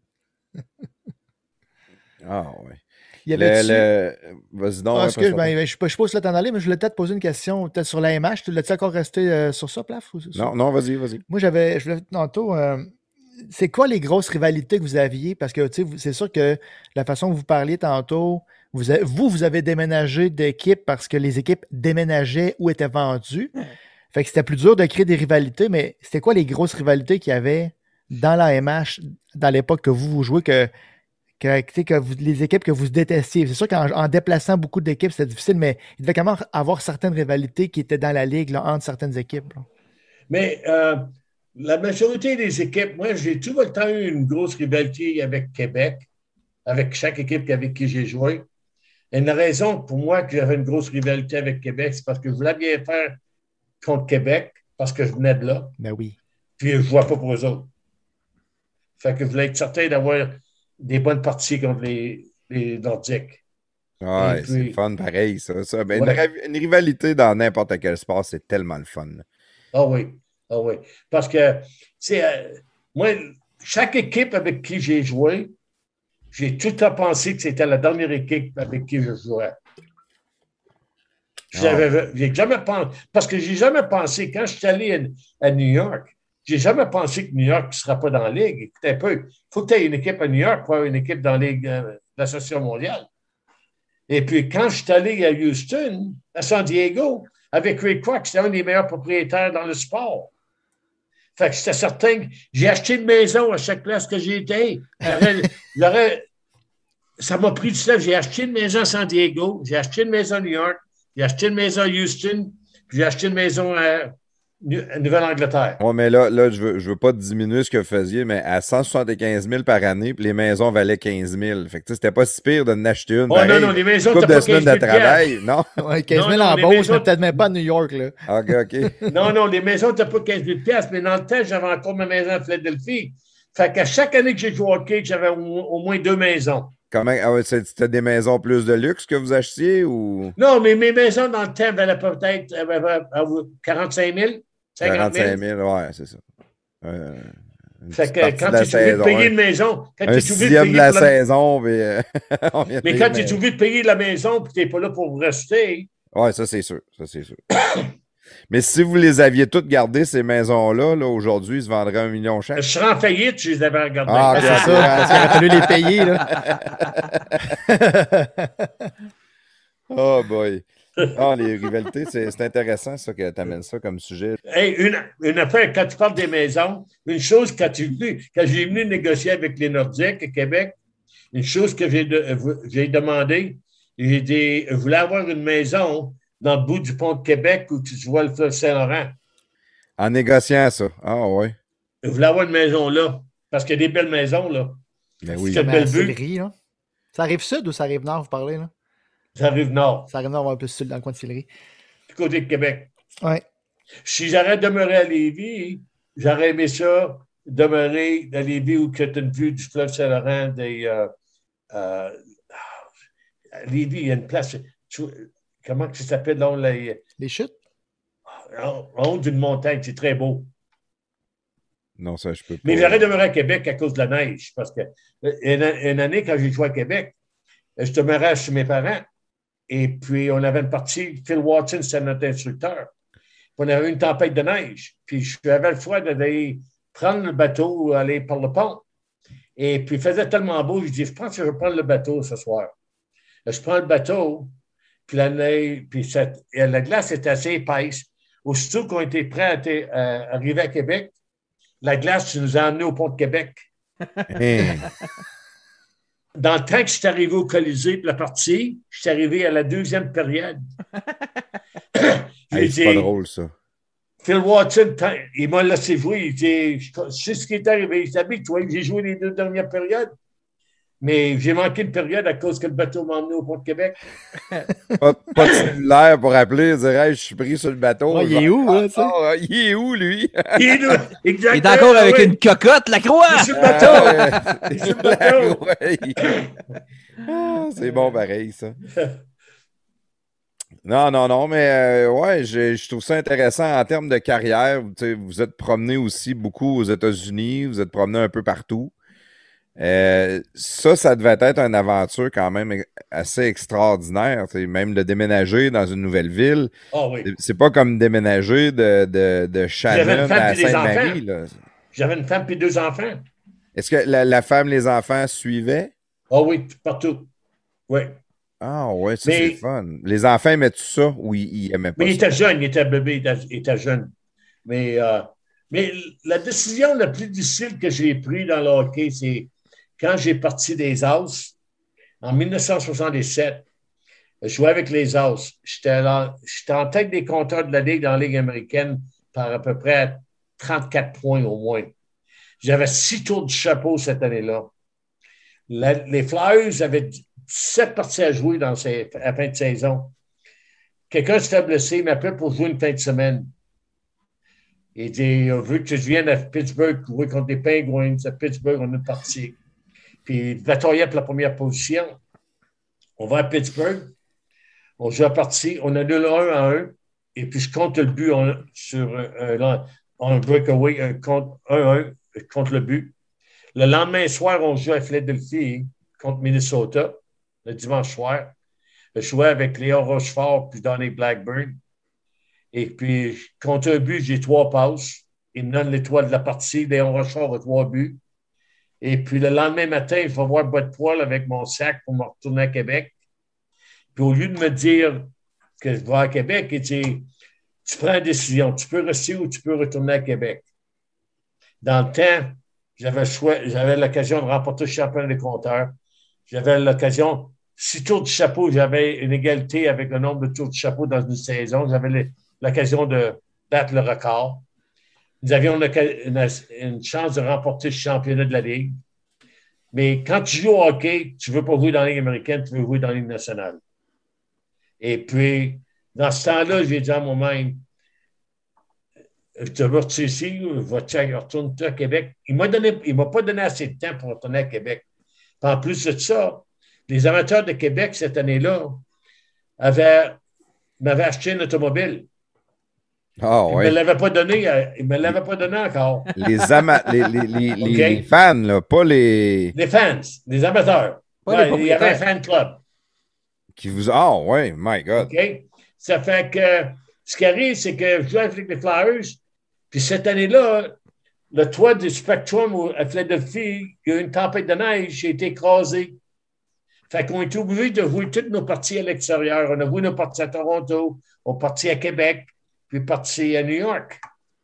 Ah oui. Il y avait le, le... Vas-y donc. Ah, excuse, ben, je ne sais pas où là t'en aller, mais je voulais peut-être poser une question peut-être sur l'A M H. Tu l'as-tu encore resté euh, sur ça, Plaf? Ou sur... Non, non, vas-y, vas-y. Moi, j'avais, je voulais tantôt, euh, c'est quoi les grosses rivalités que vous aviez? Parce que, tu sais, c'est sûr que la façon que vous parliez tantôt, vous, avez, vous, vous avez déménagé d'équipe parce que les équipes déménageaient ou étaient vendues. Fait que c'était plus dur de créer des rivalités, mais c'était quoi les grosses rivalités qu'il y avait dans l'A M H dans l'époque que vous, vous jouez, que, que, que vous, les équipes que vous détestiez? C'est sûr qu'en en déplaçant beaucoup d'équipes, c'était difficile, mais il devait quand même avoir certaines rivalités qui étaient dans la ligue là, entre certaines équipes. Là. Mais euh, la majorité des équipes, moi, j'ai tout le temps eu une grosse rivalité avec Québec, avec chaque équipe avec qui j'ai joué. Et une raison pour moi que j'avais une grosse rivalité avec Québec, c'est parce que je voulais bien faire contre Québec, parce que je venais de là. Ben oui. Puis je ne jouais pas pour eux autres. Fait que je voulais être certain d'avoir des bonnes parties contre les, les Nordiques. Ah, ouais, c'est fun pareil, ça. ça. Ben, ouais. une, une rivalité dans n'importe quel sport, c'est tellement le fun. Ah oui, ah oui. Parce que, tu sais, euh, moi, chaque équipe avec qui j'ai joué, j'ai tout à penser que c'était la dernière équipe avec qui je jouais. J'avais, j'ai jamais pensé, parce que j'ai jamais pensé, quand je suis allé à, à New York, j'ai jamais pensé que New York ne sera pas dans la Ligue. Écoutez un peu, il faut que tu aies une équipe à New York pour avoir une équipe dans la Ligue euh, de l'Association mondiale. Et puis, quand je suis allé à Houston, à San Diego, avec Ray Kroc, c'était un des meilleurs propriétaires dans le sport. Fait que c'était certain que j'ai acheté une maison à chaque place que j'ai été. J'aurais, j'aurais, ça m'a pris du temps. J'ai acheté une maison à San Diego, j'ai acheté une maison à New York, j'ai acheté une maison à Houston, puis j'ai acheté une maison à Nouvelle-Angleterre. Oui, mais là, là je ne veux, je veux pas diminuer ce que vous faisiez, mais à cent soixante-quinze mille par année, puis les maisons valaient quinze mille. Fait que c'était pas si pire de n'acheter une. Oh pareil, non, non, les maisons, couple de semaines de travail, non? Ouais, quinze mille en Beauce, mais peut-être même pas à New York, là. OK, OK. Non, non, les maisons n'étaient pas quinze mille, mais dans le temps, j'avais encore ma maison à Philadelphie. Fait qu'à chaque année que j'ai joué au hockey, j'avais au, au moins deux maisons. Comment, ah ouais, c'était des maisons plus de luxe que vous achetiez ou? Non, mais mes maisons dans le temps valaient peut-être quarante-cinq mille. quarante-cinq mille, ouais, c'est ça. Euh, fait que quand tu es obligé de payer une maison, quand tu es obligé de payer de la, la saison, mais, euh, mais quand tu es obligé de payer la maison et que tu n'es pas là pour rester. Oui, ça c'est sûr. Ça, c'est sûr. Mais si vous les aviez toutes gardées, ces maisons-là, là, aujourd'hui, ils se vendraient un million chaque. Je serais en faillite si je les avais regardées. Ah, c'est ça, parce qu'il aurait fallu les payer, là. Oh boy. Ah, les rivalités, c'est, c'est intéressant ça que tu amènes ça comme sujet. Hey, une, une affaire, quand tu parles des maisons, une chose, quand, tu, quand j'ai venu négocier avec les Nordiques à Québec, une chose que j'ai, de, j'ai demandé, j'ai dit, je voulais avoir une maison dans le bout du pont de Québec où tu vois le fleuve Saint-Laurent. En négociant ça. Ah oui. Je voulais avoir une maison là, parce qu'il y a des belles maisons là. Ben oui. C'est belle vue. Là. Ça arrive sud ou ça arrive nord, vous parlez là? Ça arrive nord. Ça arrive nord, un peu sud, dans le coin de Sillery. Du côté de Québec. Oui. Si j'aurais demeuré à Lévis, j'aurais aimé ça, demeurer à Lévis où tu as une vue du fleuve Saint-Laurent. Des, euh, euh, à Lévis, il y a une place. Tu, comment ça s'appelle là? Les, les chutes? En haut d'une montagne, c'est très beau. Non, ça, je peux pas. Mais j'aurais demeuré à Québec à cause de la neige. Parce que une, une année, quand j'ai joué à Québec, je demeurais chez mes parents. Et puis, on avait une partie, Phil Watson, c'était notre instructeur. Puis on avait une tempête de neige. Puis, j'avais le choix d'aller prendre le bateau, aller par le pont. Et puis, il faisait tellement beau, je dis, je pense que je vais prendre le bateau ce soir. Je prends le bateau, puis la neige, puis cette, la glace était assez épaisse. Aussitôt qu'on était prêts à, à arriver à Québec, la glace nous a emmenés au pont de Québec. Hey. Dans le temps que je suis arrivé au Colisée pour la partie, je suis arrivé à la deuxième période. Hey, c'est pas drôle, ça. Phil Watson, il m'a laissé jouer. Il dit, je sais ce qui est arrivé. Il s'habille, toi, j'ai joué les deux dernières périodes. Mais j'ai manqué une période à cause que le bateau m'a emmené au pont de Québec. Pas, pas de cellulaire pour appeler, dire hey, je suis pris sur le bateau. Ouais, il est où, hein, ça? Ah, il est où, lui? Il est, là, exactement, il est encore avec oui. une cocotte, la croix! Il est sur le bateau! Il est sur le bateau! Ah, c'est bon, pareil, ça. Non, non, non, mais euh, ouais, je, je trouve ça intéressant en termes de carrière. Vous êtes promené aussi beaucoup aux États-Unis, vous êtes promené un peu partout. Euh, ça, ça devait être une aventure quand même assez extraordinaire. Même de déménager dans une nouvelle ville. Oh, oui. C'est pas comme déménager de, de, de Shannon à Sainte-Marie. Là. J'avais une femme et deux enfants. Est-ce que la, la femme, les enfants suivaient? Oh oui, partout. Oui. Ah ouais, ça, mais, c'est fun. Les enfants aimaient tout ça ou ils, ils aimaient pas mais ça? Mais il était jeune, il était bébé, il était, il était jeune. Mais, euh, mais la décision la plus difficile que j'ai prise dans le hockey, c'est quand j'ai parti des As, en dix-neuf cent soixante-dix-sept, je jouais avec les As. J'étais, là, j'étais en tête des compteurs de la Ligue dans la Ligue américaine par à peu près trente-quatre points au moins. J'avais six tours du chapeau cette année-là. La, les Flyers avaient sept parties à jouer dans ces, à la fin de saison. Quelqu'un s'était blessé, il m'appelle pour jouer une fin de semaine. Il dit, on veut que je vienne à Pittsburgh jouer contre des Penguins. À Pittsburgh, on est parti. Puis, il bataillait pour la première position. On va à Pittsburgh. On joue à partie. On a nul un à un. Et puis, je compte le but en, sur un, un, un breakaway, un contre un à un contre le but. Le lendemain soir, on joue à Philadelphie contre Minnesota, le dimanche soir. je jouais avec Léon Rochefort puis Donnie Blackburn. Et puis, contre un but, j'ai trois passes. Il me donne l'étoile de la partie. Léon Rochefort a trois buts. Et puis, le lendemain matin, il faut voir bas de poil avec mon sac pour me retourner à Québec. Puis, au lieu de me dire que je vais à Québec, il dit, tu prends une décision. Tu peux rester ou tu peux retourner à Québec. Dans le temps, j'avais, choi- j'avais l'occasion de remporter le championnat des compteurs. J'avais l'occasion, six tours de chapeau, j'avais une égalité avec le nombre de tours de chapeau dans une saison. J'avais l'occasion de battre le record. Nous avions une, une, une chance de remporter le championnat de la Ligue. Mais quand tu joues au hockey, tu ne veux pas jouer dans la Ligue américaine, tu veux jouer dans la Ligue nationale. Et puis, dans ce temps-là, j'ai dit à moi-même, je te veux retourner ici, va-tu retourner à Québec? Il ne m'a pas donné assez de temps pour retourner à Québec. En plus de ça, les amateurs de Québec, cette année-là, avaient, m'avaient acheté une automobile. Ah, ils ouais. ne me l'avaient pas donné, ils me l'avaient pas donné encore. Les, ama- les, les, les, Okay. les fans, là, pas les... Les fans, les amateurs. Pas les Ouais, il y avait un propriétaires. fan club. Qui vous... Ah, ouais, my God. OK? Ça fait que ce qui arrive, c'est que je joue avec les Flyers, puis cette année-là, le toit du Spectrum à Philadelphie, il y a eu une tempête de neige, j'ai été écrasé. Fait qu'on était obligé de jouer toutes nos parties à l'extérieur. On a joué nos parties à Toronto, on est parti à Québec, puis parti à New York.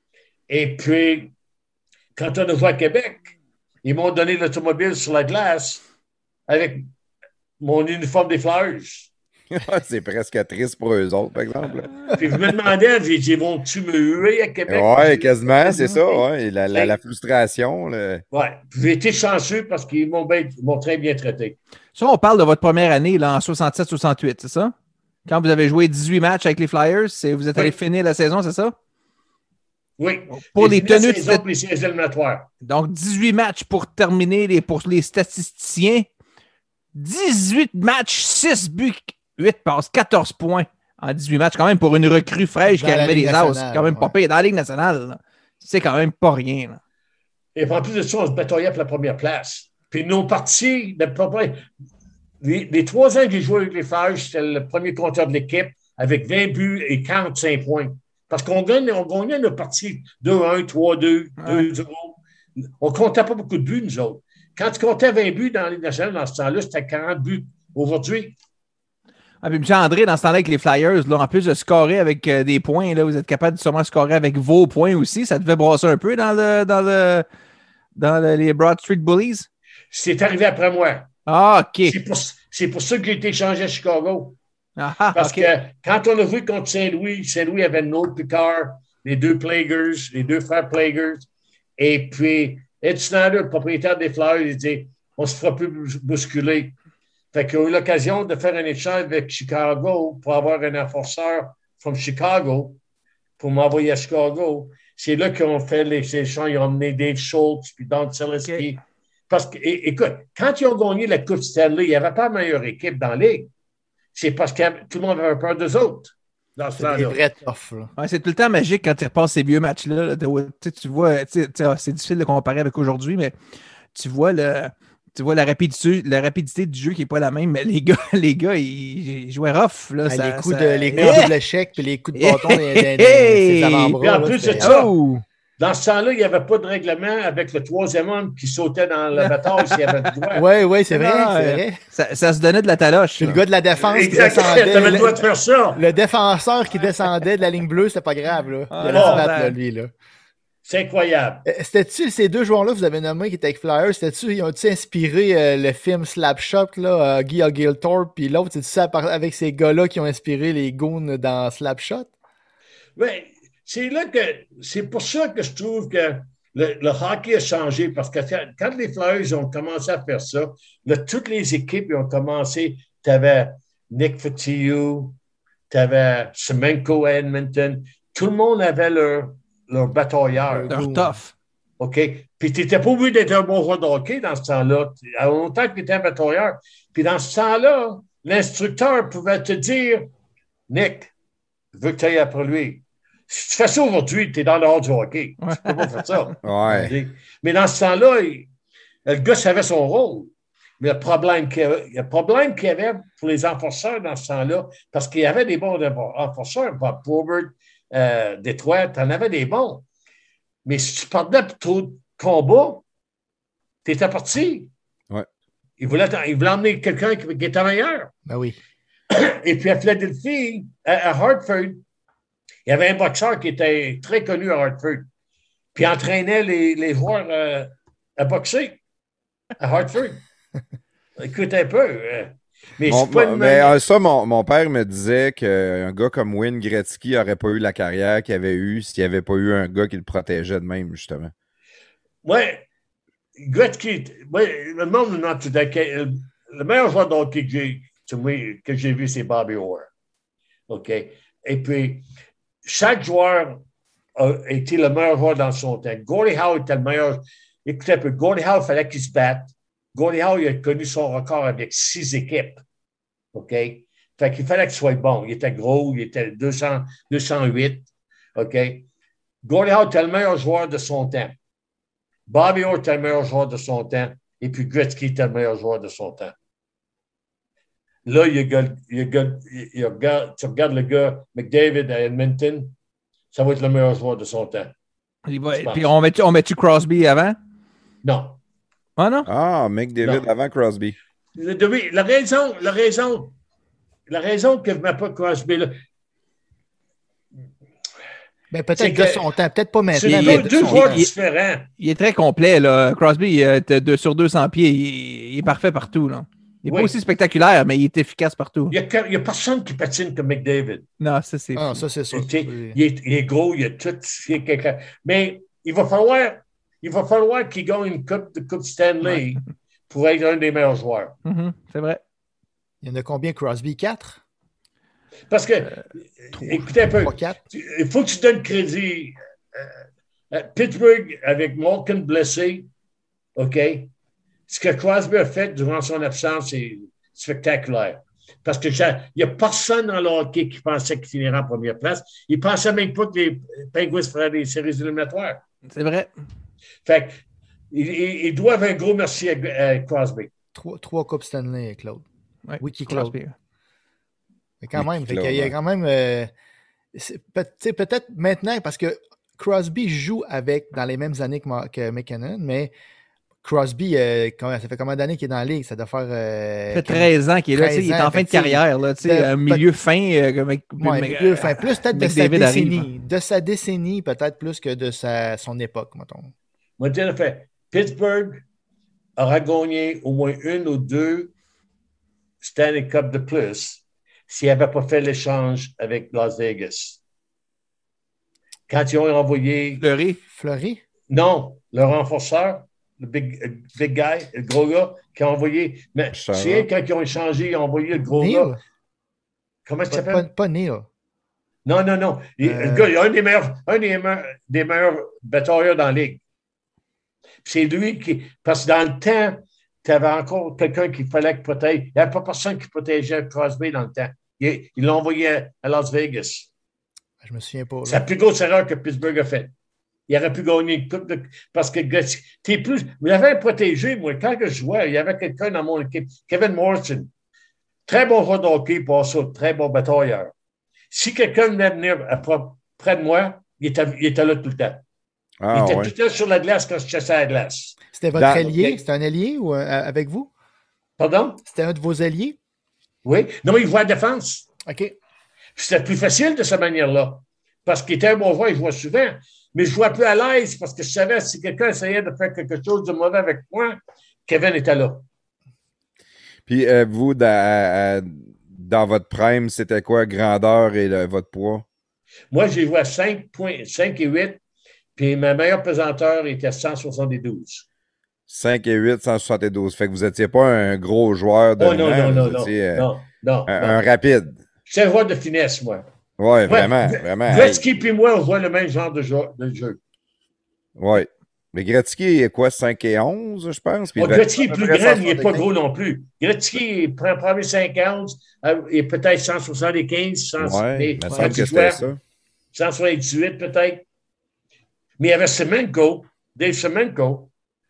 Et puis, quand on a joué à Québec, ils m'ont donné l'automobile sur la glace avec mon uniforme des Flyers. C'est presque triste pour eux autres, par exemple. Puis je me demandais, j'ai dit, vont-tu me huer à Québec? Ouais, quasiment, c'est ça. Ouais. La, la, la frustration. Le... Ouais. Puis j'ai été chanceux parce qu'ils m'ont, bien, ils m'ont très bien traité. Ça, on parle de votre première année là, en soixante-sept soixante-huit, c'est ça? Quand vous avez joué dix-huit matchs avec les Flyers, c'est, vous êtes Oui. allé finir la saison, c'est ça? Oui. Pour les tenues de saison, cette- pour les séries éliminatoires. Donc, dix-huit matchs pour terminer les, pour les statisticiens. dix-huit matchs, six buts, huit passes, quatorze points en dix-huit matchs. Quand même, pour une recrue fraîche Dans qui la arrivait Ligue des As, c'est nationale, quand même pas ouais. pire. Dans la Ligue nationale, là, c'est quand même pas rien. Là. Et en plus de ça, on se bataillait pour la première place. Puis nos parties, de peu près, les, les trois ans que j'ai joué avec les Flyers, j'étais le premier compteur de l'équipe avec vingt buts et quarante-cinq points. Parce qu'on gagnait, on gagnait nos parties deux un, trois deux, deux zéro. On ne comptait pas beaucoup de buts, nous autres. Quand tu comptais vingt buts dans la Ligue nationale, dans ce temps-là, c'était quarante buts. Aujourd'hui, Ah, puis M. André, dans ce temps-là, avec les Flyers, là, en plus de scorer avec euh, des points, là, vous êtes capable de sûrement scorer avec vos points aussi. Ça devait brasser un peu dans le dans le dans le- les Broad Street Bullies. c'est arrivé après moi. Ah, OK. C'est pour, c'est pour ça que j'ai été échangé à Chicago. Ah, ah, Parce OK. que quand on a joué contre Saint-Louis, Saint-Louis avait Noel Picard, les deux Plaguers, les deux frères Plaguers. Et puis, Ed Snyder, le propriétaire des Flyers, il dit on se fera plus bousculer. Fait qu'ils ont eu l'occasion de faire un échange avec Chicago pour avoir un enforceur from Chicago pour m'envoyer à Chicago. C'est là qu'ils ont fait les échanges. Ils ont emmené Dave Schultz puis Don Seleski. OK. Parce que, é- écoute, quand ils ont gagné la Coupe Stanley, il n'y avait pas meilleure équipe dans la Ligue. C'est parce que tout le monde avait peur d'eux autres dans ce C'est des temps-là. vrais toughs, là. Ouais, c'est tout le temps magique quand tu repasses ces vieux matchs-là. là, de- tu sais, tu vois, tu sais, tu sais, c'est difficile de comparer avec aujourd'hui, mais tu vois le. Tu vois la rapidité, la rapidité du jeu qui n'est pas la même, mais les gars, les gars, ils, ils jouaient rough. Là, Ah, ça- les coups ça- de les coups Eh! de double chèque puis les coups de bâton dans, dans- dans- dans Hey! ses avant-bras. Puis en là, plus de c'était- ça, Oh! Dans ce temps-là, il n'y avait pas de règlement avec le troisième homme qui sautait dans la bataille s'il y avait le droit. Ouais, ouais, c'est vrai, Ah, c'est euh, vrai. Ça, ça se donnait de la taloche. Puis là. le gars de la défense qui Exact. descendait. Tu avais le droit de Le, faire ça. le défenseur qui descendait de la ligne bleue, c'était pas grave, là. Ah, Il allait non, se battre, ben- là, lui, là. C'est incroyable. Euh, C'était-tu ces deux joueurs-là que vous avez nommés qui étaient avec Flyers, c'était-tu, ils ont-tu inspiré euh, le film Slapshot, là, euh, Guy Oglethorpe, puis l'autre, c'est-tu ça par- avec ces gars-là qui ont inspiré les goons dans Slapshot? Oui, c'est là que c'est pour ça que je trouve que le, le hockey a changé parce que quand les Flyers ont commencé à faire ça, là, toutes les équipes ont commencé. Tu avais Nick Fotiu, tu avais Semenko à Edmonton. Tout le monde avait leur, leur batailleur. Leur tough. OK? Puis tu n'étais pas obligé d'être un bon joueur de hockey dans ce temps-là. À longtemps que tu étais un batailleur. Puis dans ce temps-là, l'instructeur pouvait te dire Nick, je veux que tu ailles après lui. Si tu fais ça aujourd'hui, tu es dans le hors du hockey. Tu peux pas faire ça. Ouais. Mais dans ce temps-là, il- le gars savait son rôle. Mais le problème qu'il y avait, le problème qu'il y avait pour les enforceurs dans ce temps-là, parce qu'il y avait des bons enforceurs, Bob Probert, euh, Détroit, tu en avais des bons. Mais si tu perdais pour trop de combats, tu étais parti. Ouais. Il voulait, il voulait emmener quelqu'un qui, qui était meilleur. Ben oui. Et puis à Philadelphie, à, à Hartford, il y avait un boxeur qui était très connu à Hartford. Puis il entraînait les, les joueurs euh, à boxer à Hartford. Écoute un peu. Euh, mais Mon- c'est pas mon- une mais manière- euh, ça, mon, mon père me disait qu'un gars comme Wayne Gretzky n'aurait pas eu la carrière qu'il avait eue s'il n'y avait pas eu un gars qui le protégeait de même, justement. Ouais. Gretzky, ouais, le monde nous demande tout à fait. Le meilleur joueur de hockey que j'ai, que j'ai vu, c'est Bobby Orr. OK? Et puis, chaque joueur a été le meilleur joueur dans son temps. Gordie Howe était le meilleur. Écoutez un peu, Gordie Howe, il fallait qu'il se batte. Gordie Howe, il a connu son record avec six équipes. OK? Fait qu'il fallait qu'il soit bon. Il était gros, il était deux cents, deux cent huit. OK? Gordie Howe était le meilleur joueur de son temps. Bobby Orr était le meilleur joueur de son temps. Et puis Gretzky était le meilleur joueur de son temps. Là, il y a, il y a, il y a, tu regardes le gars McDavid à Edmonton, ça va être le meilleur joueur de son temps. Il va- puis on met-tu on met Crosby avant? Non. Ah non? Ah, McDavid Non. avant Crosby. Le- de- La raison, la raison, la raison que je ne mets pas Crosby là, Ben, C'est peut-être que- de son temps, peut-être pas maintenant. c'est mais deux, de deux son joueurs temps. différents. Il est très complet, là. Crosby, il est deux- sur deux cents pieds. Il, il est parfait partout, là. Il n'est Oui. pas aussi spectaculaire, mais il est efficace partout. Il n'y a, il y a personne qui patine comme McDavid. Non, ça, c'est Ah, fou. ça, c'est sûr. Tu sais, Il est, il est gros, il a tout. il est quelqu'un. Mais il va falloir, il va falloir qu'il gagne une coupe de Coupe Stanley pour être un des meilleurs joueurs. Mhm, c'est vrai. Il y en a combien, Crosby? Quatre? Parce que, écoutez un peu, Trois, quatre? tu- il faut que tu donnes crédit. Euh, euh, Pittsburgh, avec Malkin blessé, OK? Ce que Crosby a fait durant son absence, c'est spectaculaire. Parce qu'il n'y a personne dans le hockey qui pensait qu'il finirait en première place. Il ne pensait même pas que les Penguins feraient des séries éliminatoires. C'est vrai. Fait ils, ils, ils doivent un gros merci à, à Crosby. Trois, trois Coupes Stanley, Claude. Ouais, Wiki Claude. Crosby. Mais quand même, Wiki fait Claude, qu'il y a ouais. quand même. euh, c'est peut- tu sais, peut-être maintenant, parce que Crosby joue avec dans les mêmes années que, Ma- que McKinnon, mais Crosby, euh, combien- ça fait combien d'années qu'il est dans la ligue? Ça doit faire. euh, Ça fait treize ans qu'il est là. tu sais, Il est treize ans, en fin de fait que, tu sais, carrière, là, tu sais, peut- un milieu fin. euh, comme- Ouais, mais- milieu fin. Plus peut-être de sa McDavid arrive, décennie. De sa décennie, peut-être plus que de sa, son époque, mettons. Moi, je dirais, fait, Pittsburgh aura gagné au moins une ou deux Stanley Cup de plus s'il n'avait pas fait l'échange avec Las Vegas. Quand ils ont envoyé, Fleury. Fleury? non, le renforceur, le big, euh, big guy, le gros gars, qui a envoyé, mais Chara. c'est quand ils ont échangé, ils ont envoyé le gros Neil? gars. Comment il Pas, s'appelle? pas, pas Neil. Non, non, non. Il- Euh, Le gars, il est un des meilleurs, un des meilleurs, des meilleurs batailleurs dans la ligue. Puis c'est lui qui. Parce que dans le temps, tu avais encore quelqu'un qu'il fallait que protège. Il n'y avait pas personne qui protégeait Crosby dans le temps. Il il l'a envoyé à, à Las Vegas. Je me souviens pas. là. C'est la plus grosse erreur que Pittsburgh a faite. Il aurait pu gagner une coupe de. Parce que t'es plus. Il y avait un protégé, moi. Quand je jouais, il y avait quelqu'un dans mon équipe, Kevin Morrison. Très bon joueur de hockey, pas ça, très bon batailleur. Si quelqu'un venait venir à pro- près de moi, il était, il était là tout le temps. Ah, il était ouais. tout le temps sur la glace quand je chassais à la glace. C'était votre Dans- allié? C'était un allié ou un- avec vous? Pardon? C'était un de vos alliés? Oui. Non, il jouait à la défense. OK. C'était plus facile de cette manière-là. Parce qu'il était un bon joueur, il jouait souvent. Mais je jouais plus à l'aise parce que je savais si quelqu'un essayait de faire quelque chose de mauvais avec moi, Kevin était là. Puis euh, vous, dans, à- à- dans votre prime, c'était quoi, grandeur et le- votre poids? Moi, j'ai joué à cinq et huit, puis ma meilleure pesanteur était cent soixante-douze. cinq et huit, cent soixante-douze. Fait que vous n'étiez pas un gros joueur de Oh non, non, non, vous non, étiez, euh, non, non, un, non. un rapide. J'étais un joueur de finesse, moi. Ouais, vraiment, Ouais, vraiment. Gretzky et moi, on jouait le même genre de jeu. De jeu. Ouais. Mais Gretzky est quoi, cinq et onze, je pense? Puis Oh, il devait Gretzky est être à plus peu près grand, il n'est pas soixante-quinze. gros non plus. Gretzky il prend premier cinquante euh, et peut-être cent soixante-quinze, cent, Ouais, mais il me quand semble il que jouait, c'était ça. cent soixante-dix-huit peut-être. Mais il y avait Semenko, Dave Semenko.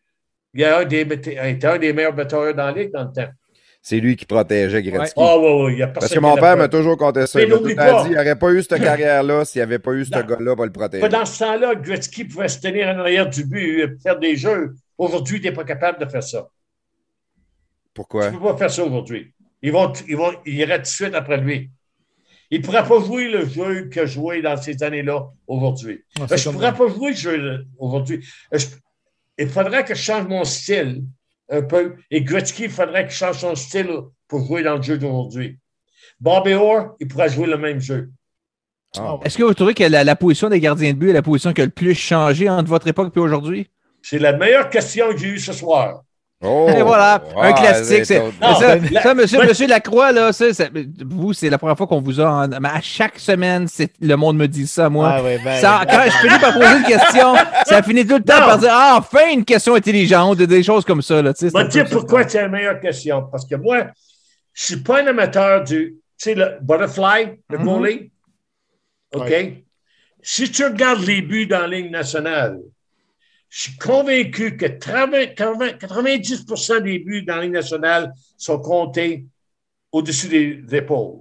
Il, a un des, il était un des meilleurs batailleurs dans la ligue dans le temps. C'est lui qui protégeait Gretzky. Ah ouais, ouais, il y a Parce que mon père m'a toujours compté ça. Mais il m'a tout n'oublie le temps pas. dit, il n'aurait pas eu cette carrière-là s'il n'y avait pas eu ce gars-là pour le protéger. Dans ce temps-là, Gretzky pouvait se tenir en arrière du but et faire des jeux. Aujourd'hui, tu n'es pas capable de faire ça. Pourquoi? Tu ne peux pas faire ça aujourd'hui. Ils vont, ils vont, ils iraient tout de suite après lui. Il ne pourra pas jouer le jeu qu'il a joué dans ces années-là aujourd'hui. Ouais, Ben, je ne pourrais pas jouer le jeu aujourd'hui. Je, il faudrait que je change mon style un peu. Et Gretzky, il faudrait qu'il change son style pour jouer dans le jeu d'aujourd'hui. Bobby Orr, il pourrait jouer le même jeu. Oh. Est-ce que vous trouvez que la, la position des gardiens de but est la position qui a le plus changé entre votre époque et aujourd'hui? C'est la meilleure question que j'ai eue ce soir. Oh, et voilà, ouais, un classique. C'est, non, ça, la, ça, monsieur, monsieur Lacroix, là, ça, ça, vous, c'est la première fois qu'on vous a. En, mais à chaque semaine, c'est, le monde me dit ça, moi. Ah ouais, ben, ça, quand je finis par poser une question, ça finit tout le temps non. par dire ah, enfin une question intelligente, des choses comme ça. Là, je vais te dire pourquoi c'est la meilleure question. Parce que moi, je ne suis pas un amateur du. Tu sais, le butterfly, le goalie. Mm-hmm. OK? Ouais. Si tu regardes les buts dans la Ligue nationale, je suis convaincu que quatre-vingt-dix pour cent des buts dans la Ligue nationale sont comptés au-dessus des épaules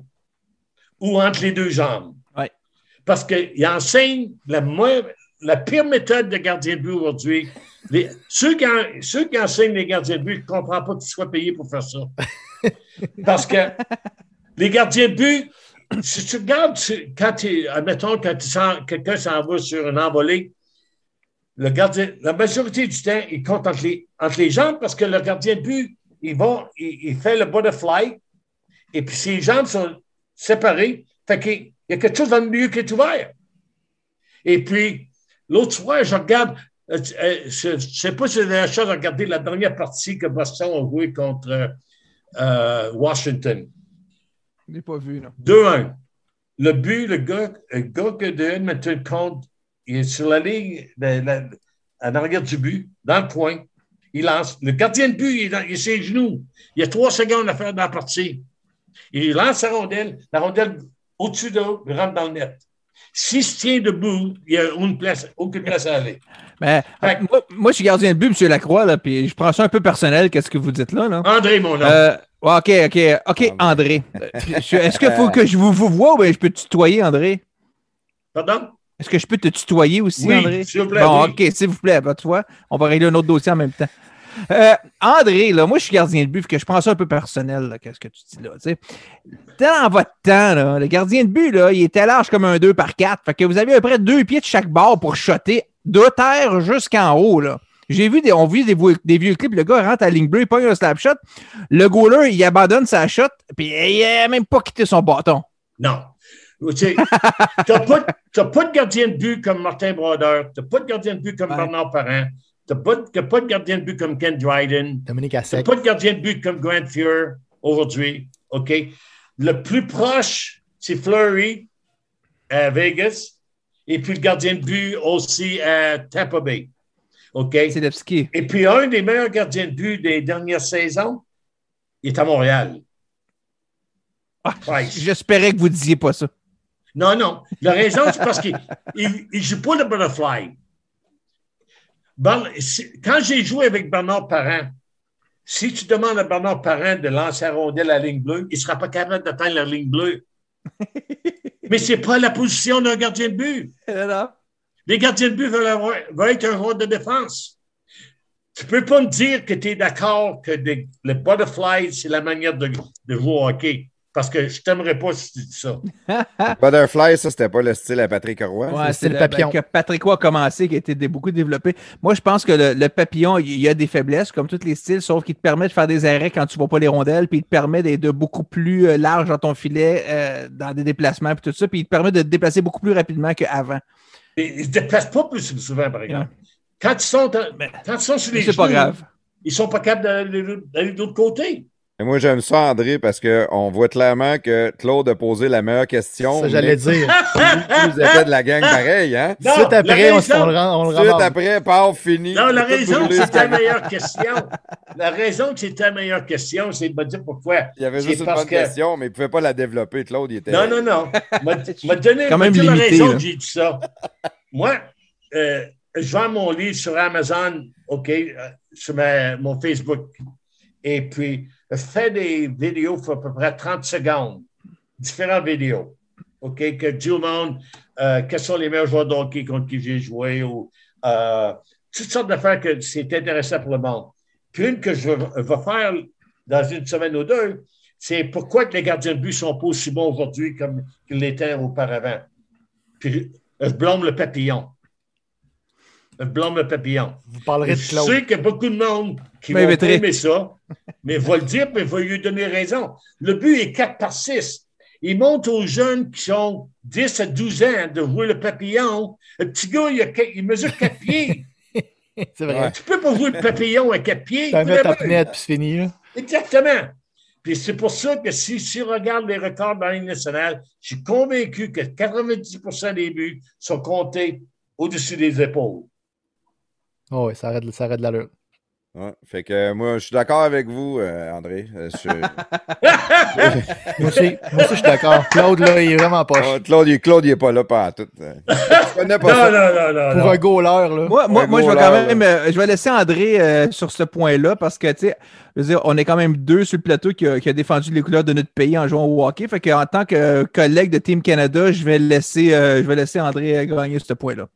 ou entre les deux jambes. Ouais. Parce qu'ils enseignent la, moins, la pire méthode de gardien de but aujourd'hui. Les, ceux, qui en, ceux qui enseignent les gardiens de but ne comprennent pas qu'ils soient payés pour faire ça. Parce que les gardiens de but, si tu regardes, quand tu, admettons, quand tu sens, quelqu'un s'en va sur une envolée, le gardien, la majorité du temps, il compte entre les, entre les jambes parce que le gardien de but, il va, il, il fait le butterfly et puis ses jambes sont séparées. Fait qu'il y a quelque chose dans le milieu qui est ouvert. Et puis, l'autre soir, je regarde, euh, je ne sais pas si j'ai la chance de regarder la dernière partie que Boston a joué contre euh, Washington. Je n'ai pas vu, non. deux un. Le but, le gars, le gars que de Edmonton compte, il est sur la ligne, de, la, en arrière du but, dans le coin. Il lance. Le gardien de but, il est, dans, il est sur les genoux. Il y a trois secondes à faire dans la partie. Il lance la rondelle. La rondelle, au-dessus de l'autre, il rentre dans le net. S'il se tient debout, il n'y a aucune place, aucune place à aller. Mais, fait, moi, moi, je suis gardien de but, M. Lacroix, là, puis je prends ça un peu personnel. Qu'est-ce que vous dites là? là? André, mon nom. Euh, OK, OK. OK, André. Est-ce qu'il faut que je vous, vous voie ou bien je peux te tutoyer, André? Pardon? Est-ce que je peux te tutoyer aussi, oui, André? S'il vous plaît, bon, oui. OK, s'il vous plaît. Ben, tu vois, on va régler un autre dossier en même temps. Euh, André, là, moi, je suis gardien de but, que je prends ça un peu personnel, là, qu'est-ce que tu dis là, tu sais. Dans votre temps, là, le gardien de but, là, il était large comme un deux par quatre. Fait que vous avez à peu près deux pieds de chaque bord pour shotter de terre jusqu'en haut, là. J'ai vu des, on vit des, des vieux clips, le gars rentre à la ligne bleue, il pogne un slap shot. Le goaler, il abandonne sa shot, puis il n'a même pas quitté son bâton. Non. Tu n'as pas, pas de gardien de but comme Martin Brodeur, tu n'as pas de gardien de but comme ouais. Bernard Parent, tu n'as pas, pas de gardien de but comme Ken Dryden, Dominique tu n'as pas de gardien de but comme Grant Fuhr aujourd'hui. OK? Le plus proche, c'est Fleury à Vegas, et puis le gardien de but aussi à Tampa Bay. OK? C'est Levski. Et puis un des meilleurs gardiens de but des dernières saisons, il est à Montréal. Ah, j'espérais que vous ne disiez pas ça. Non, non. La raison, c'est parce qu'il ne joue pas le butterfly. Quand j'ai joué avec Bernard Parent, si tu demandes à Bernard Parent de lancer la rondelle à la ligne bleue, il ne sera pas capable d'atteindre la ligne bleue. Mais ce n'est pas la position d'un gardien de but. Les gardiens de but veulent, avoir, veulent être un rôle de défense. Tu ne peux pas me dire que tu es d'accord que de, le butterfly, c'est la manière de, de jouer au hockey. Parce que je ne t'aimerais pas si tu dis ça. Butterfly, ça, c'était pas le style à Patrick Roy. Ouais, c'est le papillon. Ben, que Patrick Roy a commencé, qui a été beaucoup développé. Moi, je pense que le, le papillon, il y a des faiblesses, comme tous les styles, sauf qu'il te permet de faire des arrêts quand tu ne vois pas les rondelles, puis il te permet d'être beaucoup plus euh, large dans ton filet, euh, dans des déplacements, puis tout ça, puis il te permet de te déplacer beaucoup plus rapidement qu'avant. Ils ne se déplacent pas plus souvent, par exemple. Ouais. Quand, ils sont, quand ils sont sur les genoux, pas grave. Ils ne sont pas capables d'aller, d'aller de l'autre côté. Et moi, j'aime ça, André, parce qu'on voit clairement que Claude a posé la meilleure question. Ça, j'allais dire. Tous les effets de la gang, pareil, hein? Non, suite après, raison, on, on, le, on le Suite revend. Après, paf, fini. Non, la raison que c'est ta meilleure question, la raison que c'est ta meilleure question, c'est de me dire pourquoi. Il y avait juste une bonne que... question, mais il ne pouvait pas la développer, Claude. Il était... Non, non, non. m'a, m'a donné quand même la limité, raison là. que j'ai dit ça. Moi, euh, je vends mon livre sur Amazon, OK, euh, sur ma, mon Facebook. Et puis, je fais des vidéos pour à peu près trente secondes, différentes vidéos. OK, que dis au monde euh, quels sont les meilleurs joueurs de hockey contre qui j'ai joué ou euh, toutes sortes d'affaires que c'est intéressant pour le monde. Puis une que je vais faire dans une semaine ou deux, c'est pourquoi que les gardiens de but ne sont pas aussi bons aujourd'hui comme qu'ils l'étaient auparavant. Puis je blâme le papillon. Je blâme le papillon. Vous parlerez de Claude. Je sais qu'il y a beaucoup de monde qui Mais vont très... aimer ça, mais va le dire, mais va lui donner raison. Le but est quatre par six. Il montre aux jeunes qui ont dix à douze ans de jouer le papillon. Le petit gars, il, a, il mesure quatre pieds. C'est vrai. Tu ne peux pas jouer le papillon à quatre pieds. Tu mets ta pinette, puis c'est fini. Là. Exactement. Puis c'est pour ça que si, si on regarde les records dans la Ligue nationale, je suis convaincu que quatre-vingt-dix pour cent des buts sont comptés au-dessus des épaules. Oh oui, ça arrête, ça arrête l'allure. Ouais, fait que euh, moi, je suis d'accord avec vous, euh, André. Euh, je... moi, aussi, moi aussi, je suis d'accord. Claude, là, il est vraiment poche. Oh, Claude, il, Claude, il est pas là pas tout. Je connais pas non, ça. non, non, non. Pour non. un goaler, là. Moi, moi, un moi je vais goaler, quand même, euh, je vais laisser André euh, sur ce point-là parce que, tu sais, je veux dire, on est quand même deux sur le plateau qui a, qui a défendu les couleurs de notre pays en jouant au hockey. Fait qu'en tant que collègue de Team Canada, je vais laisser, euh, je vais laisser André gagner ce point-là.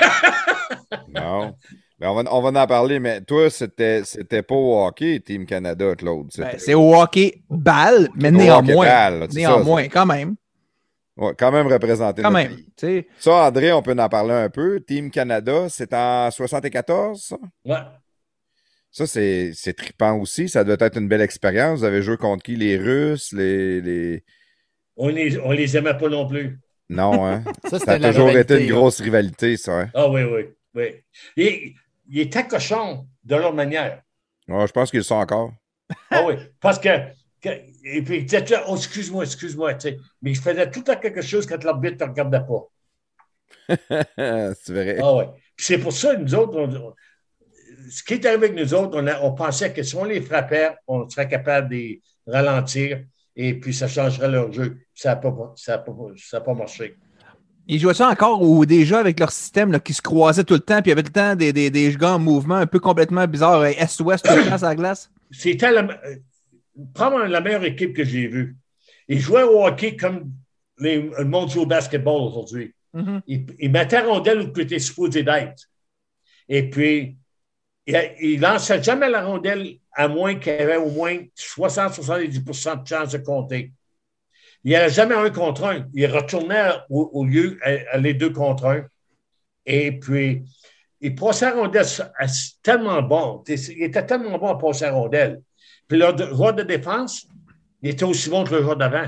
Non. Ben on, va, on va en parler, mais toi, c'était, c'était pas au hockey, Team Canada, Claude. Ben, c'est au hockey balle, mais au néanmoins. balle, néanmoins, ça, quand même. Ouais, quand même représenté Quand notre même. pays. T'sais. Ça, André, on peut en parler un peu. Team Canada, c'est en soixante-quatorze, ça? Ouais. Ça, c'est, c'est trippant aussi. Ça doit être une belle expérience. Vous avez joué contre qui? Les Russes? Les, les... On les, on les aimait pas non plus. Non, hein? Ça, ça a de la toujours rivalité, été une là. grosse rivalité, ça. Hein? Ah oui, oui, oui. Et, ils étaient cochons de leur manière. Ouais, je pense qu'ils le sont encore. Ah oui, parce que, que et puis ils disaient, oh, excuse-moi, excuse-moi, tu sais, mais ils faisaient tout le temps quelque chose quand l'arbitre ne regardait pas. C'est vrai. Ah oui. Puis c'est pour ça, nous autres, on, ce qui est arrivé avec nous autres, on, a, on pensait que si on les frappait, on serait capable de les ralentir et puis ça changerait leur jeu. Ça n'a pas, ça a pas, ça a pas marché. Ils jouaient ça encore ou déjà avec leur système là, qui se croisait tout le temps, puis il y avait tout le temps des, des, des gars en mouvement un peu complètement bizarre, est-ouest tout le temps sur la glace? C'était la, probablement la meilleure équipe que j'ai vue. Ils jouaient au hockey comme les, le monde joue au basketball aujourd'hui. Mm-hmm. Ils, ils mettaient la rondelle où ils étaient supposés d'être. Et puis, ils ne lançaient jamais la rondelle à moins qu'il y avait au moins soixante à soixante-dix pour cent de chances de compter. Il n'y avait jamais un contre un. Il retournait au, au lieu à, à les deux contre un. Et puis, il passait la rondelle à, à, tellement bon. Il était tellement bon à passer la rondelle. Puis leur joueur de défense, il était aussi bon que le joueur d'avant.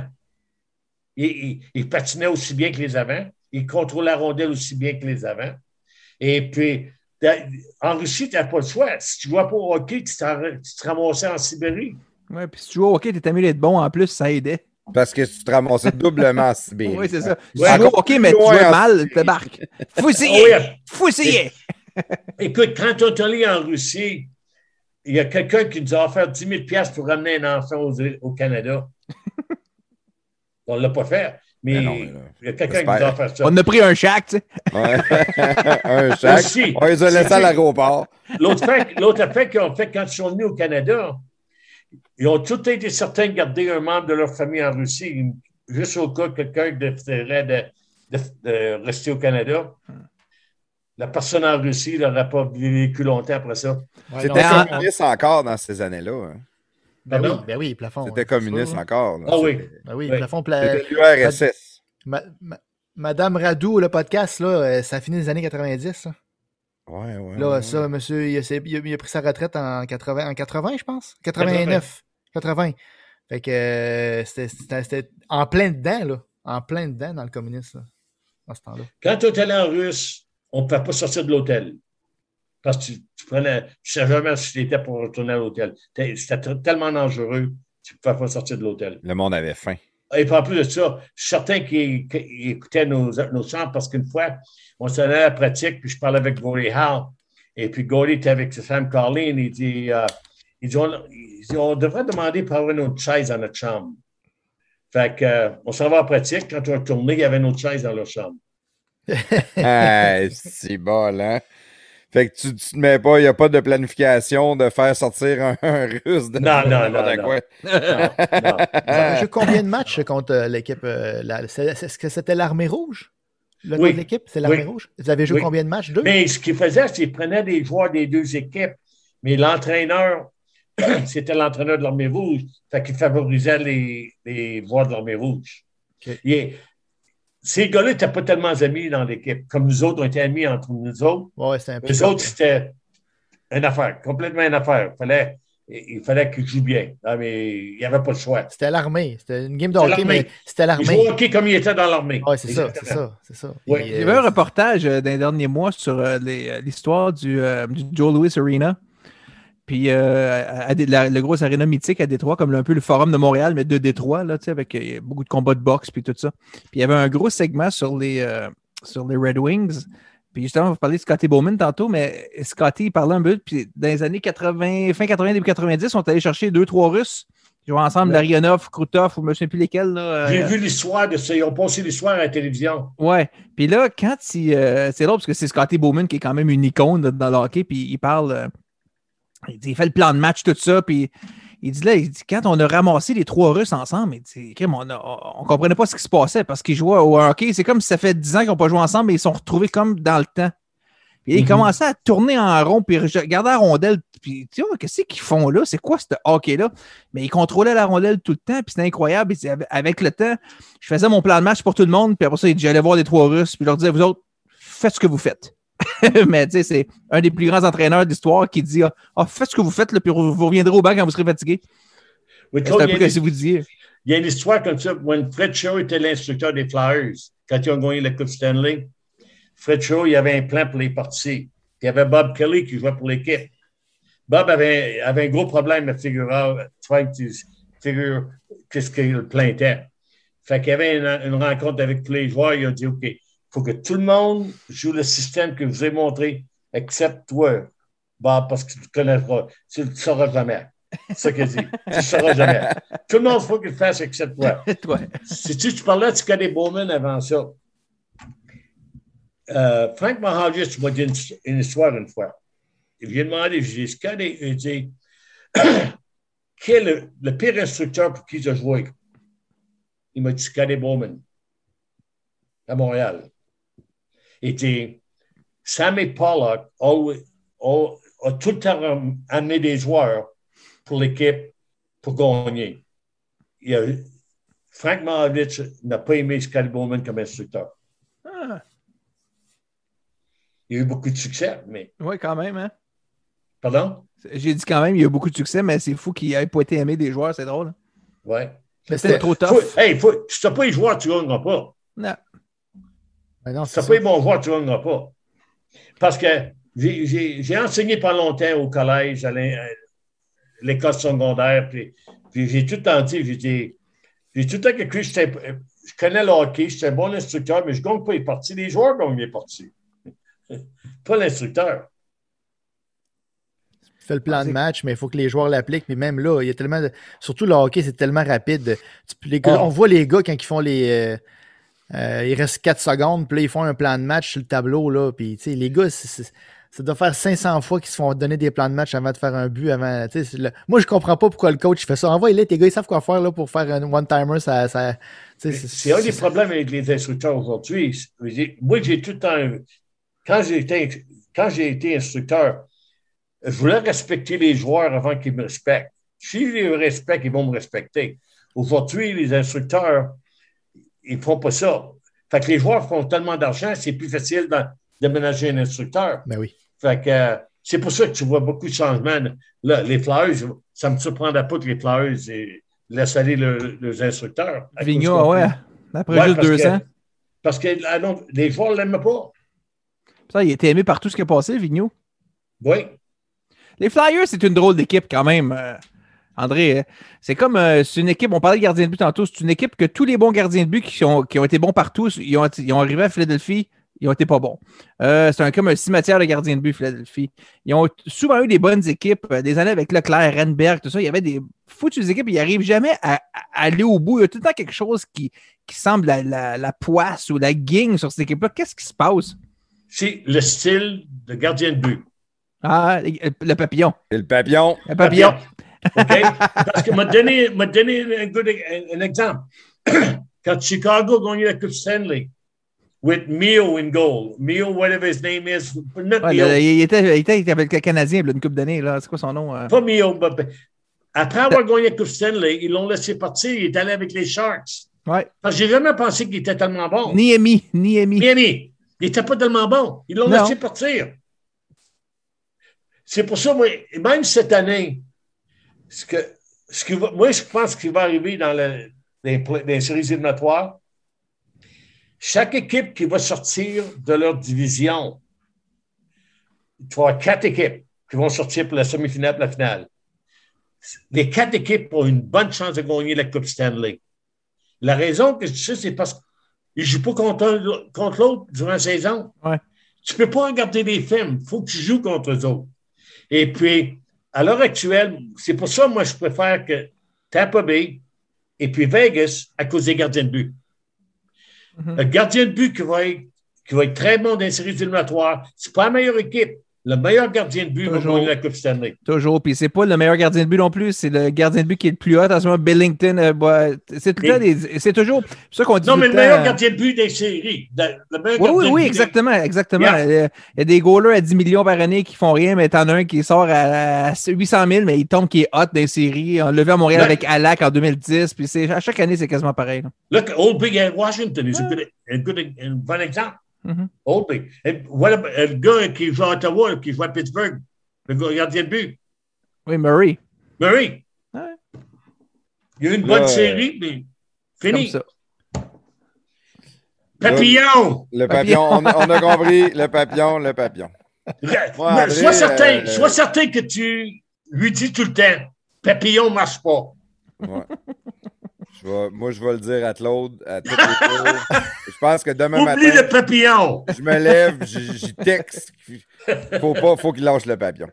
Il, il, il patinait aussi bien que les avants. Il contrôlait la rondelle aussi bien que les avants. Et puis, en Russie, tu n'as pas le choix. Si tu ne jouais pas au hockey, tu, tu te ramassais en Sibérie. Oui, puis si tu jouais au hockey, tu étais mieux d'être bon en plus, ça aidait. Parce que tu te ramassais doublement en Sibérie. Oui, c'est ça. Ouais, tu jouais au hockey, mais tu jouais mal, tu débarques. Foussillé! Foussillé! Écoute, quand on est allé en Russie, il y a quelqu'un qui nous a offert dix mille dollars pour ramener un enfant au, au Canada. On ne l'a pas fait. Mais, mais non, mais il y a quelqu'un qui nous a offert ça. On a pris un chac, tu sais. Ouais. un chac. Aussi, on les a laissés à l'aéroport. L'autre fait, l'autre fait qu'ils ont fait quand ils sont venus au Canada, ils ont tous été certains de garder un membre de leur famille en Russie, juste au cas que quelqu'un déciderait de, de, de rester au Canada. La personne en Russie n'aurait pas vécu longtemps après ça. Ouais, C'était non, communiste en... encore dans ces années-là. Hein. Ben, oui, ben oui, plafond. C'était ouais, communiste encore. Là. Ah oui. Ben oui, oui. plafond. Pla... C'était l'U R S S. Ma... Ma... Madame Radou, le podcast, là, ça finit les années quatre-vingt-dix. Là, ouais, ouais, là ouais, ça, ouais. monsieur, il a, il, a, il a pris sa retraite en quatre-vingts, en quatre-vingts je pense. quatre-vingt-neuf. quatre-vingts. Fait que euh, c'était, c'était, c'était en plein dedans, là. En plein dedans dans le communisme, là, à ce temps-là. Quand tu es allé en Russe, on ne pouvait pas sortir de l'hôtel. Parce que tu, tu prenais, tu ne savais jamais si tu étais pour retourner à l'hôtel. C'était tellement dangereux, tu ne pouvais pas sortir de l'hôtel. Le monde avait faim. Et puis en plus de ça, je suis certain qu'ils, qu'ils écoutaient nos, nos chants parce qu'une fois, on s'en allait à la pratique, puis je parlais avec Gordie Howe. Et puis Gordie était avec sa femme Carline. Il dit, euh, il dit, on, il dit on devrait demander pour avoir une autre chaise dans notre chambre. Fait que, euh, on s'en va à la pratique. Quand on a tourné, il y avait une autre chaise dans leur chambre. Ah, c'est bon, hein? Fait que tu ne te mets pas, il n'y a pas de planification de faire sortir un, un russe de non, non, non, quoi. non, non, non. Vous avez joué combien de matchs contre euh, l'équipe? Euh, la, c'est, est-ce que c'était l'Armée Rouge? Le nom oui. de l'équipe? C'est l'Armée oui. Rouge? Vous avez joué oui. combien de matchs? Deux? Mais ce qu'il faisait, c'est qu'il prenait des joueurs des deux équipes, mais l'entraîneur, c'était l'entraîneur de l'Armée Rouge, fait qu'il favorisait les, les joueurs de l'Armée Rouge. Okay. Est, ces gars-là n'étaient pas tellement amis dans l'équipe. Comme nous autres, on était amis entre nous autres. Ouais, c'était un peu les autres, c'était une affaire, complètement une affaire. Il fallait, il fallait qu'ils jouent bien. Non, mais il n'y avait pas le choix. C'était l'armée. C'était une game de hockey, mais c'était l'armée. Il jouait au hockey comme il était dans l'armée. Oui, c'est ça, c'est ça, c'est ça. Oui. Il y avait un reportage euh, dans les derniers mois sur euh, les, l'histoire du, euh, du Joe Louis Arena. Puis euh, à, à, la, le gros aréna mythique à Détroit, comme un peu le Forum de Montréal, mais de Détroit, là, avec euh, beaucoup de combats de boxe puis tout ça. Puis il y avait un gros segment sur les, euh, sur les Red Wings. Puis justement, vous parlez de Scotty Bowman tantôt, mais Scotty, il parlait un peu. Puis dans les années quatre-vingts, fin quatre-vingts, début quatre-vingt-dix, on est allé chercher deux, trois Russes. Ils jouaient ensemble, ouais. Larionov, Krutov, ou je ne me souviens plus lesquels. Là, J'ai euh... vu l'histoire de ça. Ils ont passé l'histoire à la télévision. Ouais. Puis là, quand il. Euh, c'est drôle parce que c'est Scotty Bowman qui est quand même une icône dans le hockey. Puis il parle. Euh, il, dit, il fait le plan de match, tout ça. Puis il dit là, il dit, quand on a ramassé les trois Russes ensemble, il dit, on ne comprenait pas ce qui se passait parce qu'ils jouaient au hockey. C'est comme si ça fait dix ans qu'ils n'ont pas joué ensemble, mais ils sont retrouvés comme dans le temps. Puis mm-hmm. ils commençaient à tourner en rond, puis regarder la rondelle. Puis, tu sais, qu'est-ce qu'ils font là? C'est quoi ce hockey-là? Mais ils contrôlaient la rondelle tout le temps, puis c'était incroyable. Puis, avec le temps, je faisais mon plan de match pour tout le monde, puis après ça, j'allais voir les trois Russes, puis je leur disais, vous autres, faites ce que vous faites. Mais tu sais, c'est un des plus grands entraîneurs d'histoire qui dit, ah, faites ce que vous faites, là, puis vous reviendrez au banc quand vous serez fatigué. Oui, c'est un peu comme si vous disiez. Il y a une histoire comme ça, quand Fred Shaw était l'instructeur des Flyers, quand ils ont gagné la Coupe Stanley. Fred Shaw, il avait un plan pour les parties. Il y avait Bob Kelly qui jouait pour l'équipe. Bob avait, avait un gros problème à figurer, figure qu'est-ce que le plan était. Fait qu'il y avait une, une rencontre avec tous les joueurs. Il a dit, OK, il faut que tout le monde joue le système que je vous ai montré, except toi, Bob, parce que tu ne connaîtras, tu ne le sauras jamais. C'est ça qu'il dit. Tu ne le sauras jamais. Tout le monde, il faut qu'il le fasse, except toi. toi. Si tu, tu parlais de Scotty Bowman avant ça, Euh, Frank Mahavich m'a dit une, une histoire une fois. Il vient demander, je dis, Scotty, il dit, quel est le, le pire instructeur pour qui j'ai joué? Il m'a dit Scotty Bowman, à Montréal. Il dit, Sammy Pollock always, all, a tout le temps amené des joueurs pour l'équipe pour gagner. Il a, Frank Mahavich n'a pas aimé Scotty Bowman comme instructeur. Ah. Il y a eu beaucoup de succès, mais... Oui, quand même, hein? Pardon? J'ai dit quand même, il y a eu beaucoup de succès, mais c'est fou qu'il n'ait pas été aimé des joueurs, c'est drôle. Hein? Oui. Mais c'était trop tough. Faut, hey, faut, si tu n'as pas les joueurs, tu ne gagneras pas. Non. Mais non si tu n'as pas les bons joueurs, tu ne gagneras pas. Parce que j'ai, j'ai, j'ai enseigné pendant longtemps au collège, à l'école secondaire, puis, puis j'ai tout le temps dit, j'ai dit, j'ai tout le temps que je, je connais le hockey, je suis un bon instructeur, mais je ne gagne pas les parties. Les joueurs gagnent les parties. Pas l'instructeur. Il fait le plan de match, mais il faut que les joueurs l'appliquent. Mais même là, il y a tellement de... Surtout le hockey, c'est tellement rapide. Les gars, oh. On voit les gars quand ils font les... Euh, euh, il reste quatre secondes, puis là, ils font un plan de match sur le tableau. Là, puis, les gars, c'est, c'est, ça doit faire cinq cents fois qu'ils se font donner des plans de match avant de faire un but. Avant, le... Moi, je comprends pas pourquoi le coach fait ça. Envoie-les, tes gars, ils savent quoi faire là, pour faire un one-timer. Ça, ça, c'est, c'est, c'est un des problèmes avec les instructeurs aujourd'hui. Moi, j'ai tout le temps... Quand j'ai été, quand j'ai été instructeur, je voulais respecter les joueurs avant qu'ils me respectent. Si je les respecte, ils vont me respecter. Aujourd'hui, les instructeurs, ils ne font pas ça. Fait que les joueurs font tellement d'argent, c'est plus facile de, de ménager un instructeur. Ben oui. Fait que euh, c'est pour ça que tu vois beaucoup de changements. Là, les Flyers, ça ne me surprendrait pas que les Flyers laissent aller le, leurs instructeurs. Vigneault, ouais. Après ouais, juste deux que, ans. Parce que ah non, les joueurs ne l'aiment pas. Ça, il était aimé par tout ce qui a passé, Vigneault. Oui. Les Flyers, c'est une drôle d'équipe quand même, euh, André. C'est comme, euh, c'est une équipe, on parlait de gardien de but tantôt, c'est une équipe que tous les bons gardiens de but qui ont, qui ont été bons partout, ils ont, ils ont arrivé à Philadelphie, ils ont été pas bons. Euh, c'est un, comme un cimetière de gardiens de but, Philadelphie. Ils ont souvent eu des bonnes équipes, euh, des années avec Leclerc, Renberg, tout ça. Il y avait des foutues équipes, ils n'arrivent jamais à, à aller au bout. Il y a tout le temps quelque chose qui, qui semble la, la, la poisse ou la guigne sur cette équipe-là. Qu'est-ce qui se passe? c'est le style de gardien de but. Ah, le papillon. C'est le papillon. Le papillon. OK? Parce que m'a donné, m'a donné un, good, un, un exemple. Quand Chicago a gagné la Coupe Stanley, with Mio in goal. Mio, whatever his name is. Not Ouais, Mio. le, il, était, il était avec le Canadien une couple d'années. Là. C'est quoi son nom? Euh? Pas Mio. Mais après avoir gagné la Coupe Stanley, ils l'ont laissé partir. Il est allé avec les Sharks. Ouais. Parce que j'ai jamais pensé qu'il était tellement bon. Ni Emi. Ni Emi. Ni Emi. Il n'était pas tellement bon. Ils l'ont Non. laissé partir. C'est pour ça, moi, même cette année, ce que, ce que, moi, je pense qu'il va arriver dans, le, les, dans les séries éliminatoires, chaque équipe qui va sortir de leur division, il va y avoir quatre équipes qui vont sortir pour la semi-finale et la finale. Les quatre équipes ont une bonne chance de gagner la Coupe Stanley. La raison que je dis ça, c'est parce qu'ils ne jouent pas contre, un, contre l'autre durant la saison. Ouais. Tu ne peux pas regarder des films. Il faut que tu joues contre eux autres. Et puis, à l'heure actuelle, c'est pour ça, moi, je préfère que Tampa Bay et puis Vegas à cause des gardiens de but. Mm-hmm. Le gardien de but qui va, être, qui va être très bon dans les séries éliminatoires, c'est pas la meilleure équipe. Le meilleur gardien de but Toujours. va gagner la Coupe Stanley. Toujours. Puis c'est pas le meilleur gardien de but non plus. C'est le gardien de but qui est le plus haut en ce moment. Billington. Euh, bah, c'est tout le temps des. C'est toujours. C'est ça qu'on dit. Non, mais le temps, meilleur euh... gardien de but des séries. Le meilleur oui, gardien oui, de oui, but exactement. Des... exactement. Yeah. Il y a des goalers à dix millions par année qui font rien, mais t'en as un qui sort à huit cent mille, mais il tombe qui est hot dans les séries. On l'a vu à Montréal Là, avec Alak en deux mille dix. Puis c'est, à chaque année, c'est quasiment pareil. Là. Look, Old Big at Washington is ouais. a, good, a, good, a bon exemple. Mm-hmm. Old Big. Et voilà, le gars qui joue à Ottawa, qui joue à Pittsburgh, le gars gardien de but. Oui, Murray. Murray. Ouais. Il y a eu une bonne ouais. série, mais fini. Comme ça. Papillon! Le, le papillon, on, on a compris. Le papillon, le papillon. Ouais, André, sois, certain, euh, sois certain que tu lui dis tout le temps, papillon ne marche pas. Ouais. Je vais, moi, je vais le dire à Claude, à tous les tours. Je pense que demain Oublie matin... le papillon! Je me lève, j'y texte. Faut pas, faut qu'il lâche le papillon.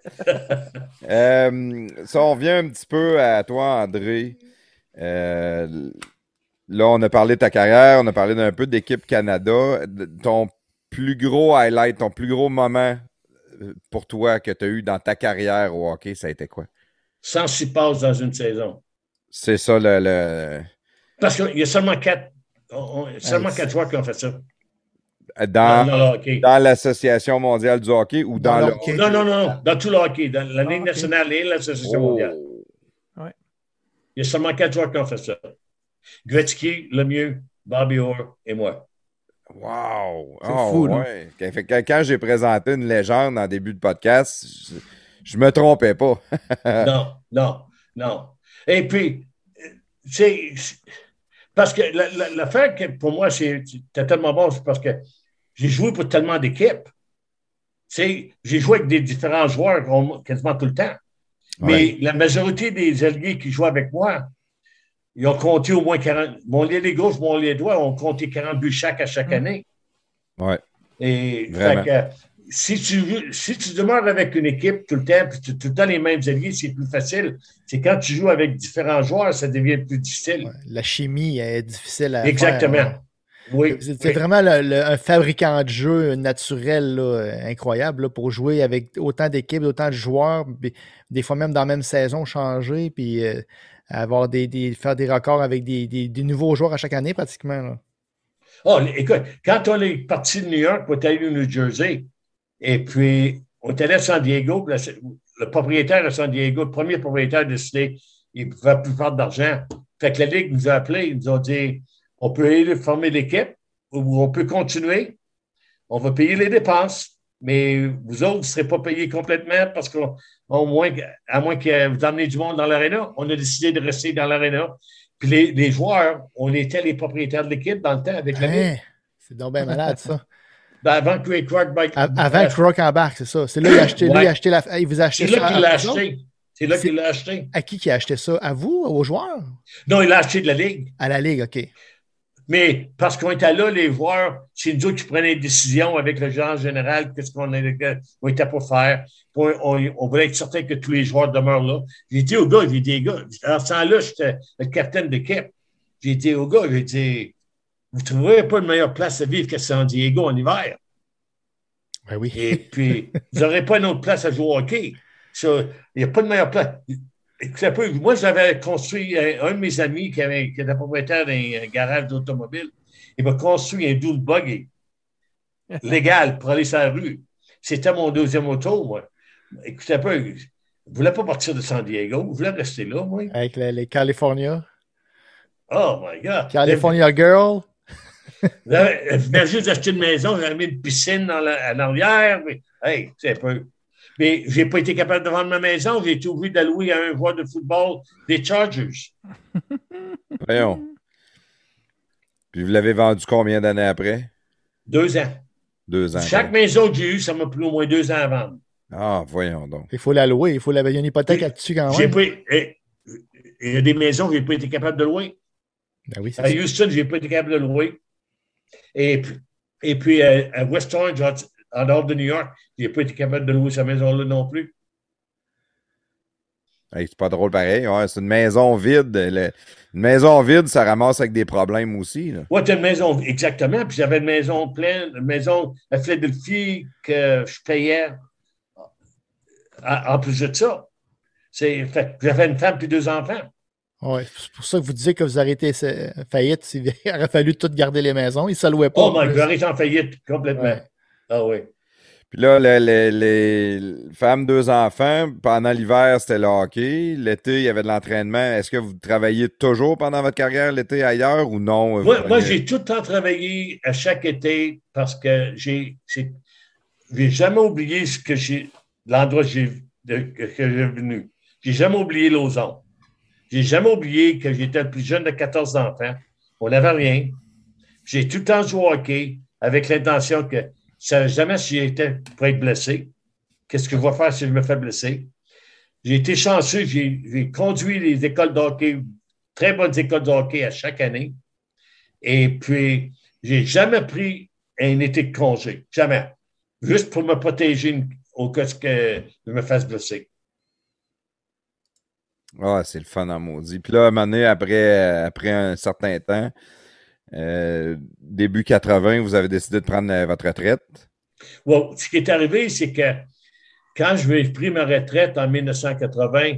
Euh, ça, on revient un petit peu à toi, André. Euh, là, on a parlé de ta carrière, on a parlé d'un peu d'équipe Canada. Ton plus gros highlight, ton plus gros moment pour toi que tu as eu dans ta carrière au hockey, ça a été quoi? cent six passes dans une saison. C'est ça le... le... Parce qu'il y a seulement quatre, on, seulement quatre joueurs qui ont fait ça. Dans, dans, dans, le dans l'Association mondiale du hockey ou dans, dans le hockey? Non, non, non, non, dans tout le hockey, dans la Ligue ah, nationale okay. et l'Association oh. mondiale. Ouais. Il y a seulement quatre joueurs qui ont fait ça. Gretzky, Lemieux, Bobby Orr et moi. Wow! C'est oh, fou, ouais. Quand, quand j'ai présenté une légende en début de podcast, je, je me trompais pas. non, non, non. Et puis, c'est... Parce que l'affaire que pour moi, c'est tellement bon, c'est parce que j'ai joué pour tellement d'équipes. J'ai joué avec des différents joueurs quasiment tout le temps. Mais ouais. la majorité des alliés qui jouent avec moi, ils ont compté au moins quarante. Mon lait gauche, mon lait droit ont compté quarante buts chaque à chaque année. Oui. Et fait que, si, tu, si tu demeures avec une équipe tout le temps, puis tu as tout le temps les mêmes alliés, c'est plus facile. C'est quand tu joues avec différents joueurs, ça devient plus difficile. Ouais, la chimie est difficile à Exactement. faire. Exactement. Oui. C'est oui. vraiment le, le, un fabricant de jeu naturel là, incroyable là, pour jouer avec autant d'équipes, autant de joueurs, des fois même dans la même saison changer, puis euh, avoir des, des, faire des records avec des, des, des nouveaux joueurs à chaque année pratiquement. Là. Oh, écoute, quand on est parti de New York pour aller au New Jersey, et puis on est allé à San Diego, le, le propriétaire de San Diego, le premier propriétaire a décidé qu'il ne pouvait plus faire d'argent. Fait que la Ligue nous a appelés, ils nous ont dit on peut aller former l'équipe ou on peut continuer. On va payer les dépenses, mais vous autres, vous ne serez pas payés complètement parce qu'au moins, à moins que vous emmenez du monde dans l'aréna, on a décidé de rester dans l'aréna. Puis les, les joueurs, on était les propriétaires de l'équipe dans le temps avec la hey, Ligue. C'est donc bien malade, ça. Ben avant que Ray Kroc embarque. Avant que Kroc embarque, c'est ça. C'est là qu'il a acheté, ouais. lui, a acheté la. Il vous a acheté c'est ça. Là qu'il l'a acheté. C'est là qu'il l'a acheté. À qui qui a acheté ça? À vous, aux joueurs? Non, il l'a acheté de la Ligue. À la Ligue, OK. Mais parce qu'on était là, les joueurs, c'est nous qui prenaient des décisions avec le gérant général, qu'est-ce qu'on était pour faire. On, on, on voulait être certain que tous les joueurs demeurent là. J'ai dit aux gars, j'ai dit, gars, en ce temps-là, j'étais le capitaine d'équipe. J'ai dit aux gars, j'ai dit, vous ne trouverez pas une meilleure place à vivre que San Diego en hiver. Ben oui. Et puis, vous n'aurez pas une autre place à jouer au hockey. Il n'y a pas de meilleure place. Écoutez un peu, moi, j'avais construit, un, un de mes amis qui, avait, qui était propriétaire d'un garage d'automobile, il m'a construit un dual buggy légal pour aller sur la rue. C'était mon deuxième auto, moi. Écoutez un peu, je ne voulais pas partir de San Diego, je voulais rester là, moi. Avec les, les California. Oh my God. California Girl. Je venais juste d'acheter une maison, j'avais mis une piscine dans la, en arrière. Mais, hey, c'est un peu. Mais je n'ai pas été capable de vendre ma maison, j'ai été obligé d'allouer à un joueur de football des Chargers. Voyons. Puis vous l'avez vendu combien d'années après? Deux ans. Deux ans. Chaque après. maison que j'ai eue, ça m'a pris au moins deux ans à vendre. Ah, voyons donc. Il faut la louer, il faut la... il y a une hypothèque là-dessus quand même. Pas... Il y a des maisons que je n'ai pas été capable de louer. Ben oui, à ça. Houston, je n'ai pas été capable de louer. Et puis, et puis à West Orange, en dehors de New York, je n'ai pas été capable de louer cette maison-là non plus. Hey, c'est pas drôle pareil. Ouais, c'est une maison vide. Le... Une maison vide, ça ramasse avec des problèmes aussi. Oui, tu as une maison, exactement. Puis j'avais une maison pleine, une maison à Philadelphie que je payais en plus de ça. C'est, fait, j'avais une femme et deux enfants. Oui, c'est pour ça que vous disiez que vous arrêtez faillite. Il aurait fallu tout garder les maisons. Ils ne se louaient pas. Oh, my God, j'arrête en faillite complètement. Ouais. Ah oui. Puis là, les, les, les femmes, deux enfants, pendant l'hiver, c'était le hockey. L'été, il y avait de l'entraînement. Est-ce que vous travaillez toujours pendant votre carrière l'été ailleurs ou non? Moi, moi j'ai tout le temps travaillé à chaque été parce que j'ai, j'ai jamais oublié ce que j'ai, l'endroit que j'ai, de, que j'ai venu. J'ai jamais oublié Lauson. J'ai jamais oublié que j'étais le plus jeune de quatorze enfants. On n'avait rien. J'ai tout le temps joué au hockey avec l'intention que je ne savais jamais si j'étais pour être blessé. Qu'est-ce que je vais faire si je me fais blesser? J'ai été chanceux. J'ai, j'ai conduit les écoles de hockey, très bonnes écoles de hockey à chaque année. Et puis, j'ai jamais pris un été de congé. Jamais. Juste pour me protéger au cas que je me fasse blesser. Ah, c'est le fun en maudit. Puis là, à un moment donné, après, après un certain temps, euh, début quatre-vingts, vous avez décidé de prendre euh, votre retraite? Oui, ce qui est arrivé, c'est que quand j'ai pris ma retraite en dix-neuf cent quatre-vingts,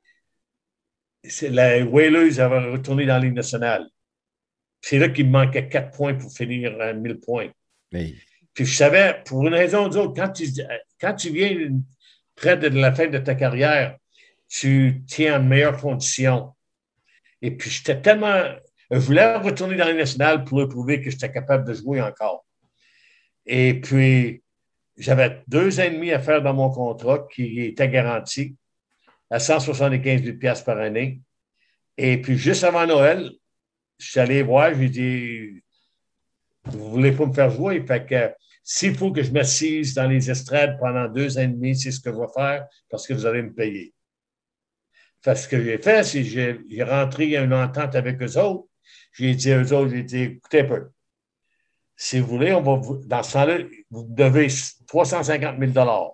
c'est la Whalers avait retourné dans la Ligue nationale. C'est là qu'il me manquait quatre points pour finir à mille points. Mais... Puis je savais, pour une raison ou d'une autre, quand tu, quand tu viens près de la fin de ta carrière, tu tiens en meilleures conditions. Et puis, j'étais tellement... Je voulais retourner dans la Ligue nationale pour prouver que j'étais capable de jouer encore. Et puis, j'avais deux ans et demi à faire dans mon contrat qui était garanti à cent soixante-quinze mille dollars par année. Et puis, juste avant Noël, je suis allé voir, j'ai dit, vous ne voulez pas me faire jouer? Fait que s'il faut que je m'assise dans les estrades pendant deux ans et demi, c'est ce que je vais faire parce que vous allez me payer. Fait, ce que j'ai fait, c'est que j'ai, j'ai rentré une entente avec eux autres. J'ai dit à eux autres, j'ai dit, écoutez un peu, si vous voulez, on va vous, dans ce temps-là, vous devez trois cent cinquante mille dollars.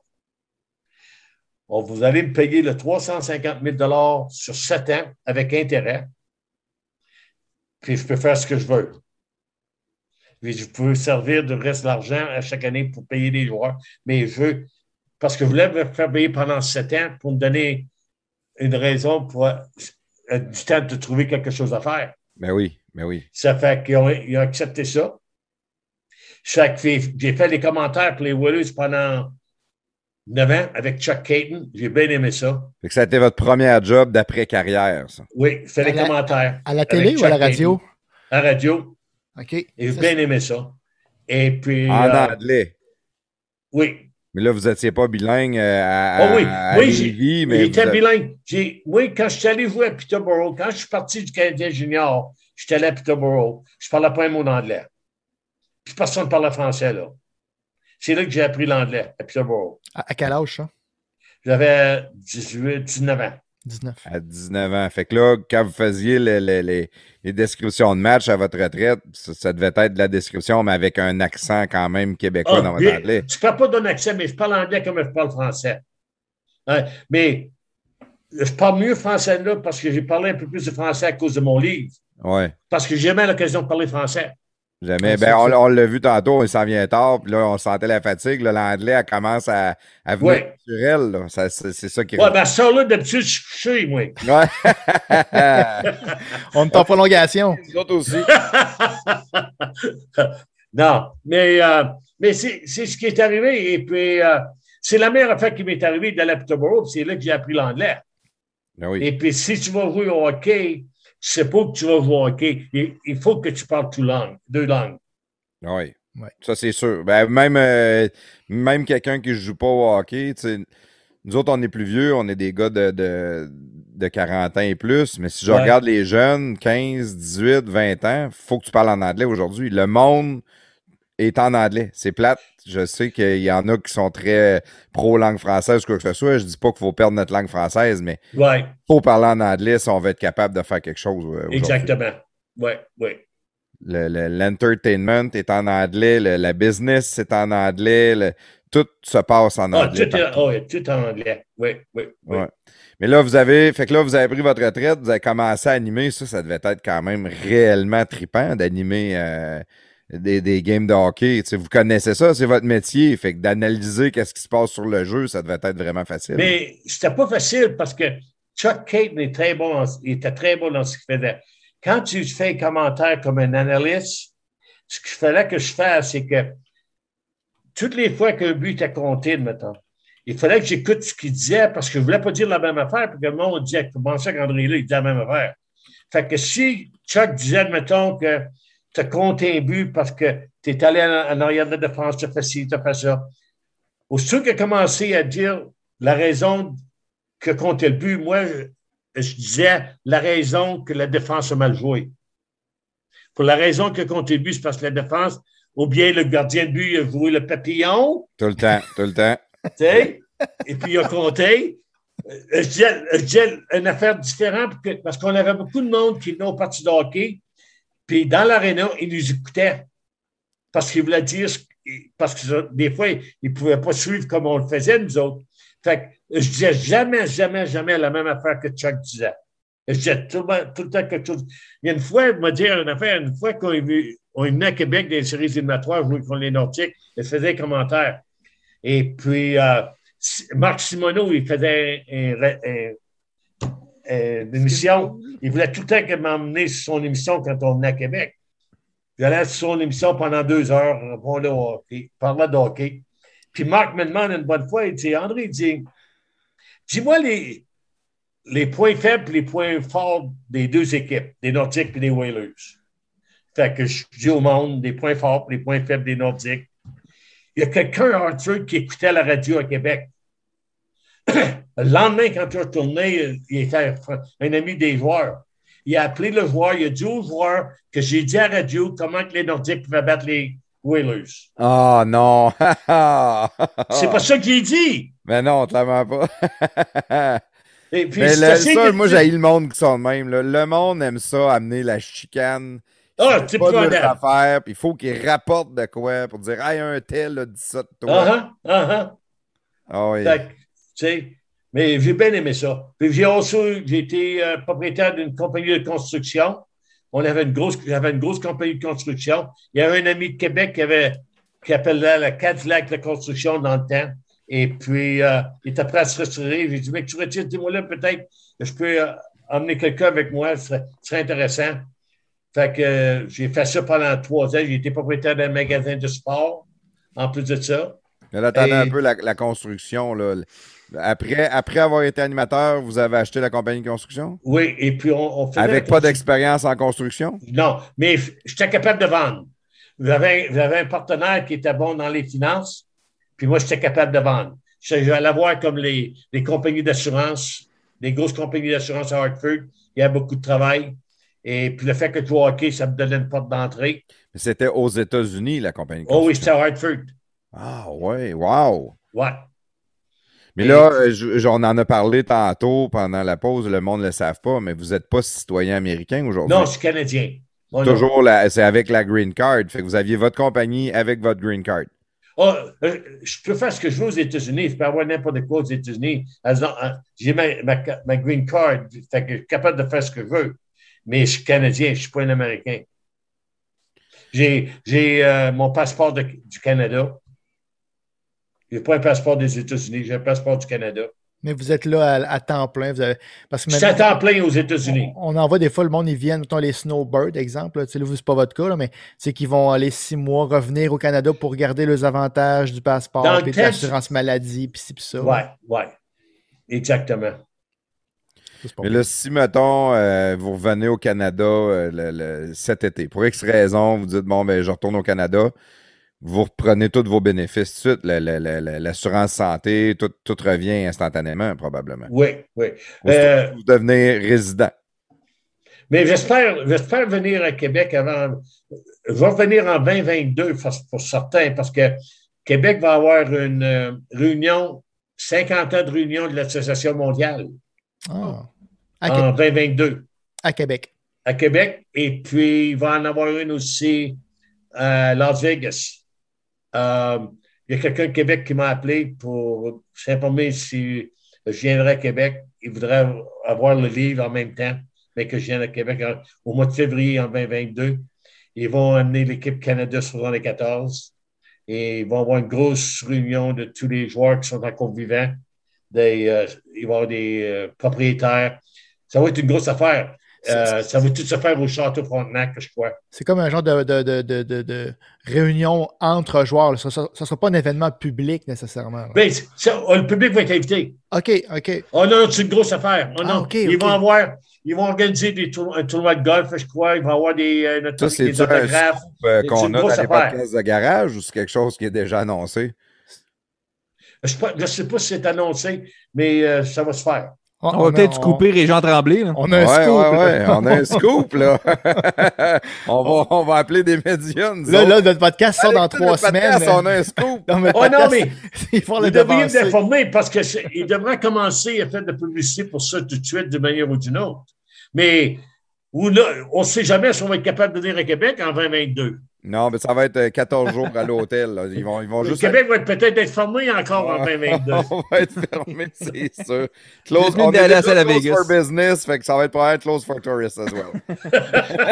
On, vous allez me payer le trois cent cinquante mille dollars sur sept ans avec intérêt. Puis je peux faire ce que je veux. Puis je peux servir de reste de l'argent à chaque année pour payer les joueurs. Mais je veux, parce que je voulais me faire payer pendant sept ans pour me donner une raison pour euh, du temps de trouver quelque chose à faire. Ben oui, ben oui. Ça fait qu'ils ont, ils ont accepté ça. Ça fait que j'ai fait les commentaires pour les Whalers pendant neuf ans avec Chuck Caton. J'ai bien aimé ça. Fait que ça a été votre premier job d'après-carrière, ça? Oui, je fais les la, commentaires. À la télé ou à la radio? Caton. À la radio. OK. Et j'ai bien aimé ça. Et puis... En euh, anglais? Oui. Mais là, vous n'étiez pas bilingue à, oh oui, à oui, Lévis, j'ai, mais j'étais avez... bilingue. J'ai, oui, quand je suis allé jouer à Peterborough, quand je suis parti du Canadien junior, j'étais allé à Peterborough, je ne parlais pas un mot d'anglais. Puis personne ne parlait français, là. C'est là que j'ai appris l'anglais, à Peterborough. À, à quel âge, ça? J'avais dix-huit, dix-neuf ans. dix-neuf. À dix-neuf ans. Fait que là, quand vous faisiez les, les, les, les descriptions de match à votre retraite, ça, ça devait être de la description, mais avec un accent quand même québécois Ah, dans votre bien, anglais. Tu ne parles pas d'un accent, mais je parle anglais comme je parle français. Hein? Mais je parle mieux français là parce que j'ai parlé un peu plus de français à cause de mon livre. Ouais. Parce que j'ai jamais l'occasion de parler français. Jamais. Ah, ben, ça, on, ça. on l'a vu tantôt, il s'en vient tard, puis là, on sentait la fatigue. Là, l'anglais, elle commence à, à venir Ouais. naturel. Là. Ça, c'est, c'est ça qui Ouais, ben, ça, là, d'habitude, je suis couché, moi. Ouais. On est en prolongation. Nous autres aussi. Non, mais, euh, mais c'est, c'est ce qui est arrivé. Et puis, euh, c'est la meilleure affaire qui m'est arrivée d'aller à Peterborough, puis c'est là que j'ai appris l'anglais. Ben oui. Et puis, si tu vas jouer au hockey, tu sais pas que tu vas jouer au hockey. Il, il faut que tu parles deux langues. Deux langues. Oui. Ouais. Ça, c'est sûr. Ben, même, euh, même quelqu'un qui ne joue pas au hockey, tu sais, nous autres, on est plus vieux, on est des gars de, de, de quarante ans et plus, mais si je Ouais. regarde les jeunes, quinze, dix-huit, vingt ans, il faut que tu parles en anglais aujourd'hui. Le monde est en anglais. C'est plate. Je sais qu'il y en a qui sont très pro-langue française ou quoi que ce soit. Je dis pas qu'il faut perdre notre langue française, mais il Ouais, faut parler en anglais si on veut être capable de faire quelque chose euh, aujourd'hui. exactement. Oui, oui. Le, le- l'entertainment est en anglais, le- la business c'est en anglais, le- tout se passe en Ah, anglais. tout, est, partout. oh, ouais, tout en anglais. Oui, oui, oui. Ouais. Mais là, vous avez, fait que là, vous avez pris votre retraite, vous avez commencé à animer, ça, ça devait être quand même réellement trippant d'animer euh, des, des games de hockey. Tu sais, vous connaissez ça, c'est votre métier, fait que d'analyser qu'est-ce qui se passe sur le jeu, ça devait être vraiment facile. Mais c'était pas facile parce que Chuck Caton est très bon, en- il était très bon dans ce qu'il faisait. Quand tu fais un commentaire comme un analyste, ce qu'il fallait que je fasse, c'est que toutes les fois qu'un but était compté, mettons, il fallait que j'écoute ce qu'il disait parce que je ne voulais pas dire la même affaire, puis que le monde disait, comment ça qu'André là, il dit la même affaire. Fait que si Chuck disait, mettons, que tu as compté un but parce que tu es allé en, en arrière de la défense, tu as fait ci, tu as fait ça. Aussitôt qu'il a commencé à dire la raison que comptait le but, moi, je, je disais la raison que la défense a mal joué. Pour la raison que comptait le but, c'est parce que la défense, ou bien le gardien de but a joué le papillon, Tout le temps, tout le temps. tu sais, et puis il a compté. Je disais, je disais une affaire différente parce qu'on avait beaucoup de monde qui venaient au parti de hockey, puis dans l'aréna, ils nous écoutaient parce qu'ils voulaient dire, parce que des fois, ils ne pouvaient pas suivre comme on le faisait, nous autres. Fait que je disais jamais, jamais, jamais la même affaire que Chuck disait. Je disais tout, tout le temps quelque chose. Il y a une fois, il m'a dit une affaire, une fois qu'on est venu, on est venu à Québec dans les séries éliminatoires, jouer contre les Nordiques, il faisait un commentaire. Et puis, euh, Marc Simoneau, il faisait un, un, un, un, une émission. Il voulait tout le temps m'emmener sur son émission quand on venait à Québec. J'allais sur son émission pendant deux heures, on parlait de hockey, parlait de hockey. Puis Marc me demande une bonne fois, il dit, André, il dit, dis-moi les, les points faibles et les points forts des deux équipes, des Nordiques et des Whalers. Fait que je dis au monde des points forts et les points faibles des Nordiques. Il y a quelqu'un, Arthur, qui écoutait la radio à Québec. Le lendemain, quand tu as retourné, il était un ami des joueurs. Il a appelé le joueur, il a dit au joueur que j'ai dit à la radio comment que les Nordiques pouvaient battre les Whalers. Oh non! C'est pas ça qu'il dit! Mais non, clairement pas. Et puis, mais c'est le, assez ça, que- moi, j'ai le monde qui sont de même. Là. Le monde aime ça, amener la chicane. Ah, C'est c'est pas de épouvantable. leurs affaires, puis il faut qu'ils rapportent de quoi pour dire « Hey, un tel a dit ça de toi. Ah, ah, ah, Ah oui. Fait que, tu sais, mais j'ai bien aimé ça. Puis j'ai aussi, j'ai été euh, propriétaire d'une compagnie de construction. On avait une grosse, j'avais une grosse compagnie de construction. Il y avait un ami de Québec qui avait, qui appelait la Cadillac de construction dans le temps. Et puis, euh, il était prêt à se retirer. J'ai dit, mec, tu retires, dis-moi là, peut-être que je peux euh, emmener quelqu'un avec moi, ce serait, ce serait intéressant. Fait que euh, j'ai fait ça pendant trois ans. J'ai été propriétaire d'un magasin de sport, en plus de ça. Mais là, attendez Et- un peu la, la construction. Là. Après, après avoir été animateur, vous avez acheté la compagnie de construction? Oui, et puis on, on faisait... Avec pas d'expérience en construction? Non, mais f- j'étais capable de vendre. J'avais, j'avais un partenaire qui était bon dans les finances, puis moi, j'étais capable de vendre. Je- J'allais voir comme les, les compagnies d'assurance, les grosses compagnies d'assurance à Hartford, il y a beaucoup de travail. Et puis le fait que tu joues au hockey, ça me donnait une porte d'entrée. Mais c'était aux États-Unis, la compagnie de Oh oui, construction. c'était à Hartford. Ah ouais, wow! Ouais. Mais Et- là, euh, je- je- on en a parlé tantôt pendant la pause, le monde ne le savent pas, mais vous n'êtes pas citoyen américain aujourd'hui. Non, je suis Canadien. Oh, non. Toujours, la- c'est avec la green card. Fait que vous aviez votre compagnie avec votre green card. Oh, euh, je peux faire ce que je veux aux États-Unis. Je peux avoir n'importe quoi aux États-Unis. Elles ont- euh, J'ai ma, ma, ma green card. Fait que je suis capable de faire ce que je veux. Mais je suis Canadien, je ne suis pas un Américain. J'ai, j'ai euh, mon passeport de, du Canada. Je n'ai pas un passeport des États-Unis, j'ai un passeport du Canada. Mais vous êtes là à, à temps plein. Vous avez, parce que je suis à temps plein aux États-Unis. On, on envoie des fois le monde, ils viennent, mettons les snowbirds, exemple. Là, tu sais, là, vous, c'est pas votre cas, là, mais c'est qu'ils vont aller six mois, revenir au Canada pour garder les avantages du passeport, puis de l'assurance maladie, puis ci, puis ça. Oui, oui. Exactement. Mais là, si, mettons, euh, vous revenez au Canada euh, le, le, cet été, pour X raison, vous dites, bon, ben, je retourne au Canada, vous reprenez tous vos bénéfices tout de suite, la, la, la, l'assurance santé, tout, tout revient instantanément, probablement. Oui, oui. Euh, vous devenez résident. Mais j'espère, j'espère venir à Québec avant. Je vais revenir en vingt vingt-deux pour certains, parce que Québec va avoir une euh, réunion, cinquante ans de réunion de l'Association mondiale. Ah. En vingt vingt-deux. À Québec. À Québec. Et puis, il va en avoir une aussi à Las Vegas. Euh, il y a quelqu'un de Québec qui m'a appelé pour s'informer si je viendrais à Québec. Il voudrait avoir le livre en même temps, mais que je vienne à Québec en, au mois de février en vingt vingt-deux. Ils vont amener l'équipe Canada soixante-quatorze et ils vont avoir une grosse réunion de tous les joueurs qui sont encore vivants. Des, euh, il va y avoir des euh, propriétaires. Ça va être une grosse affaire. Euh, ça va tout se faire au Château Frontenac, je crois. C'est comme un genre de, de, de, de, de, de réunion entre joueurs. Ça ne sera pas un événement public nécessairement. Ben, ça, le public va être invité. OK, OK. Oh non, c'est une grosse affaire. Oh, non. Ah, okay, ils, okay. Vont avoir, ils vont organiser des tour, un tournoi de golf, je crois. Il va y avoir des, euh, ça, c'est des autographes. Un euh, qu'on a dans les podcasts de garage ou c'est quelque chose qui est déjà annoncé? Je ne sais pas si c'est annoncé, mais euh, ça va se faire. On, on va peut-être couper Régent Tremblay. Là. On a un ouais, scoop. Ouais, ouais, on a un scoop, là. on, va, on va appeler des médias. Là, là, notre podcast sort dans trois semaines. Podcast, on a un scoop. oh podcast, non, mais il faut le devriez m'informer parce qu'il devrait commencer à faire de la publicité pour ça tout de suite, d'une manière ou d'une autre. Mais ou là, on ne sait jamais si on va être capable de venir à Québec en vingt vingt-deux. Non, mais ça va être quatorze jours à l'hôtel. Là. Ils vont, ils vont le juste Québec être... va être peut-être être fermé encore en vingt vingt-deux. On va être fermé, c'est sûr. Close, on est déjà close Vegas. For business, fait que ça va être probablement close for tourists as well.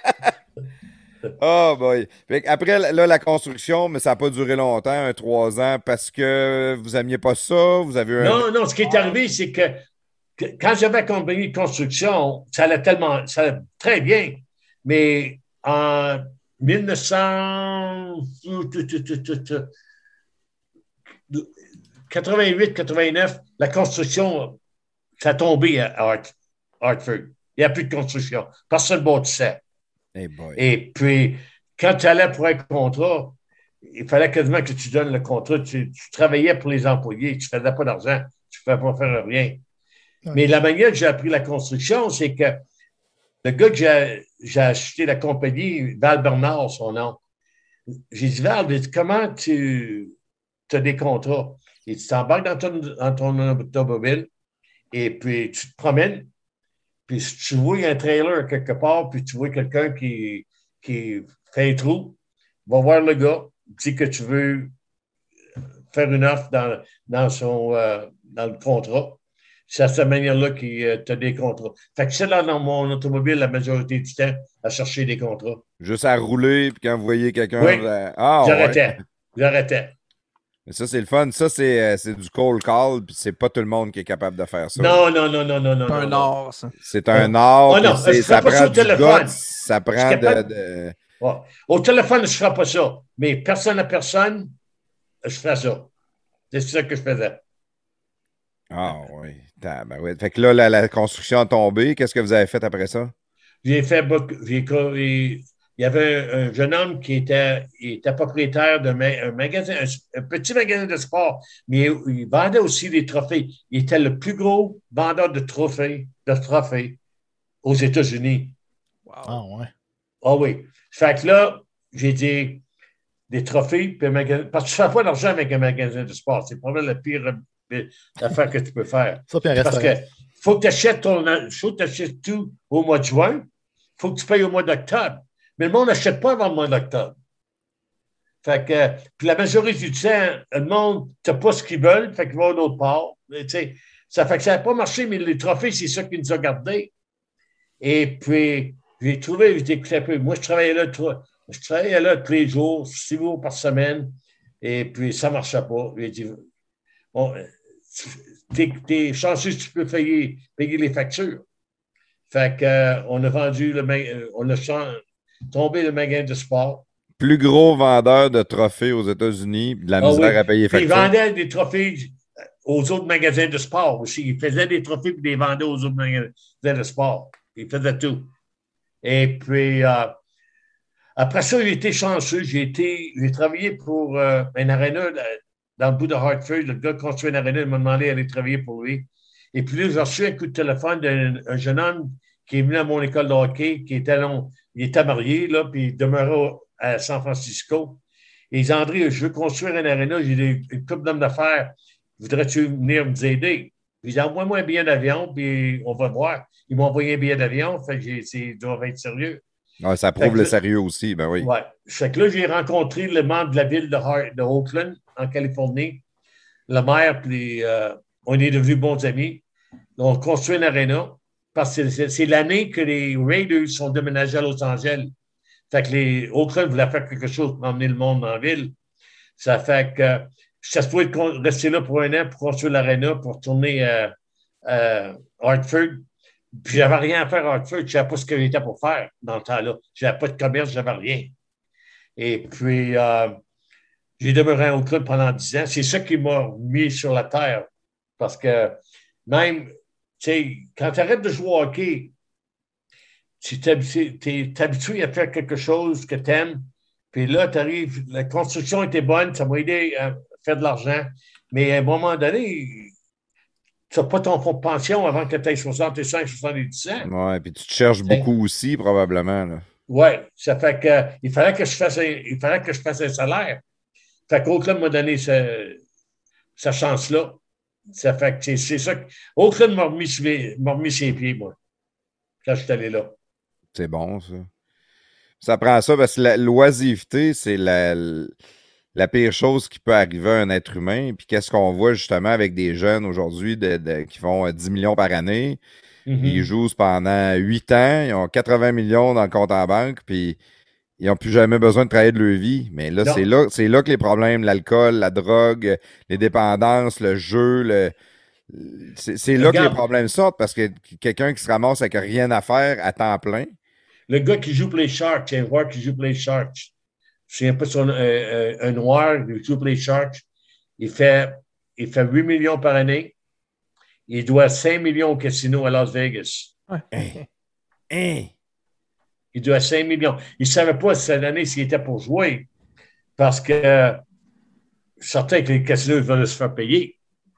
Oh boy. Fait après, là, la construction, mais ça n'a pas duré longtemps, un trois ans, parce que vous n'aimiez pas ça, vous avez eu un... Non, non, ce qui est arrivé, c'est que, que quand j'avais la compagnie de construction, ça allait tellement, ça allait très bien, mais en mille neuf cent quatre-vingt-huit quatre-vingt-neuf, la construction, ça a tombé à Hart, Hartford. Il n'y a plus de construction. Personne ne bâtissait. Hey boy. Et puis, quand tu allais pour un contrat, il fallait quasiment que tu donnes le contrat. Tu, tu travaillais pour les employés. Tu ne faisais pas d'argent. Tu ne pouvais pas faire rien. Ouais. Mais la manière que j'ai appris la construction, c'est que le gars que j'ai, j'ai acheté la compagnie, Val Bernard, son nom, j'ai dit, Val, comment tu as des contrats? Et tu t'embarques dans ton, dans ton automobile et puis tu te promènes, puis si tu vois un trailer quelque part, puis tu vois quelqu'un qui, qui fait un trou, va voir le gars, dis que tu veux faire une offre dans, dans, son, euh, dans le contrat. C'est à cette manière-là qu'il euh, t'a des contrats. Fait que c'est là dans mon automobile la majorité du temps à chercher des contrats. Juste à rouler, puis quand vous voyez quelqu'un... Oui, là, ah, j'arrêtais. Ouais. J'arrêtais. Mais ça, c'est le fun. Ça, c'est, c'est du cold call, puis c'est pas tout le monde qui est capable de faire ça. Non, non, non, non, non, non. C'est un non. art, ça. C'est un art. Oh, non, c'est, ça prend du téléphone. guts, ça prend de... de... Ouais. Au téléphone, je ne ferai pas ça. Mais personne à personne, je ferai ça. C'est ça que je faisais. Ah oui. Ben ouais. Fait que là, la, la construction a tombé. Qu'est-ce que vous avez fait après ça? J'ai fait beaucoup. J'ai, il y avait un, un jeune homme qui était, il était propriétaire d'un un magasin, un, un petit magasin de sport, mais il, il vendait aussi des trophées. Il était le plus gros vendeur de trophées, de trophées aux États-Unis. Wow. Ah ouais. Ah oui. Fait que là, j'ai dit des trophées, puis un magasin. Parce que tu ne fais pas d'argent avec un magasin de sport. C'est probablement la pire affaire que tu peux faire. Ça, puis un Parce que faut que tu achètes ton, faut que tu achètes tout au mois de juin. Il faut que tu payes au mois d'octobre. Mais le monde n'achète pas avant le mois d'octobre. Fait que, puis la majorité du temps, le monde n'a pas ce qu'ils veulent, fait qu'ils vont d'autre part. Tu sais, ça fait que ça n'a pas marché, mais les trophées, c'est ça qui nous a gardés. Et puis, j'ai trouvé, j'ai écouté un peu. Moi, je travaillais là trois, Je travaillais là tous les jours, six jours par semaine, et puis ça ne marchait pas. J'ai dit, bon, t'es, t'es chanceux si tu peux payer, payer les factures. Fait qu'on euh, a vendu, le, on a tombé le magasin de sport. Plus gros vendeur de trophées aux États-Unis, de la ah misère oui. à payer les factures. Il vendait des trophées aux autres magasins de sport aussi. Il faisait des trophées et les vendait aux autres magasins de sport. Il faisait tout. Et puis, euh, après ça, j'ai été chanceux. J'ai, été, j'ai travaillé pour euh, un aréna dans le bout de Hartford. Le gars qui construit un aréna m'a demandé d'aller travailler pour lui. Et puis là, j'ai reçu un coup de téléphone d'un jeune homme qui est venu à mon école de hockey, qui était long. Il était marié, là, puis il demeurait à San Francisco. Et il dit, André, je veux construire un aréna, j'ai des, une couple d'hommes d'affaires. Voudrais-tu venir me aider? Puis il dit, envoie-moi un billet d'avion, puis on va voir. Ils m'ont envoyé un billet d'avion, fait que j'ai dit, ils doivent être sérieux. Ouais, ça prouve le sérieux aussi, ben oui. Oui. Fait que là, j'ai rencontré le membre de la ville de, Hart, de Oakland, en Californie. Le maire, puis euh, on est devenus bons amis. On construit un aréna. Parce que c'est, c'est l'année que les Raiders sont déménagés à Los Angeles. Fait que les Oakland voulaient faire quelque chose pour emmener le monde dans la ville. Ça fait que ça se pouvait rester là pour un an pour construire l'aréna, pour retourner à, à Hartford. Puis j'avais rien à faire à Hartford. Je ne savais pas ce que j'étais pour faire dans le temps-là. Je n'avais pas de commerce, je n'avais rien. Et puis, euh, j'ai demeuré à Oakland pendant dix ans. C'est ça qui m'a mis sur la terre. Parce que même... Tu sais, quand tu arrêtes de jouer au hockey, tu es habitué à faire quelque chose que tu aimes. Puis là, tu arrives, la construction était bonne, ça m'a aidé à faire de l'argent. Mais à un moment donné, tu n'as pas ton fonds de pension avant que tu aies soixante-cinq, soixante-dix ans. Oui, puis tu te cherches beaucoup aussi, probablement. Oui, ça fait que il fallait que je fasse un, il fallait que je fasse un salaire. Fait qu'Oakland m'a donné sa chance-là. Ça fait que c'est, c'est ça. Oakland m'a remis, m'a remis ses pieds, moi, quand je suis allé là. C'est bon, ça. Ça prend ça parce que la, l'oisiveté, c'est la, la pire chose qui peut arriver à un être humain. Puis qu'est-ce qu'on voit justement avec des jeunes aujourd'hui de, de, qui font dix millions par année? Mm-hmm. Ils jouent pendant huit ans, ils ont quatre-vingts millions dans le compte en banque, puis ils n'ont plus jamais besoin de travailler de leur vie. Mais là, c'est là, c'est là que les problèmes, l'alcool, la drogue, les dépendances, le jeu, le, c'est, c'est là Regarde. que les problèmes sortent parce que quelqu'un qui se ramasse avec rien à faire à temps plein. Le gars qui joue pour les Sharks, c'est un joueur qui joue pour les Sharks. Je ne sais pas si on a un, un noir qui joue pour les Sharks. Il fait, il fait huit millions par année. Il doit cinq millions au casino à Las Vegas. Ouais. Hey. Hey. Il doit cinq millions. Il ne savait pas cette année s'il était pour jouer parce que euh, certains que les casinos veulent se faire payer.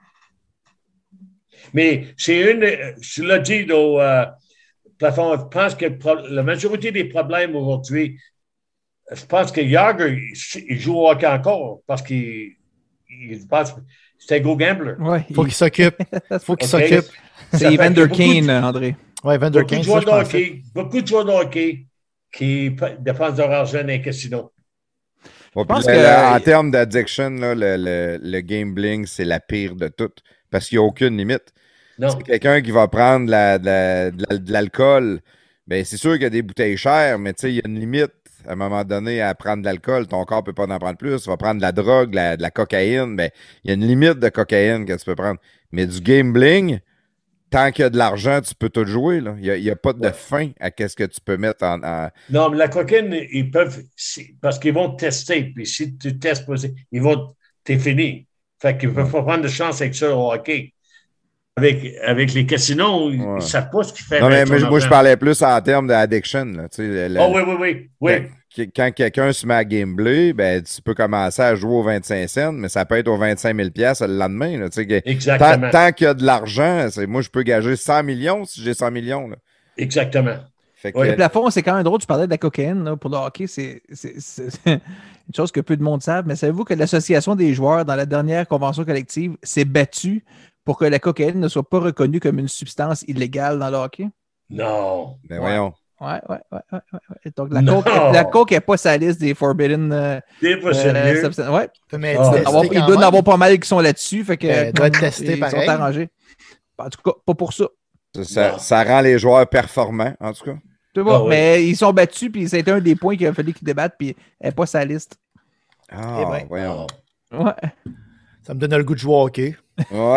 Mais c'est une, je l'ai dit au euh, plafond, je pense que la majorité des problèmes aujourd'hui, je pense que Yager, il, il joue au hockey encore parce qu'il il pense que c'est un gros gambler. Il ouais, faut il... qu'il s'occupe. Il faut qu'il okay. s'occupe. C'est Evander Kane, André. Oui, Evander Kane. Beaucoup de joueurs de hockey, beaucoup de joueurs de hockey qui dépensent leur argent dans les casinos. Ouais, que... là, en termes d'addiction, là, le, le, le gambling, c'est la pire de toutes parce qu'il n'y a aucune limite. Non. C'est quelqu'un qui va prendre la, de, la, de, la, de l'alcool, ben c'est sûr qu'il y a des bouteilles chères, mais il y a une limite à un moment donné à prendre de l'alcool. Ton corps ne peut pas en prendre plus. Tu vas prendre de la drogue, de la, de la cocaïne. Ben, il y a une limite de cocaïne que tu peux prendre. Mais du gambling, tant qu'il y a de l'argent, tu peux tout jouer. Là. Il n'y a, a pas de ouais. fin à ce que tu peux mettre en, en... Non, mais la cocaïne, ils peuvent... Parce qu'ils vont te tester. Puis si tu testes pas, ils vont... T'es fini. Fait qu'ils ne peuvent pas prendre de chance avec ça au hockey. Avec, avec les casinos, ouais. ils ne savent pas ce qu'ils font. Non, mais moi, moi je parlais plus en termes d'addiction. Là, le, oh oui, oui, oui. oui. Quand, quand quelqu'un se met à gambler, ben, tu peux commencer à jouer aux vingt-cinq cents, mais ça peut être aux vingt-cinq mille dollars le lendemain. Là, Exactement. Tant, tant qu'il y a de l'argent, c'est, moi, je peux gager cent millions si j'ai cent millions. Là. Exactement. Fait que, ouais. Le plafond, c'est quand même drôle. Tu parlais de la cocaïne. Là, pour le hockey, c'est, c'est, c'est une chose que peu de monde savent. Mais savez-vous que l'Association des joueurs, dans la dernière convention collective, s'est battue pour que la cocaïne ne soit pas reconnue comme une substance illégale dans le hockey? Non. Ben voyons. Ouais, ouais, ouais, ouais, ouais. Donc, la coke, la coke n'est pas sa liste des forbidden euh, c'est pas euh, substances. Ouais. Mais oh. avoir, il doit y en avoir pas mal qui sont là-dessus. Fait que, euh, doit être testé pareil. Ils sont arrangés. En tout cas, pas pour ça. Ça, ça, ça rend les joueurs performants, en tout cas. Tu vois, Ah oui. mais ils sont battus, puis c'était un des points qu'il a fallu qu'ils débattent, puis elle n'est pas sa liste. Ah, Eh ben. voyons. Ouais. Ça me donne le goût de jouer au hockey. Ouais.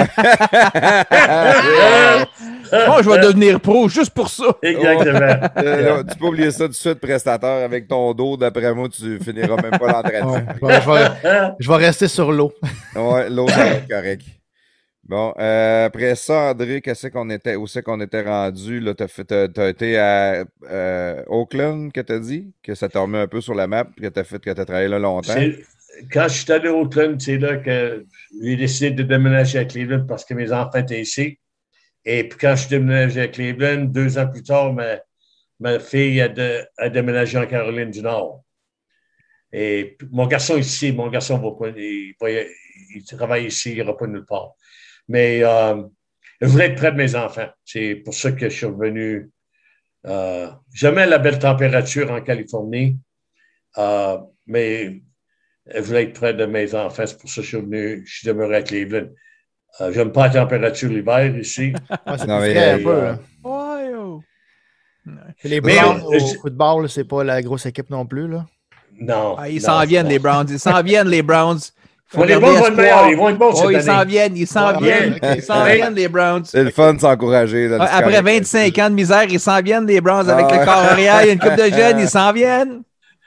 Bon, je vais devenir pro juste pour ça. Exactement. Euh, là, tu peux oublier ça tout de suite, prestataire. Avec ton dos, d'après moi, tu finiras même pas l'entraînement. Ouais, je, vais, je vais- je vais rester sur l'eau. Ouais, l'autre, ça va être correct. Bon, euh, après ça, André, qu'est-ce qu'on était, où c'est qu'on était rendu? Là, t'as, fait, t'as, t'as été à euh, Oakland, que t'as dit? Que ça t'a remis un peu sur la map, que t'as fait, que t'as travaillé là longtemps? C'est- Quand je suis allé au Oakland, c'est là que j'ai décidé de déménager à Cleveland parce que mes enfants étaient ici. Et puis quand je suis déménagé à Cleveland, deux ans plus tard, ma, ma fille a, de, a déménagé en Caroline du Nord. Et puis, mon garçon ici, mon garçon va pas, il, va, il travaille ici, il n'ira pas nulle part. Mais euh, je voulais être près de mes enfants. C'est pour ça que je suis revenu. Euh, J'aimais la belle température en Californie, euh, mais je voulais être près de mes enfants. C'est pour ça que je suis venu, je suis demeuré à Cleveland. Euh, J'aime pas la température l'hiver ici. Ouais, c'est Non, plus mais, frais un euh, peu. Là. Ouais, oh. Les Mais, Browns euh, au je- football, là, c'est pas la grosse équipe non plus. Là. Non. Ah, ils non, s'en c'est viennent, bon. les Browns. Ils s'en viennent, les Browns. Faut Ouais, les garder Browns vont être espoir. meilleurs. Ils vont être bons Oh, cette ils s'en année. viennent, ils s'en Ouais, viennent. ok. Ils s'en Ouais. viennent, les Browns. C'est le fun de s'encourager. là, Ouais, c'est après correct. vingt-cinq ans de misère, ils s'en viennent, les Browns, avec Ah. le corps arrière. Il y a une couple de jeunes, ils s'en viennent.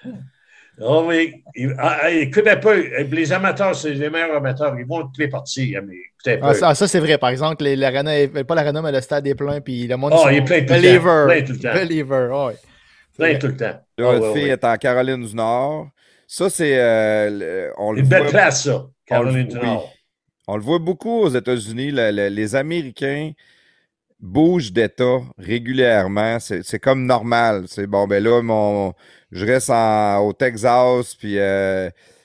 Oh oui. Il- ah, ah, écoutez pas. Les amateurs, c'est les meilleurs amateurs. Ils vont toutes les parties. Mais écoutez Ah, pas. ça, ah, ça, c'est vrai. Par exemple, les- l'arena, est- pas l'arena, mais le stade est plein, puis le monde Ah, sont il est plein tout le temps. believer. Plein tout le temps. Believer, ouais. C'est Plein vrai. tout le temps. Là, Ah, votre ouais, fille ouais. est en Caroline du Nord. Ça, c'est. euh, le- on le Une belle voit- place, ça. on le- Caroline du oui. Nord. On le voit beaucoup aux États-Unis. le- le- les Américains bougent d'État régulièrement. C'est c'est comme normal. C'est bon, ben là, mon, je reste en- au Texas, puis euh,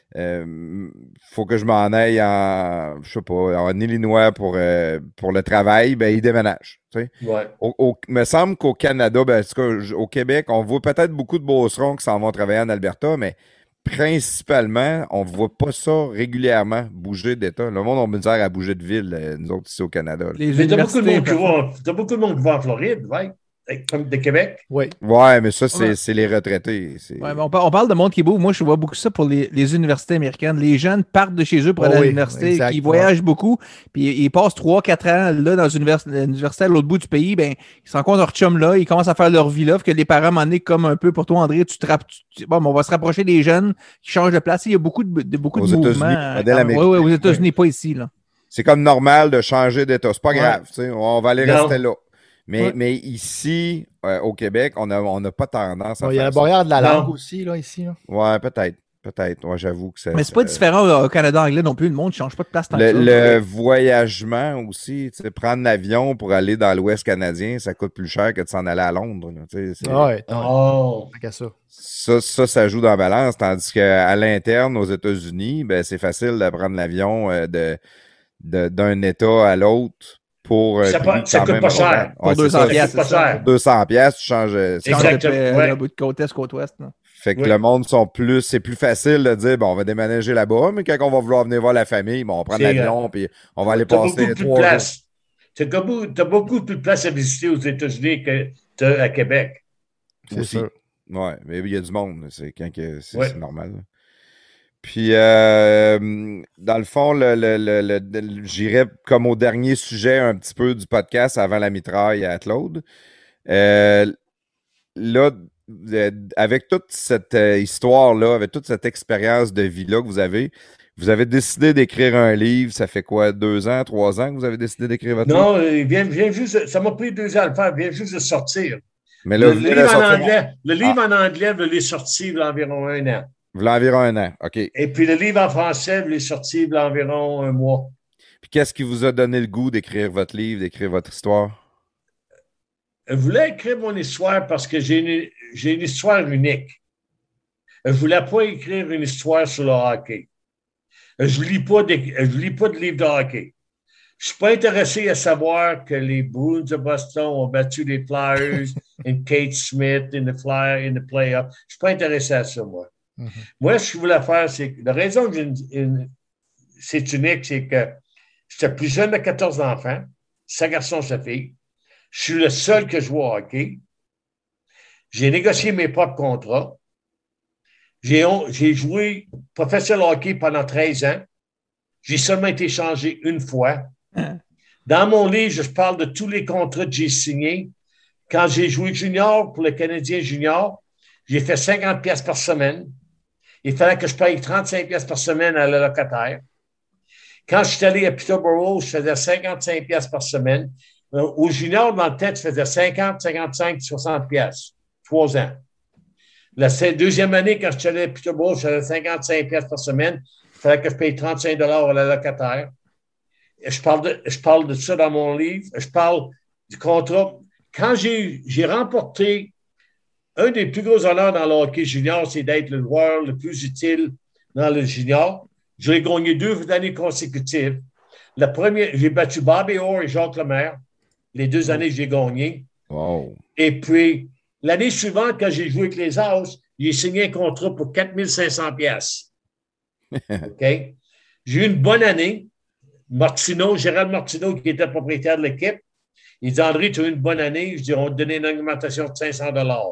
euh, faut que je m'en aille en, je sais pas, en Illinois pour, euh, pour le travail. Ben, ils déménagent. Tu sais. Ouais. Au, au- me semble qu'au Canada, ben, en tout cas, j- au Québec, on voit peut-être beaucoup de beaucerons qui s'en vont travailler en Alberta, mais principalement, on ne voit pas ça régulièrement bouger d'État. Le monde a misère à bouger de ville, euh, nous autres ici au Canada. là. Les Mais t'as beaucoup de universités. monde qui va, en- t'as beaucoup de monde qui va en Floride, ouais. Comme de Québec. Oui. Ouais, mais ça, c'est Ouais. c'est les retraités. C'est- Ouais, mais on, par- on parle de monde qui bouge. Moi, je vois beaucoup ça pour les, les universités américaines. Les jeunes partent de chez eux pour Oh aller à oui, l'université, exact, qui voyagent beaucoup, puis ils passent trois quatre ans là dans une univers- université à l'autre bout du pays. Ben, ils se rencontrent leur chum là, ils commencent à faire leur vie là, que les parents, à un moment donné, comme un peu pour toi, André, tu te rapp- tu- tu- bon, ben, on va se rapprocher des jeunes qui changent de place. Il y a beaucoup de, de- beaucoup Aux de États-Unis, mouvements. modèle Oui, américain. oui, aux États-Unis, pas ici. Là. C'est comme normal de changer d'État. C'est pas Ouais. grave. tu sais, On va aller Non. rester là. Mais, Ouais. mais ici, euh, au Québec, on n'a on a pas tendance à Ouais, il y a faire la ça. barrière de la Non. langue aussi, là, ici. Là. Ouais, peut-être. Peut-être. Ouais, j'avoue que ça. Mais c'est pas ça- différent euh, au Canada anglais non plus. Le monde ne change pas de place tant Le, que ça. le voyagement aussi, tu sais, prendre l'avion pour aller dans l'Ouest canadien, ça coûte plus cher que de s'en aller à Londres. là, tu sais, c'est- Ah ouais, ouais. Oh. Tant qu'à ça. Ça, ça, ça joue dans la balance, tandis qu'à l'interne, aux États-Unis, ben, c'est facile de prendre l'avion euh, de, de- d'un État à l'autre pour un Ça prix pas- ça quand coûte même pas cher. abordable. Pour Ouais, c'est deux cents ça, piastres, Ça coûte c'est pas ça. cher. deux cents piastres, tu changes. euh, c'est Exact. Exact. ouais. Le bout de côte est, côte ouest. là. Fait que Oui. le monde sont plus, c'est plus facile de dire, bon, on va déménager là-bas, mais quand on va vouloir venir voir la famille, bon, on prend C'est, l'avion, puis on va aller T'as passer beaucoup plus de trois jours. place. T'as beaucoup, t'as beaucoup plus de place à visiter aux États-Unis que t'as à Québec. C'est Aussi. sûr. Ouais, mais il y a du monde, c'est quand que c'est Ouais. c'est normal. là. Puis, euh, dans le fond, le, le, le, le- le- j'irais comme au dernier sujet un petit peu du podcast avant la mitraille à Claude. Euh, là, euh, avec toute cette euh, histoire-là, avec toute cette expérience de vie-là que vous avez, vous avez décidé d'écrire un livre. Ça fait quoi, deux ans, trois ans que vous avez décidé d'écrire votre livre? Non, il vient, vient juste, ça m'a pris deux ans à le faire, il vient juste de sortir. Mais là, Le vous venez de livre, en sortir- anglais, le livre en anglais, je l'ai sorti il y a environ un an. Vous l'avez environ un an. OK. Et puis le livre en français, je l'ai sorti il y a environ un mois. Puis qu'est-ce qui vous a donné le goût d'écrire votre livre, d'écrire votre histoire? Je voulais écrire mon histoire parce que j'ai une, j'ai une histoire unique. Je ne voulais pas écrire une histoire sur le hockey. Je ne lis, pas de- je lis pas de livre de hockey. Je ne suis pas intéressé à savoir que les Bruins de Boston ont battu les Flyers, et Kate Smith, in the Flyers, in the playoffs. Je ne suis pas intéressé à ça, moi. Mhm. Moi, ce que je voulais faire, c'est que la raison que j'ai une- une- c'est unique, c'est que j'étais plus jeune de quatorze enfants, cinq garçons, sa fille. Je suis le seul que joue au hockey. J'ai négocié mes propres contrats. J'ai, j'ai joué professionnel hockey pendant treize ans. J'ai seulement été changé une fois. Dans mon livre, je parle de tous les contrats que j'ai signés. Quand j'ai joué junior pour le Canadien junior, j'ai fait cinquante piastres par semaine. Il fallait que je paye trente-cinq piastres par semaine à l'allocataire. Quand je suis allé à Peterborough, je faisais cinquante-cinq piastres par semaine. Au junior, dans le temps, je faisais cinquante, cinquante-cinq, soixante piastres. Trois ans. La deuxième année, quand je suis allé à Peterborough, je faisais cinquante-cinq piastres par semaine. Il fallait que je paye trente-cinq dollars à l'allocataire. Je parle, de, je parle de ça dans mon livre. Je parle du contrat. Quand j'ai, j'ai remporté un des plus gros honneurs dans le hockey junior, c'est d'être le joueur le plus utile dans le junior. J'ai gagné deux années consécutives. La première, j'ai battu Bobby Orr et Jacques Lemaire. Les deux années, j'ai gagné. Wow. Et puis, l'année suivante, quand j'ai joué avec les As, j'ai signé un contrat pour quatre mille cinq cents piastres. OK? J'ai eu une bonne année. Martineau, Gérald Martineau, qui était propriétaire de l'équipe, il dit, André, tu as eu une bonne année. Je dis, on va te donner une augmentation de cinq cents dollars.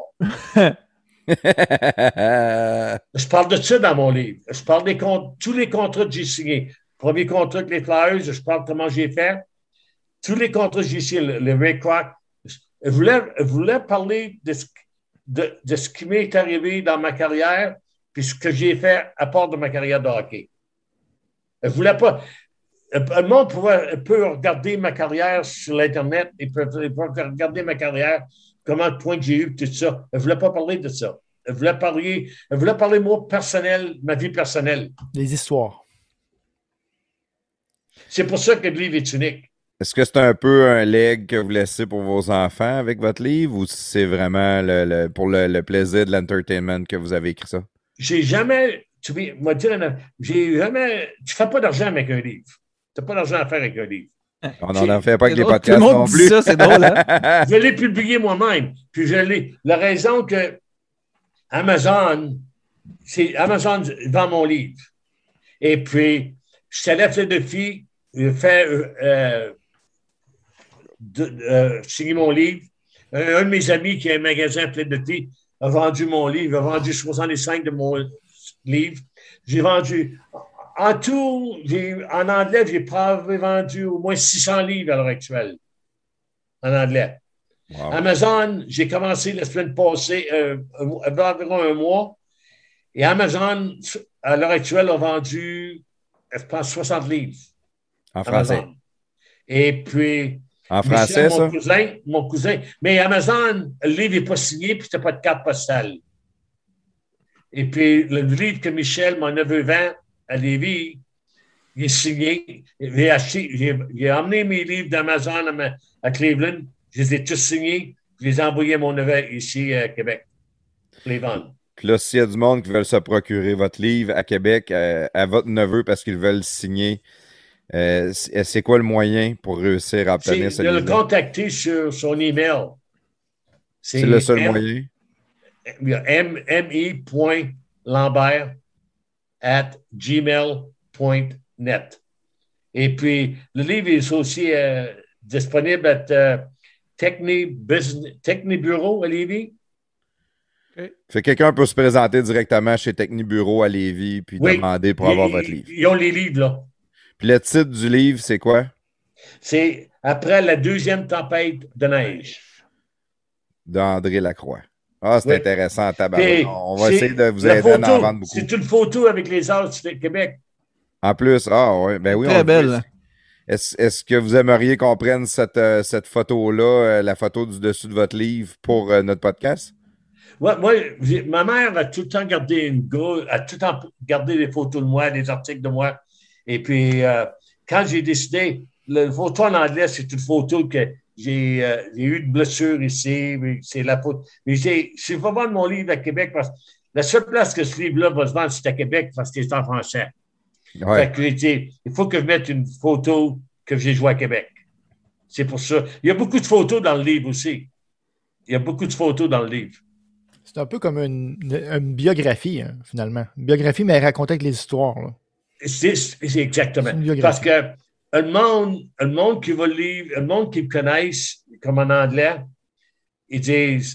Je parle de ça dans mon livre. Je parle des comptes, tous les contrats que j'ai signés. Premier contrat avec les Flyers, je parle de comment j'ai fait. Tous les contrats que j'ai signés, le, le Ray Kroc. Je voulais, je voulais parler de ce, de, de ce qui m'est arrivé dans ma carrière puis ce que j'ai fait à part de ma carrière de hockey. Je voulais pas... Le monde pouvait, peut regarder ma carrière sur l'Internet et peut, peut regarder ma carrière, comment de points que j'ai eu, tout ça. Je ne voulais pas parler de ça. Je voulais parler, je voulais parler, moi, personnel, ma vie personnelle. Les histoires. C'est pour ça que le livre est unique. Est-ce que c'est un peu un leg que vous laissez pour vos enfants avec votre livre ou c'est vraiment le, le, pour le, le plaisir de l'entertainment que vous avez écrit ça? J'ai jamais, tu vas dire, j'ai jamais, tu fais pas d'argent avec un livre. Tu n'as pas d'argent à faire avec un livre. On n'en fait pas avec les podcasts tout le monde non dit plus. Ça, c'est drôle, hein? Je l'ai publié moi-même. Puis je l'ai. La raison que Amazon, c'est Amazon vend mon livre. Et puis, je suis allé à Philadelphie, faire euh, de, euh, signer mon livre. Un, un de mes amis qui a un magasin à Philadelphie a vendu mon livre, a vendu soixante-cinq de mon livre. J'ai vendu... En tout, j'ai, en anglais, j'ai probablement vendu au moins six cents livres à l'heure actuelle. En anglais. Wow. Amazon, j'ai commencé la semaine passée, euh, environ un mois. Et Amazon, à l'heure actuelle, a vendu, je pense, soixante livres. En français. Amazon. Et puis. En français, Michel, mon ça? Cousin, mon cousin. Mais Amazon, le livre n'est pas signé, puis tu n'as pas de carte postale. Et puis, le livre que Michel, mon neveu, vend, à Lévis, il est signé. J'ai, acheté, j'ai, j'ai emmené mes livres d'Amazon à, ma, à Cleveland. Je les ai tous signés. Je les ai envoyés à mon neveu ici à Québec. Les vendre. Puis là, s'il y a du monde qui veut se procurer votre livre à Québec, euh, à votre neveu parce qu'ils veulent le signer, euh, c'est, c'est quoi le moyen pour réussir à obtenir c'est ce de livre? le contacter sur son email. C'est, c'est le seul M- moyen? M, mi.lambert at gmail point net. Et puis, le livre est aussi euh, disponible à euh, Techni, Business, Techni Bureau à Lévis. Okay. Fait que quelqu'un peut se présenter directement chez Techni Bureau à Lévis puis oui, demander pour avoir ils, votre livre. Ils ont les livres, là. Puis le titre du livre, c'est quoi? C'est Après la deuxième tempête de neige. D'André Lacroix. Ah, c'est oui. intéressant, tabarouette. On va c'est essayer de vous aider photo, à en vendre beaucoup. C'est une photo avec les As de Québec. En plus, ah oui, ben oui. Très on belle. Est-ce, est-ce que vous aimeriez qu'on prenne cette, euh, cette photo-là, euh, la photo du dessus de votre livre pour euh, notre podcast? Ouais, moi, ma mère a tout le temps gardé une grosse, a tout le temps gardé des photos de moi, des articles de moi. Et puis, euh, quand j'ai décidé, la photo en anglais, c'est une photo que j'ai, euh, j'ai eu de blessure ici. C'est la photo. Mais j'ai, je ne vais pas vendre mon livre à Québec parce que la seule place que ce livre-là va se vendre, c'est à Québec parce que c'est en français. Ouais. Fait que, il faut que je mette une photo que j'ai joué à Québec. C'est pour ça. Il y a beaucoup de photos dans le livre aussi. Il y a beaucoup de photos dans le livre. C'est un peu comme une, une biographie, hein, finalement. Une biographie, mais racontée avec les histoires. Là. C'est, c'est exactement. C'est parce que le monde, le monde qui va le lire, le monde qui le connaisse, comme en anglais, ils disent,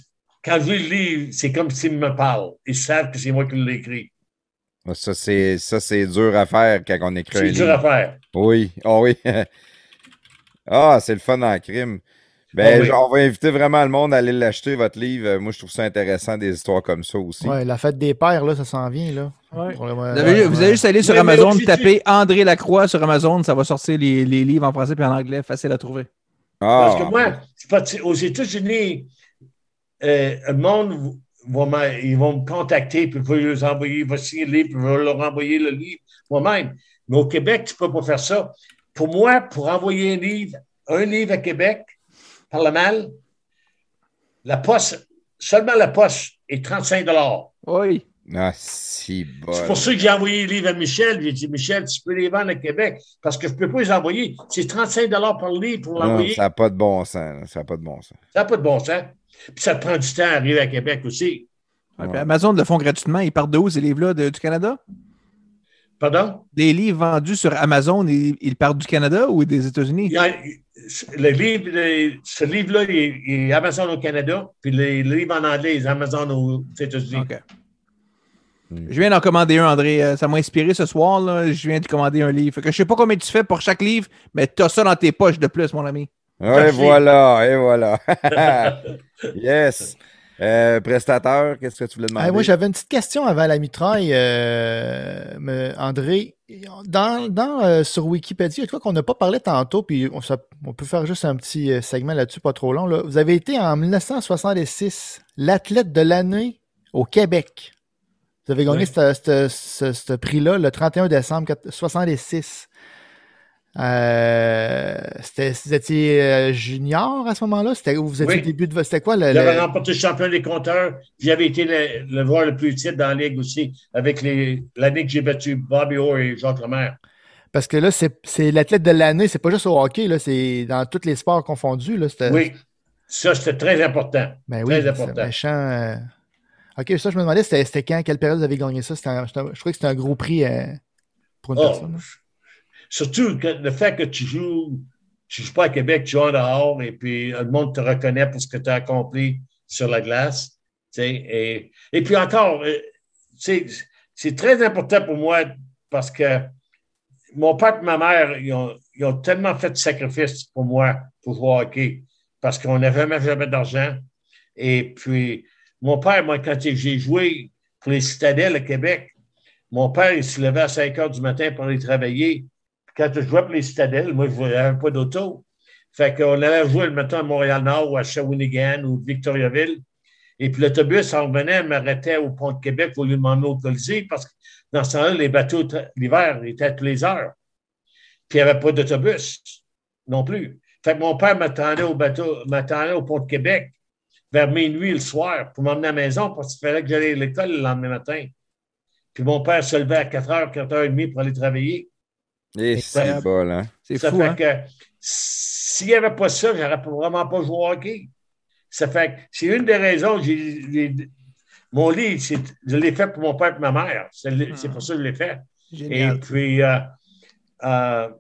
quand je lis le livre, c'est comme s'ils me parlent. Ils savent que c'est moi qui l'ai écrit. Ça, c'est, ça, c'est dur à faire quand on écrit un livre. C'est dur à faire. Oui, oh oui. Ah, c'est le fun en crime. Ben, oh oui. genre, on va inviter vraiment le monde à aller l'acheter, votre livre. Moi, je trouve ça intéressant, des histoires comme ça aussi. Ouais, la fête des pères, là, ça s'en vient, là. Ouais. Pour le- Vous avez, vous avez juste aller sur Mais- mais Amazon, aussi, taper André Lacroix sur Amazon, ça va sortir les, les livres en français et en anglais, facile à trouver. Ah, Parce que moi, c'est pas, aux États-Unis, euh, le monde va m'a- ils vont me contacter, puis je vais les envoyer, il va signer le livre, puis je vais leur envoyer le livre moi-même. Mais au Québec, tu ne peux pas faire ça. Pour moi, pour envoyer un livre, un livre à Québec, par le mal, la poste, seulement la poste est trente-cinq dollars. Oui. ah si bon. C'est pour ça que j'ai envoyé le livre à Michel. J'ai dit, Michel, tu peux les vendre à Québec parce que je ne peux pas les envoyer. C'est trente-cinq dollars par livre pour l'envoyer. Ça n'a pas de bon sens. là. Ça n'a pas de bon sens. Ça n'a pas de bon sens. Puis ça te prend du temps à arriver à Québec aussi. Ouais, Ouais. puis Amazon le font gratuitement. Ils partent de où, ces livres-là, de- du Canada? Pardon? Des livres vendus sur Amazon, ils, ils partent du Canada ou des États-Unis? Il y a- le livre, le- ce livre-là, il est, il est Amazon au Canada, puis le, le livre en anglais est Amazon aux États-Unis. OK. Je viens d'en commander un, André. Euh, Ça m'a inspiré ce soir. Là. Je viens de commander un livre. Fait que je sais pas combien tu fais pour chaque livre, mais tu as ça dans tes poches de plus, mon ami. Et Merci. voilà, et voilà. Yes. Euh, prestateur, qu'est-ce que tu voulais demander? Hey, moi, j'avais une petite question avant la mitraille, euh, me- André. Dans, dans, euh, sur Wikipédia, il y a quoi qu'on n'a pas parlé tantôt, puis on, ça- on peut faire juste un petit euh, segment là-dessus, pas trop long. Là. Vous avez été en mille neuf cent soixante-six l'athlète de l'année au Québec. Vous avez gagné Oui. ce, ce- ce- ce prix-là le trente et un décembre mille neuf cent soixante-six. Euh, c'était, vous étiez euh, junior à ce moment-là? C'était, vous étiez Oui. au début de votre... C'était quoi le... J'avais le- remporté le champion des compteurs. J'avais été le, le joueur le plus titre dans la Ligue aussi, avec les, l'année que j'ai battu Bobby Orr et Jacques Lemaire. Parce que là, c'est, c'est l'athlète de l'année, c'est pas juste au hockey, là, c'est dans tous les sports confondus. Là, c'était... Oui, ça, c'était très important. Ben oui, Très c'est important. méchant. euh. OK, ça, je me demandais, c'était, c'était quand, quelle période vous avez gagné ça? C'était un- c'était un- je crois que c'était un gros prix euh, pour une Oh, personne. hein. surtout que le fait que tu joues, tu joues pas à Québec, tu joues en dehors et puis le monde te reconnaît pour ce que tu as accompli sur la glace. Tu sais, et, et puis encore, euh, tu sais, c'est très important pour moi parce que mon père et ma mère, ils ont, ils ont tellement fait de sacrifices pour moi pour jouer au hockey parce qu'on n'avait jamais, jamais d'argent. Et puis, mon père, moi, quand j'ai joué pour les Citadelles à Québec, mon père, il se levait à cinq heures du matin pour aller travailler. Quand je jouais pour les Citadelles, moi, je n'avais pas d'auto. Fait qu'on allait jouer le matin à Montréal-Nord ou à Shawinigan ou Victoriaville. Et puis l'autobus, en revenait, m'arrêtait au pont de Québec au lieu de m'emmener au Colisée parce que dans ce temps-là, les bateaux, l'hiver, étaient à toutes les heures. Puis il n'y avait pas d'autobus non plus. Fait que mon père m'attendait au bateau, m'attendait au pont de Québec vers minuit le soir pour m'emmener à la maison parce qu'il fallait que j'aille à l'école le lendemain matin. Puis mon père se levait à quatre heures, quatre heures trente pour aller travailler. Et c'est bol, hein? C'est Ça fou, fait hein? que s'il n'y avait pas ça, je n'aurais vraiment pas joué au hockey. Ça fait que c'est une des raisons. J'ai, j'ai- mon livre, c'est, je l'ai fait pour mon père et ma mère. C'est, le- c'est pour ça que je l'ai fait. Génial. Et puis, euh, euh,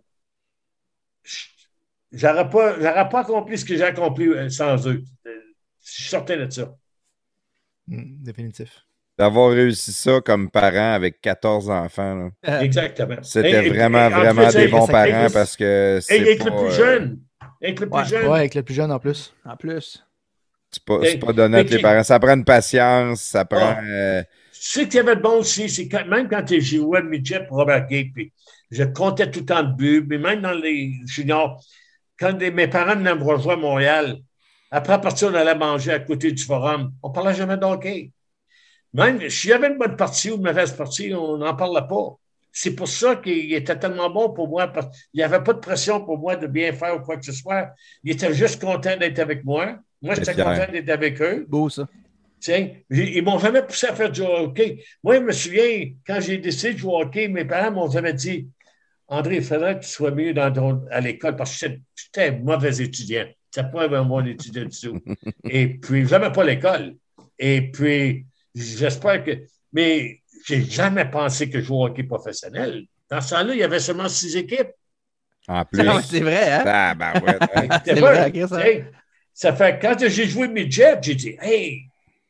j'aurais pas, j'aurais pas accompli ce que j'ai accompli euh, sans eux. Euh, Je suis certain de ça. Mm, définitif. D'avoir réussi ça comme parent avec quatorze enfants, là. Euh, Exactement. C'était Et- et- vraiment, et en vraiment plus, des avec- bons ça parents crée- parce que Et c'est avec pas, le plus euh, jeune. Avec le plus Ouais. jeune. Ouais, avec le plus jeune en plus. En plus. c'est pas, c'est Et- pas donné à et tous les qui- parents. Ça prend une patience, ça prend... Ah. euh, Ce qui avait de bon aussi, c'est que même quand j'ai joué à midget pour Robert Gay, puis je comptais tout le temps de buts, mais même dans les juniors, quand des- mes parents venaient me rejoindre à Montréal, après partir, on allait manger à côté du forum. On ne parlait jamais de hockey. Même s'il y avait une bonne partie ou une mauvaise partie, on n'en parlait pas. C'est pour ça qu'il était tellement bon pour moi, parce qu'il n'y avait pas de pression pour moi de bien faire ou quoi que ce soit. Il était juste content d'être avec moi. Moi, j'étais fier. content d'être avec eux. Beau, ça. Tiens, ils ne m'ont jamais poussé à faire du hockey. Moi, je me souviens, quand j'ai décidé de jouer au hockey, mes parents m'ont jamais dit André, il faudrait que tu sois mieux dans ton- à l'école parce que j'étais- j'étais un mauvais étudiant. Tu n'étais pas un bon étudiant du tout. Et puis, j'aimais pas l'école. Et puis, j'espère que. Mais j'ai jamais pensé que je jouais au hockey professionnel. Dans ce temps-là, il y avait seulement six équipes. en plus. Ah ouais, c'est vrai, hein? Ah, ben ouais, hein. C'était C'est pas- vrai, Chris, hein? hey, ça fait quand j'ai joué midget, j'ai dit Hey,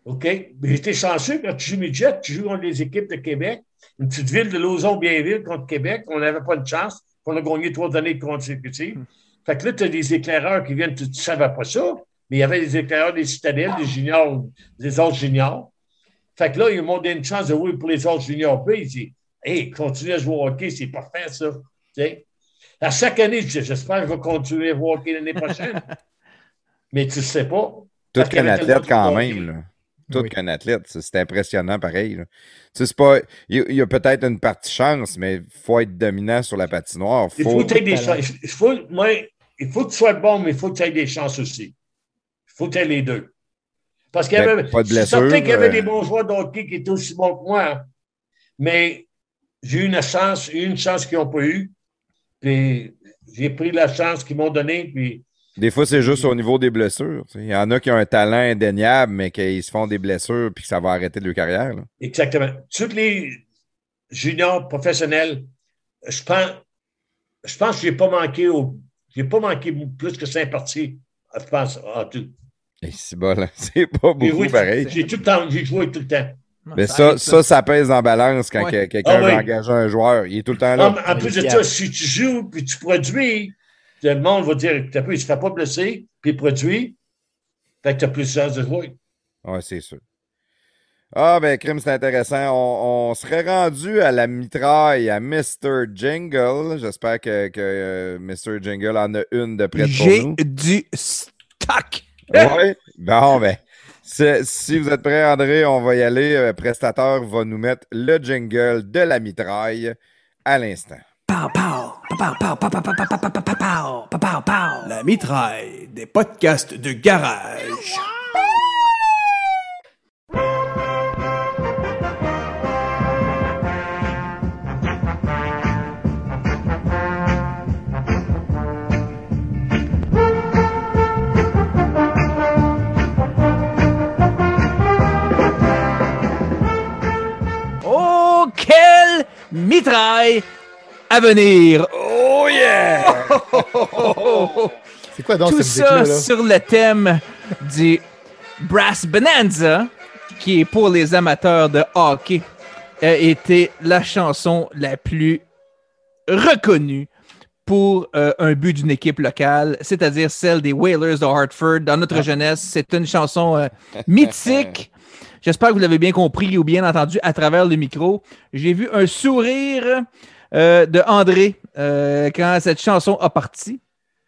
OK? Mais j'étais chanceux quand tu joues midget, tu joues contre les équipes de Québec, une petite ville de Lauson-Bienville contre Québec, on n'avait pas de chance, on a gagné trois années consécutives. Fait que là, tu as des éclaireurs qui viennent, tu ne savais pas ça, mais il y avait des éclaireurs des citadelles, des juniors, des autres juniors. Fait que là, ils m'ont donné une chance de jouer pour les autres juniors B. Ils disent, hey, continue à jouer au hockey, c'est parfait, ça. T'sais? À chaque année, je dis, j'espère que je vais continuer à jouer au hockey l'année prochaine. Mais tu ne sais pas. Tout qu'un athlète quand même, là. Tout oui. qu'un athlète, c'est impressionnant pareil. C'est pas, il y a, a peut-être une partie chance, mais il faut être dominant sur la patinoire. Faut... Il faut que tu aies des chances. Il faut, moi, il faut que tu sois bon, mais il faut que tu aies des chances aussi. Il faut que tu aies les deux. Parce qu'il y avait, pas de blessure, je sentais qu'il y avait euh... des bons joueurs de hockey qui étaient aussi bons que moi. Hein. Mais j'ai eu une chance, une chance qu'ils n'ont pas eu. Puis j'ai pris la chance qu'ils m'ont donnée. Puis des fois, c'est juste au niveau des blessures. Il y en a qui ont un talent indéniable, mais qui se font des blessures puis que ça va arrêter leur carrière. Là. Exactement. Tous les juniors professionnels, je pense, je pense que je n'ai pas manqué au, j'ai pas manqué plus que cinq parties, je pense, en tout. Et c'est bon, là. C'est pas beaucoup oui, pareil. J'ai tout le temps, j'ai joué tout le temps. Mais ça, ça, ça pèse en balance quand ouais. quelqu'un ah, oui. veut engager un joueur. Il est tout le temps là. En, en plus de ça, si tu joues puis tu produis, le monde va dire que il ne se fait pas blesser, puis il produit, fait que tu as plus de chance de jouer. Oui, c'est sûr. Ah, ben, crime, c'est intéressant. On, on serait rendu à la mitraille à mister Jingle. J'espère que, que euh, mister Jingle en a une de près pour nous. J'ai du stock! Oui? Bon, ben, si vous êtes prêts, André, on va y aller. Le prestateur va nous mettre le jingle de la mitraille à l'instant. Pow, pow, pow, pow, pow, pow, pow, pow, pow, pow, pow, pow, pow. La mitraille des podcasts de garage. Oh, quelle mitraille à venir! Oh yeah! C'est quoi donc tout cette ça musique-là, là? Sur le thème du Brass Bonanza, qui est pour les amateurs de hockey, a été la chanson la plus reconnue pour euh, un but d'une équipe locale, c'est-à-dire celle des Whalers de Hartford. Dans notre jeunesse, c'est une chanson euh, mythique. J'espère que vous l'avez bien compris ou bien entendu à travers le micro. J'ai vu un sourire euh, de André euh, quand cette chanson a parti.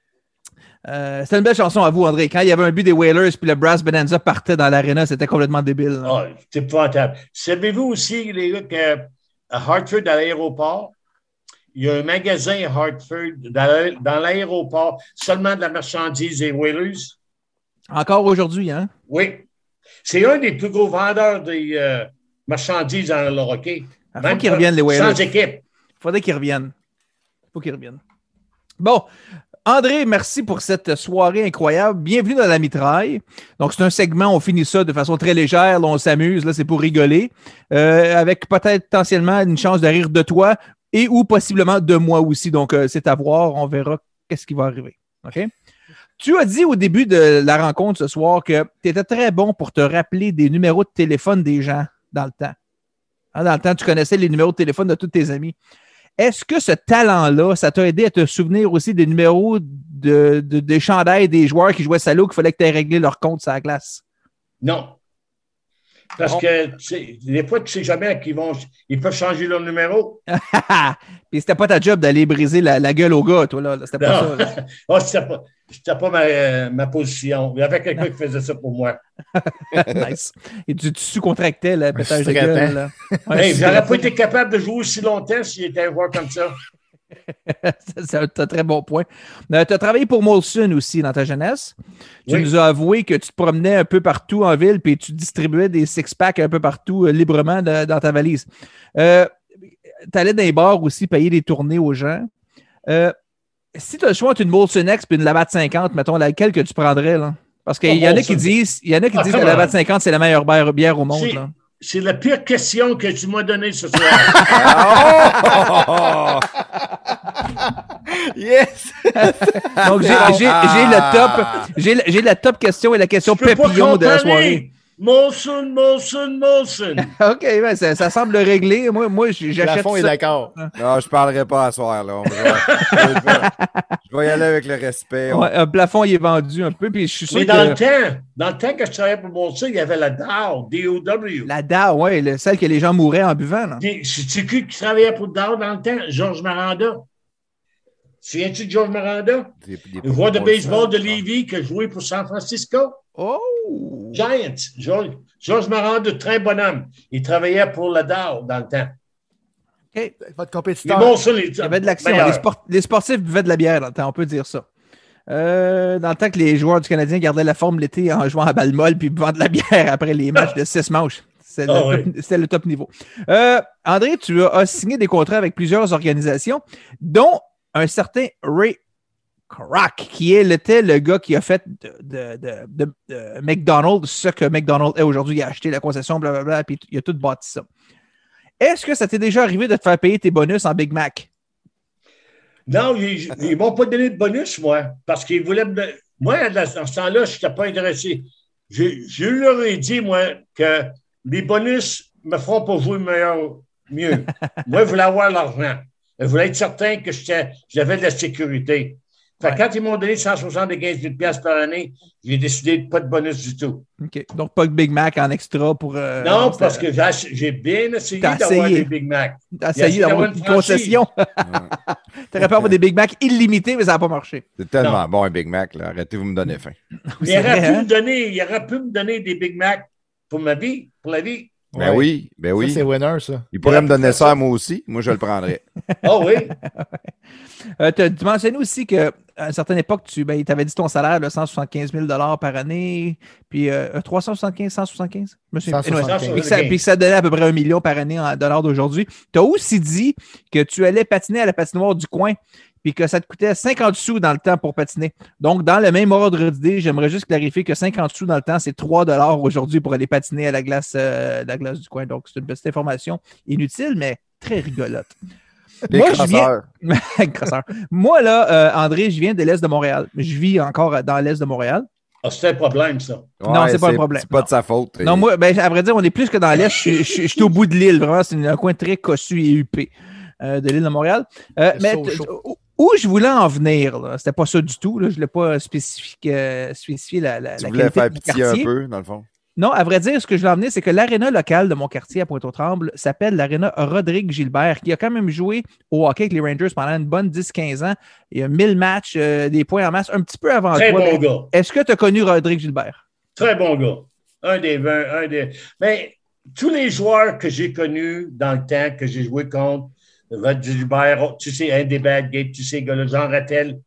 Euh, c'était une belle chanson à vous, André. Quand il y avait un but des Whalers puis le Brass Bonanza partait dans l'aréna, c'était complètement débile. Oh, c'est épouvantable. Savez-vous aussi, les gars, qu'à Hartford, à l'aéroport, il y a un magasin à Hartford, dans, dans l'aéroport, seulement de la marchandise des Whalers. Encore aujourd'hui, hein? Oui. C'est un des plus gros vendeurs des euh, marchandises dans le hockey. Il faut qu'ils reviennent, les Whalers. Sans équipe. Il faudrait qu'ils reviennent. Il faut qu'ils reviennent. Bon, André, merci pour cette soirée incroyable. Bienvenue dans la mitraille. Donc, c'est un segment, on finit ça de façon très légère. Là, on s'amuse, là, c'est pour rigoler. Euh, avec peut-être potentiellement une chance de rire de toi et ou possiblement de moi aussi. Donc, euh, c'est à voir. On verra qu'est-ce qui va arriver. OK? Tu as dit au début de la rencontre ce soir que tu étais très bon pour te rappeler des numéros de téléphone des gens dans le temps. Hein, dans le temps, tu connaissais les numéros de téléphone de tous tes amis. Est-ce que ce talent-là, ça t'a aidé à te souvenir aussi des numéros de, de, des chandails des joueurs qui jouaient salaud qu'il fallait que tu aies réglé leur compte sur la glace? Non. Parce bon. que tu sais, des fois, tu ne sais jamais à qui ils vont. Ils peuvent changer leur numéro. Puis c'était pas ta job d'aller briser la, la gueule au gars, toi, là. C'était pas non. ça. Là. oh, c'était pas, c'était pas ma, euh, ma position. Il y avait quelqu'un qui faisait ça pour moi. Nice. Et tu, tu sous-contractais le pétage de gueule. Là. Ouais, hey, j'aurais pas été capable de jouer aussi longtemps s'il était un joueur comme ça. C'est un, un très bon point. Euh, tu as travaillé pour Molson aussi dans ta jeunesse. Tu oui. nous as avoué que tu te promenais un peu partout en ville puis tu distribuais des six-packs un peu partout euh, librement de, dans ta valise. Euh, tu allais dans les bars aussi payer des tournées aux gens. Euh, si tu as le choix entre une Molson X et une Labatt cinquante, mettons, laquelle que tu prendrais? Là? Parce qu'il y, y en a qui disent, il y en a qui ah, disent que la Labatt cinquante, c'est la meilleure bière, bière au monde. C'est, là. c'est la pire question que tu m'as donnée ce soir. oh! Yes! Donc, j'ai, j'ai, j'ai le top, j'ai, j'ai la top question et la question papillon de la soirée. Molson, Molson, Molson. OK, ben, ça, ça semble réglé. Moi, moi j'achète Lafont ça. est d'accord. Non, je parlerai pas à soir, là. Je vais, je vais y aller avec le respect. Ouais, un plafond, il est vendu un peu, puis je suis sûr Mais que... dans le temps, dans le temps que je travaillais pour Molson, il y avait la D A O, D O W. La D A O, oui, le, celle que les gens mouraient en buvant. Là. C'est qui qui travaillait pour D A O dans le temps? Georges Maranda. Souviens-tu de Georges Maranda? Des, des le joueur de baseball ça, de Lévis qui a joué pour San Francisco. Oh! Giants. Georges, Georges Maranda, très bonhomme. Il travaillait pour la D A O dans le temps. OK. Votre compétiteur. Mais bon, ça, les, il y avait de l'action. Les, sport, les sportifs buvaient de la bière dans le temps, on peut dire ça. Euh, dans le temps que les joueurs du Canadien gardaient la forme l'été en jouant à balle molle puis buvant de la bière après les matchs de six manches. C'était oh, le, oui. le top niveau. Euh, André, tu as signé des contrats avec plusieurs organisations, dont un certain Ray Kroc, qui était le gars qui a fait de, de, de, de, de McDonald's ce que McDonald's est aujourd'hui. Il a acheté la concession, blablabla, puis il a tout bâti ça. Est-ce que ça t'est déjà arrivé de te faire payer tes bonus en Big Mac? Non, ils ne m'ont pas donné de bonus, moi, parce qu'ils voulaient me donner. Moi, dans ce temps-là, je n'étais pas intéressé. Je, je leur ai dit, moi, que les bonus ne me feront pas jouer meilleur, mieux. Moi, je voulais avoir l'argent. Je voulais être certain que j'avais de la sécurité. Fait ouais. Quand ils m'ont donné cent soixante-quinze mille dollars par année, j'ai décidé de pas de bonus du tout. OK. Donc, pas de Big Mac en extra pour... Euh, non, parce que j'ai bien essayé d'avoir des Big Mac. T'as essayé d'avoir une, une concession. T'aurais pu avoir des Big Mac illimités, mais ça n'a pas marché. C'est tellement non. bon un Big Mac, là. Arrêtez, vous me donnez faim. Il aurait, vrai, pu hein? me donner, il aurait pu me donner des Big Mac pour ma vie, pour la vie. Ben ouais. oui, ben oui. Ça, c'est winner, ça. Il pourrait me donner ça à moi aussi. Moi, je le prendrais. Oh oui. euh, tu mentionné aussi qu'à une certaine époque, tu ben, avais dit ton salaire de cent soixante-quinze mille dollars par année, puis euh, trois cent soixante-quinze, cent soixante-quinze? cent soixante-quinze. Puis, que ça, puis que ça donnait à peu près un million par année en dollars d'aujourd'hui. Tu as aussi dit que tu allais patiner à la patinoire du coin, puis que ça te coûtait cinquante sous dans le temps pour patiner. Donc, dans le même ordre d'idée, j'aimerais juste clarifier que cinquante sous dans le temps, c'est trois dollars aujourd'hui pour aller patiner à la glace, euh, la glace du coin. Donc, c'est une petite information inutile, mais très rigolote. Des Moi, crosseurs. Je viens... Moi, là, euh, André, je viens de l'Est de Montréal. Je vis encore dans l'Est de Montréal. Ah, c'est un problème, ça. Ouais, non, c'est pas un problème. C'est pas de sa faute. Non, moi, ben, à vrai dire, on est plus que dans l'Est. Je, je, je, je suis au bout de l'île. Vraiment, c'est un coin très cossu et huppé euh, de l'île de Montréal. Euh, mais où je voulais en venir, là, c'était pas ça du tout. Là, je ne voulais pas spécifier, euh, spécifier la, la, tu la voulais qualité faire de mon pitié quartier. un peu, dans le fond. Non, à vrai dire, ce que je voulais en venir, c'est que l'aréna locale de mon quartier à Pointe-aux-Trembles s'appelle l'aréna Rodrigue Gilbert, qui a quand même joué au hockey avec les Rangers pendant une bonne dix quinze ans. Il y a mille matchs, euh, des points en masse, un petit peu avant Très toi. Très bon gars. Est-ce que tu as connu Rodrigue Gilbert? Très bon gars. Un des vingt, un des... Mais tous les joueurs que j'ai connus dans le temps, que j'ai joué contre, Rodrigue Gilbert, tu sais, un des Bad Gates, tu sais, gars-là, Jean Rattel,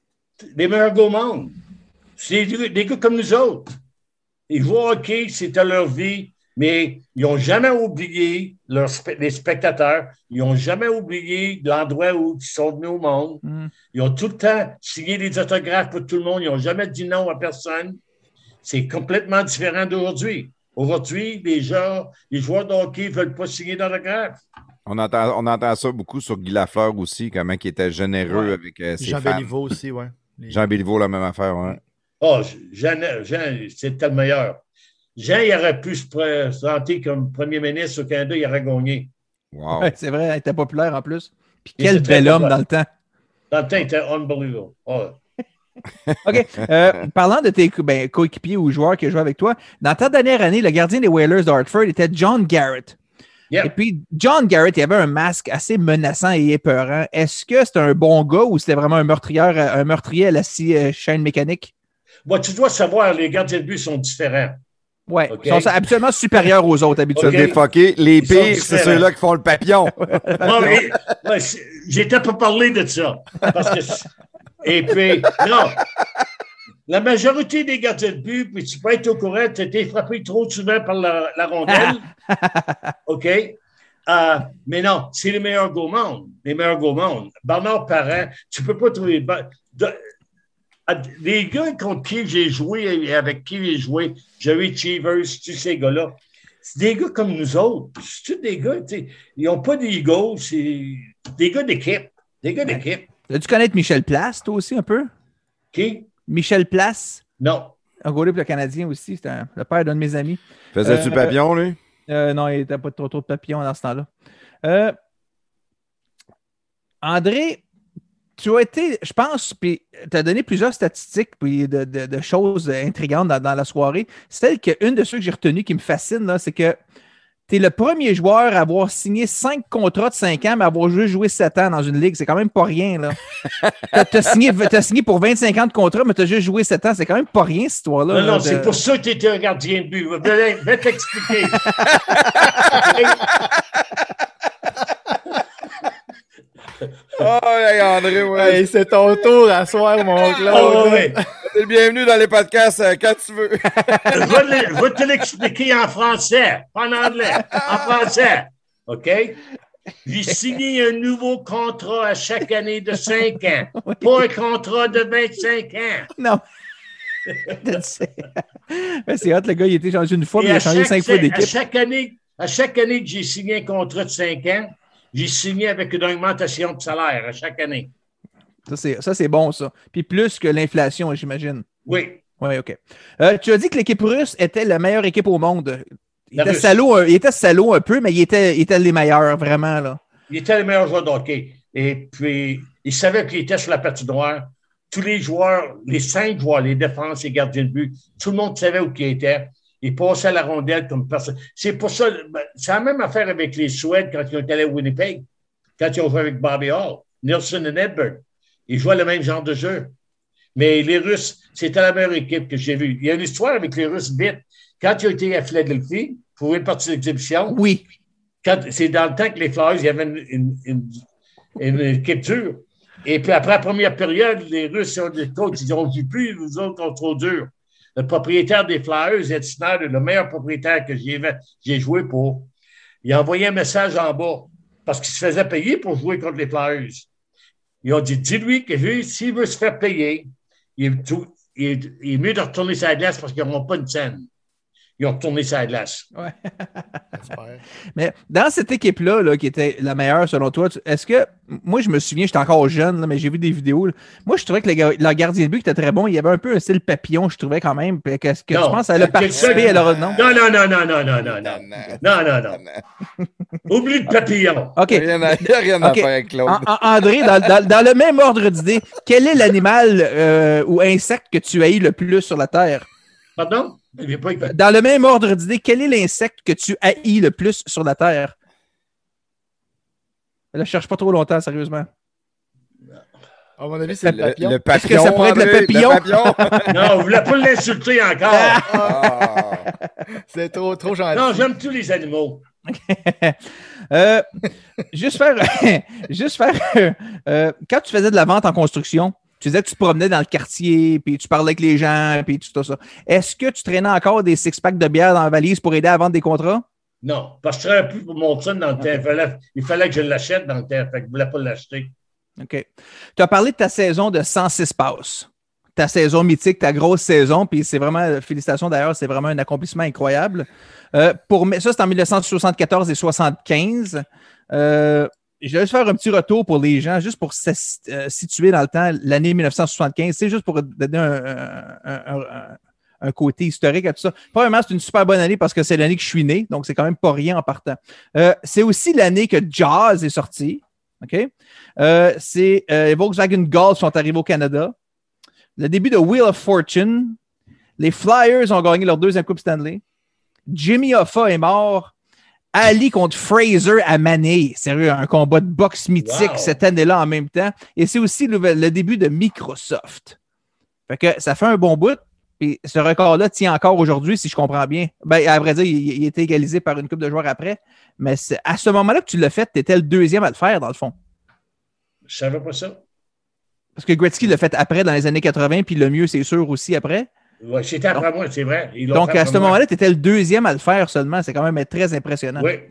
les meilleurs gars au monde. C'est des, des gars comme nous autres. Ils jouent au hockey, c'était leur vie, mais ils n'ont jamais oublié leurs, les spectateurs. Ils n'ont jamais oublié l'endroit où ils sont venus au monde. Mm. Ils ont tout le temps signé des autographes pour tout le monde. Ils n'ont jamais dit non à personne. C'est complètement différent d'aujourd'hui. Aujourd'hui, les gens, les joueurs de hockey ne veulent pas signer d'autographes. On entend, on entend ça beaucoup sur Guy Lafleur aussi, comment il était généreux ouais. avec euh, ses Jean fans. Béliveau aussi, oui. Les... Jean Béliveau, la même affaire, oui. Oh, Jean, Jean c'était le meilleur. Jean, il aurait pu se présenter comme premier ministre au Canada, il aurait gagné. Wow. Ouais, c'est vrai, il était populaire en plus. Puis quel bel homme dans le temps. Dans le temps, il était unbelievable. Oh. OK. Euh, parlant de tes ben, coéquipiers ou joueurs qui jouent avec toi, dans ta dernière année, le gardien des Whalers d'Hartford était John Garrett. Yep. Et puis, John Garrett, il avait un masque assez menaçant et épeurant. Est-ce que c'était un bon gars ou c'était vraiment un meurtrier, un meurtrier à la scie euh, chaîne mécanique? Bon, tu dois savoir, les gardiens de but sont différents. Oui, okay. ils sont absolument supérieurs aux autres habituellement. Okay. Défoqués. Les pires, c'est ceux-là qui font le papillon. Non, mais, ouais, j'étais pas parlé de ça. Parce que, et puis, non. La majorité des gardiens de but, puis tu peux être au courant, tu as été frappé trop souvent par la, la rondelle. OK? Euh, mais non, c'est les meilleurs gars au monde. Les meilleurs gars au monde. Bernard Parent, tu peux pas trouver... De, les gars contre qui j'ai joué et avec qui j'ai joué, Jerry Cheevers, tous ces gars-là, c'est des gars comme nous autres. C'est tous des gars, tu sais, ils n'ont pas d'ego, c'est des gars d'équipe. Des gars d'équipe. As-tu connaître Michel Place, toi aussi, un peu? Qui? Michel Place? Non. un goaler pour le Canadien aussi. C'était un, le père d'un de mes amis. Faisais-tu euh, papillon, lui? Euh, non, il n'était pas trop, trop de papillon dans ce temps-là. Euh, André, tu as été, je pense, puis tu as donné plusieurs statistiques puis de, de, de choses intrigantes dans, dans la soirée. Celle que, une de ceux que j'ai retenues qui me fascine, là, c'est que tu es le premier joueur à avoir signé cinq contrats de cinq ans, mais avoir juste joué sept ans dans une ligue. C'est quand même pas rien. Tu as signé, t'as signé pour vingt-cinq ans de contrat, mais tu as juste joué sept ans. C'est quand même pas rien, cette histoire-là. Non, non, là, c'est de... pour ça que tu étais un gardien de but. Je vais t'expliquer. Oh, hey, André, ouais. Hey, c'est ton tour à soir, mon Claude. Oh, ouais. T'es le bienvenu dans les podcasts euh, quand tu veux. Je vais te l'expliquer en français, pas en anglais, en français. OK? J'ai signé un nouveau contrat à chaque année de cinq ans, oui. Pas un contrat de vingt-cinq ans. Non. C'est hot, le gars, il était changé une fois, mais il a changé cinq fois d'équipe. À chaque année, à chaque année que j'ai signé un contrat de cinq ans, j'ai signé avec une augmentation de salaire à chaque année. Ça, c'est, ça, c'est bon, ça. Puis plus que l'inflation, j'imagine. Oui. Oui, OK. Euh, tu as dit que l'équipe russe était la meilleure équipe au monde. Il était, salaud, il était salaud un peu, mais il était, il était les meilleurs, vraiment. Là. Il était le meilleur joueur de hockey. Et puis, il savait qu'il était sur la patinoire. Tous les joueurs, les cinq joueurs, les défenses, les gardiens de but, tout le monde savait où il était. Il passait à la rondelle comme personne. C'est pour ça, c'est la même affaire avec les Suèdes quand ils ont allé à Winnipeg, quand ils ont joué avec Bobby Hall, Nilsson et Edberg. Ils jouaient le même genre de jeu. Mais les Russes, c'était la meilleure équipe que j'ai vue. Il y a une histoire avec les Russes vite. Quand ils ont été à Philadelphie pour une partie d'exhibition, oui. Quand, c'est dans le temps que les Flyers, il y avait une, une, une, une équipe dure. Et puis après la première période, les Russes ont des coachs, ils ont dit plus, nous autres, on est trop durs. Le propriétaire des Flyers, Ed Snyder, le meilleur propriétaire que j'ai, j'ai joué pour, il a envoyé un message en bas parce qu'il se faisait payer pour jouer contre les Flyers. Ils ont dit, dis-lui que lui, s'il veut se faire payer, il est, tout, il est, il est mieux de retourner sur la glace parce qu'ils n'auront pas une scène. Ils ont retourné sur la glace. Ouais. Mais dans cette équipe-là, là, qui était la meilleure selon toi, est-ce que, moi je me souviens, j'étais encore jeune, là, mais j'ai vu des vidéos. Là. Moi, je trouvais que le, le gardien de but était très bon. Il y avait un peu un style papillon, je trouvais quand même. Qu'est-ce que non, tu penses? Elle a participé à leur... Non? Non, non, non, non, non, non, non, non. Non, non, non. Oublie le papillon. OK. Il n'y a, a rien okay. à faire avec Claude. En, en, André, dans, dans, dans le même ordre d'idée, quel est l'animal euh, ou insecte que tu haïs le plus sur la Terre? Pardon? Dans le même ordre d'idée, quel est l'insecte que tu haïs le plus sur la Terre? Là, je cherche pas trop longtemps, sérieusement. À mon avis, c'est le, le papillon. Le papillon. Est-ce que ça pourrait André, être le papillon? Le papillon? Non, vous voulez pas l'insulter encore. Ah. C'est trop, trop gentil. Non, j'aime tous les animaux. euh, juste faire... juste faire euh, quand tu faisais de la vente en construction, tu disais que tu te promenais dans le quartier, puis tu parlais avec les gens, puis tout ça. Est-ce que tu traînais encore des six-packs de bière dans la valise pour aider à vendre des contrats? Non, parce que je travaillais plus pour mon son dans le temps. Il fallait, il fallait que je l'achète dans le temps, fait que je ne voulais pas l'acheter. OK. Tu as parlé de ta saison de cent six passes. Ta saison mythique, ta grosse saison, puis c'est vraiment, félicitations d'ailleurs, c'est vraiment un accomplissement incroyable. Euh, pour, ça, c'est en dix-neuf cent soixante-quatorze et soixante-quinze. Euh, Je vais juste faire un petit retour pour les gens, juste pour se euh, situer dans le temps, l'année dix-neuf cent soixante-quinze. C'est juste pour donner un, un, un, un, un côté historique à tout ça. Premièrement, c'est une super bonne année parce que c'est l'année que je suis né, donc c'est quand même pas rien en partant. Euh, c'est aussi l'année que Jazz est sorti. OK? Euh, c'est euh, les Volkswagen Golf sont arrivés au Canada. Le début de Wheel of Fortune. Les Flyers ont gagné leur deuxième Coupe Stanley. Jimmy Hoffa est mort. Ali contre Fraser à Manille. Sérieux, un combat de boxe mythique wow. cette année-là en même temps. Et c'est aussi le, le début de Microsoft. Fait que ça fait un bon bout. Et ce record-là tient encore aujourd'hui, si je comprends bien. Ben, à vrai dire, il, il a été égalisé par une couple de joueurs après. Mais c'est à ce moment-là que tu l'as fait, tu étais le deuxième à le faire, dans le fond. Je savais pas ça. Parce que Gretzky l'a fait après, dans les années quatre-vingts, puis le mieux, c'est sûr, aussi après. Oui, c'était après donc, moi, c'est vrai. Ils donc, à ce moment-là, tu étais le deuxième à le faire seulement. C'est quand même très impressionnant. Oui.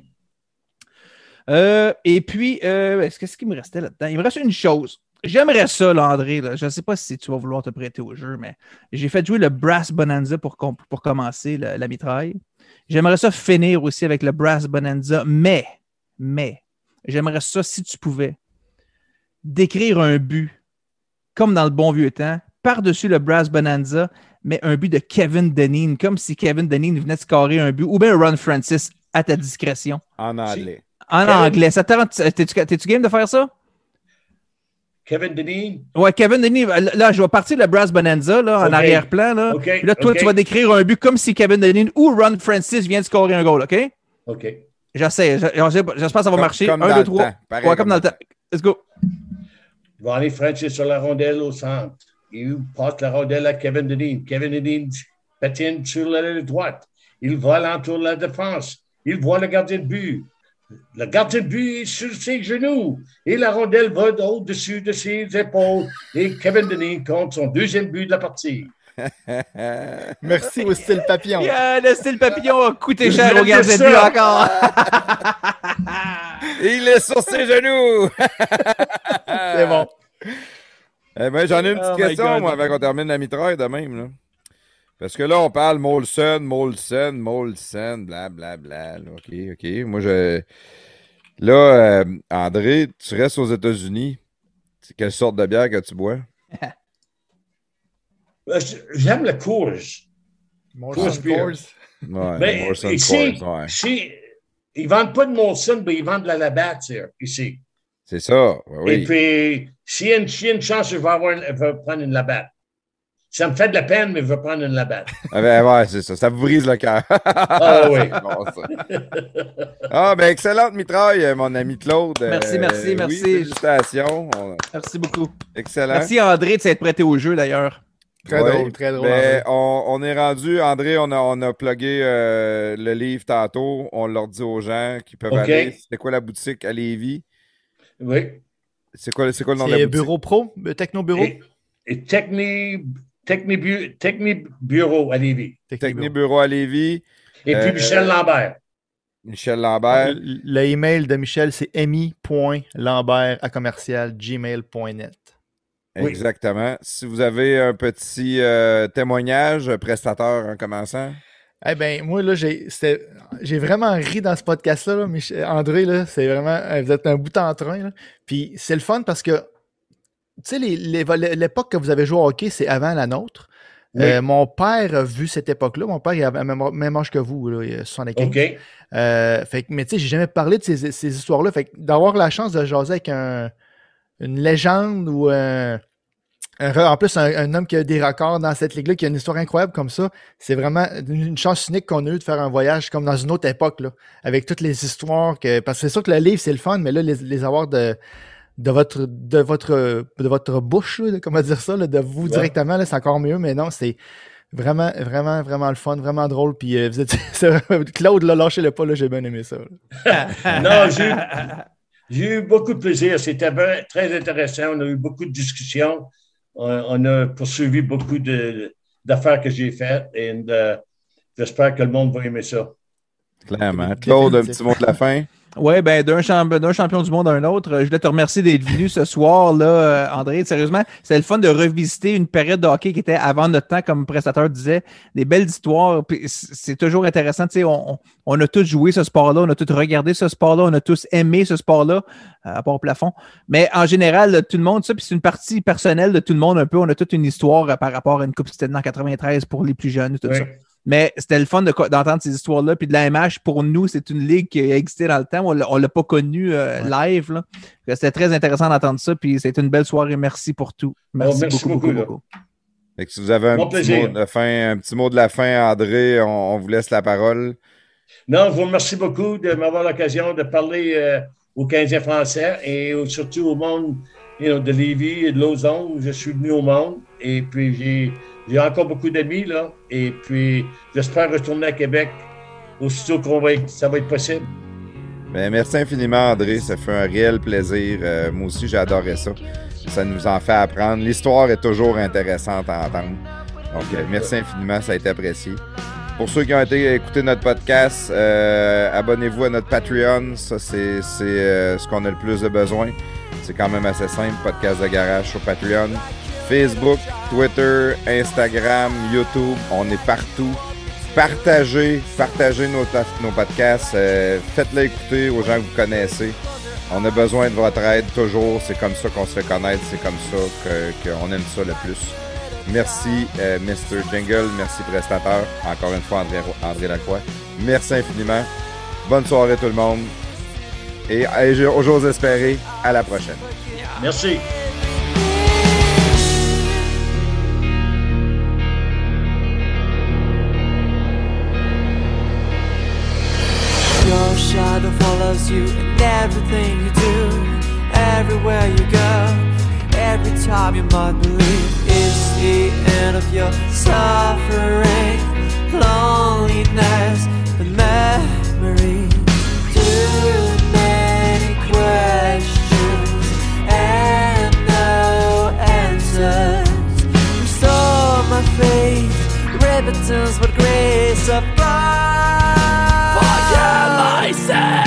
Euh, et puis, euh, qu'est-ce qu'il me restait là-dedans? Il me reste une chose. J'aimerais ça, là, André. Là. Je ne sais pas si tu vas vouloir te prêter au jeu, mais j'ai fait jouer le Brass Bonanza pour, pour commencer la, la mitraille. J'aimerais ça finir aussi avec le Brass Bonanza, mais, mais, j'aimerais ça, si tu pouvais, décrire un but, comme dans le bon vieux temps, par-dessus le Brass Bonanza, mais un but de Kevin Dineen, comme si Kevin Dineen venait de scorer un but, ou bien Ron Francis, à ta discrétion. En anglais. En Kevin... anglais. Ça te... T'es-tu... T'es-tu game de faire ça? Kevin Dineen? Ouais, Kevin Dineen. Là, je vais partir de le Brass Bonanza, là, okay. en arrière-plan. Là. Okay. Puis là, toi, okay. tu vas décrire un but comme si Kevin Dineen ou Ron Francis vient de scorer un goal, OK? OK. J'essaie. J'espère que ça va comme, marcher. Comme un, deux, trois. Pareil, ouais, comme dans le temps. Let's go. Il va aller Francis sur la rondelle au centre. Il passe la rondelle à Kevin Dineen. Kevin Dineen patine sur l'aile droite. Il va l'entour de la défense. Il voit le gardien de but. Le gardien de but est sur ses genoux. Et la rondelle va au-dessus de ses épaules. Et Kevin Dineen compte son deuxième but de la partie. Merci au style papillon. Yeah, le style papillon a coûté cher au gardien de but encore. Il est sur ses genoux. C'est bon. Eh ben, j'en ai une petite oh question, moi, avant qu'on termine la mitraille de même. Là. Parce que là, on parle Molson, Molson, Molson, blablabla. Bla, bla. OK, OK. Moi, je... Là, euh, André, tu restes aux États-Unis. C'est quelle sorte de bière que tu bois? J'aime le Coors. Molson Coors. Ouais, mais Molson ici, Coors, ouais. ici, ils ne vendent pas de Molson, mais ils vendent de la Labatt ici. C'est ça, oui. Et puis, s'il y a une, s'il y a une chance, je vais, avoir une, je vais prendre une Labatt. Ça me fait de la peine, mais je vais prendre une Labatt. Ah ben ouais, c'est ça. Ça vous brise le cœur. Ah oui. Bon, ah ben, excellente mitraille, mon ami Claude. Merci, merci, euh, merci. Oui, félicitations. On... Merci beaucoup. Excellent. Merci André de s'être prêté au jeu, d'ailleurs. Très ouais, drôle, très drôle. Ben, on, on est rendu, André, on a, on a plugué euh, le livre tantôt. On leur dit aux gens qui peuvent okay. aller. C'est quoi la boutique à Lévis? Oui. C'est quoi, c'est quoi le nom de la boutique? Bureau Pro, Techno Bureau? Et, et Techni, Techni, Bu, Techni Bureau à Lévis. Techni Bureau à Lévis. Et puis euh, Michel Lambert. Michel Lambert. Le, le email de Michel, c'est emi point lambert à commercial gmail point net. Exactement. Oui. Si vous avez un petit euh, témoignage, prestateur en commençant. Eh bien, moi, là, j'ai, j'ai vraiment ri dans ce podcast-là. Là, Mich- André, là, c'est vraiment. Vous êtes un bout en train. Là. Puis c'est le fun parce que, tu sais, les, les, l'époque que vous avez joué au hockey, c'est avant la nôtre. Oui. Euh, mon père a vu cette époque-là. Mon père, il a le même, même âge que vous, là, il a soixante-quinze. OK. Euh, fait que, mais tu sais, j'ai jamais parlé de ces, ces histoires-là. Fait que d'avoir la chance de jaser avec un, une légende ou un. En plus, un, un homme qui a des records dans cette ligue-là, qui a une histoire incroyable comme ça, c'est vraiment une chance unique qu'on a eu de faire un voyage comme dans une autre époque, là, avec toutes les histoires. Que, parce que c'est sûr que le livre, c'est le fun, mais là, les, les avoir de, de, votre, de, votre, de votre bouche, là, comment dire ça, là, de vous ouais. directement, là, c'est encore mieux, mais non, c'est vraiment, vraiment, vraiment le fun, vraiment drôle. Puis euh, vous êtes, Claude, là, lâchez-le pas, là, j'ai bien aimé ça. Non, j'ai eu, j'ai eu beaucoup de plaisir. C'était bien, très intéressant. On a eu beaucoup de discussions. On a poursuivi beaucoup de, d'affaires que j'ai faites et uh, j'espère que le monde va aimer ça. Clairement. Claude, un petit mot de la fin. Oui, ben d'un, champ, d'un champion du monde à un autre, je voulais te remercier d'être venu ce soir, là, André. Sérieusement, c'est le fun de revisiter une période de hockey qui était avant notre temps, comme le prestateur disait, des belles histoires. Puis c'est toujours intéressant. Tu sais, on, on a tous joué ce sport-là, on a tous regardé ce sport-là, on a tous aimé ce sport-là, à part au plafond. Mais en général, tout le monde, ça, puis c'est une partie personnelle de tout le monde un peu. On a toute une histoire par rapport à une Coupe Stanley en quatre-vingt-treize pour les plus jeunes, tout oui. ça. Mais c'était le fun de, d'entendre ces histoires-là. Puis de la M H, pour nous, c'est une ligue qui a existé dans le temps. On ne l'a pas connue euh, ouais. live. Là. C'était très intéressant d'entendre ça. Puis c'était une belle soirée. Merci pour tout. Merci, oh, merci beaucoup, beaucoup, beaucoup. beaucoup. Fait que si vous avez un petit, mot de fin, un petit mot de la fin, André, on, on vous laisse la parole. Non, je vous remercie beaucoup de m'avoir l'occasion de parler euh, aux Canadiens français et surtout au monde you know, de Lévis et de Lauson où je suis venu au monde. Et puis, j'ai, j'ai encore beaucoup d'amis, là. Et puis, j'espère retourner à Québec aussitôt qu'on va être, ça va être possible. Bien, merci infiniment, André. Ça fait un réel plaisir. Euh, moi aussi, j'ai adoré ça. Ça nous en fait apprendre. L'histoire est toujours intéressante à entendre. Donc, euh, merci infiniment. Ça a été apprécié. Pour ceux qui ont été écouter notre podcast, euh, abonnez-vous à notre Patreon. Ça, c'est, c'est euh, ce qu'on a le plus de besoin. C'est quand même assez simple. Podcast de garage sur Patreon. Facebook, Twitter, Instagram, YouTube, on est partout. Partagez, partagez nos, nos podcasts. Euh, faites-les écouter aux gens que vous connaissez. On a besoin de votre aide toujours. C'est comme ça qu'on se fait connaître. C'est comme ça que, qu'on aime ça le plus. Merci, euh, mister Jingle. Merci, prestateur. Encore une fois, André, André Lacroix. Merci infiniment. Bonne soirée, tout le monde. Et, et j'ose espérer, à la prochaine. Merci. Your shadow follows you in everything you do, everywhere you go. Every time you might believe it's the end of your suffering, loneliness and memory. Too many questions and no answers. Restore my faith, repentance, but grace of God. Forgive my sins,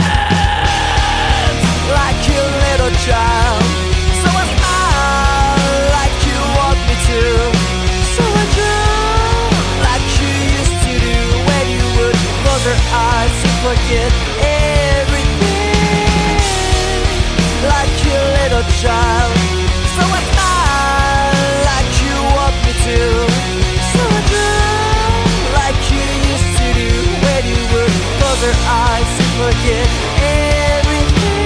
like your little child. So I smile like you want me to. So I drown like you used to do when you would close your eyes and forget everything. Like your little child. So I smile like you want me to. So I drown like you used to do when you would close your eyes and forget everything.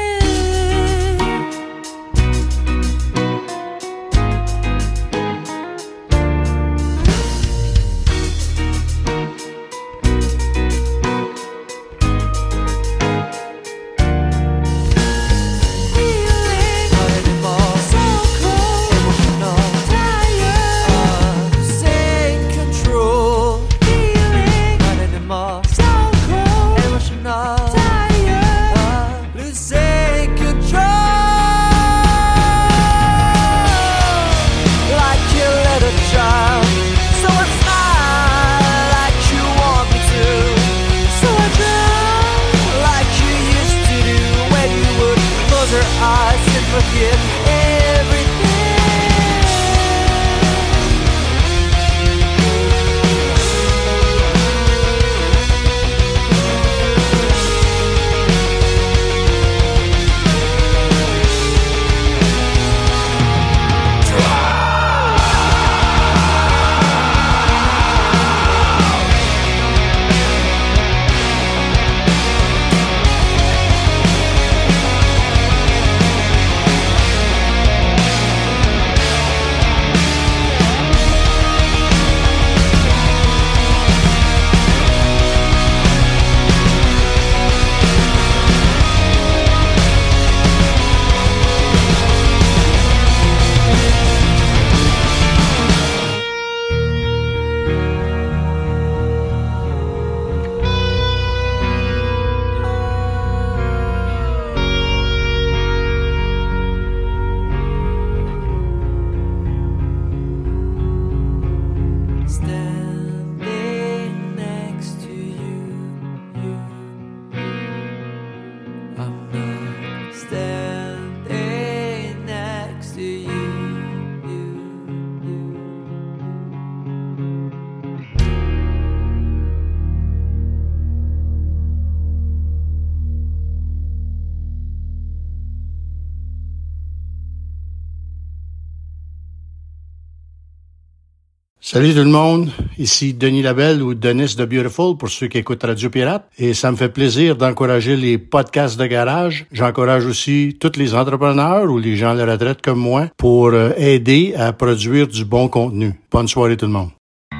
Salut tout le monde, ici Denis Labelle ou Denis de Beautiful pour ceux qui écoutent Radio Pirate et ça me fait plaisir d'encourager les podcasts de garage. J'encourage aussi tous les entrepreneurs ou les gens à la retraite comme moi pour aider à produire du bon contenu. Bonne soirée tout le monde.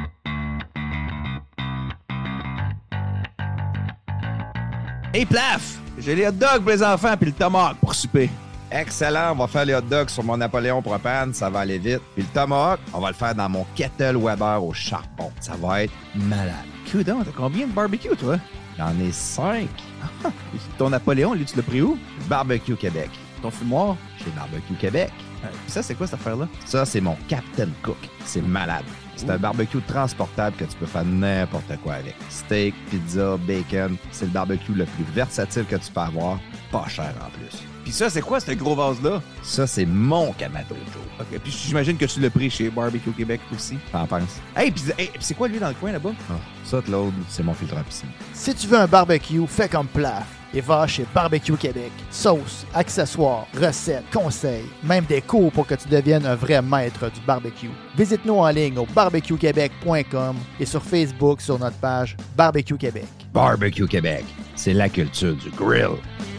Hey plaf! J'ai les hot dogs pour les enfants puis le tomahawk pour souper. Excellent, on va faire les hot dogs sur mon Napoléon propane, ça va aller vite. Puis le tomahawk, on va le faire dans mon kettle Weber au charbon. Ça va être malade. Coudon, t'as combien de barbecue, toi? J'en ai cinq. Ah, ton Napoléon, lui, tu l'as pris où? Barbecue Québec. Ton fumoir? Chez Barbecue Québec. Euh, ça, c'est quoi cette affaire-là? Ça, c'est mon Captain Cook. C'est malade. C'est un barbecue transportable que tu peux faire n'importe quoi avec. Steak, pizza, bacon. C'est le barbecue le plus versatile que tu peux avoir. Pas cher en plus. Puis ça, c'est quoi ce gros vase-là? Ça, c'est mon Kamado Joe. OK, puis j'imagine que tu l'as pris chez Barbecue Québec aussi. T'en penses? Hey, puis hey, c'est quoi lui dans le coin là-bas? Ah, ça, Claude, c'est mon filtre à piscine. Si tu veux un barbecue, fais comme Plaf. et va chez Barbecue Québec. Sauces, accessoires, recettes, conseils, même des cours pour que tu deviennes un vrai maître du barbecue. Visite-nous en ligne au barbecue québec point com et sur Facebook sur notre page Barbecue Québec. Barbecue Québec, c'est la culture du grill.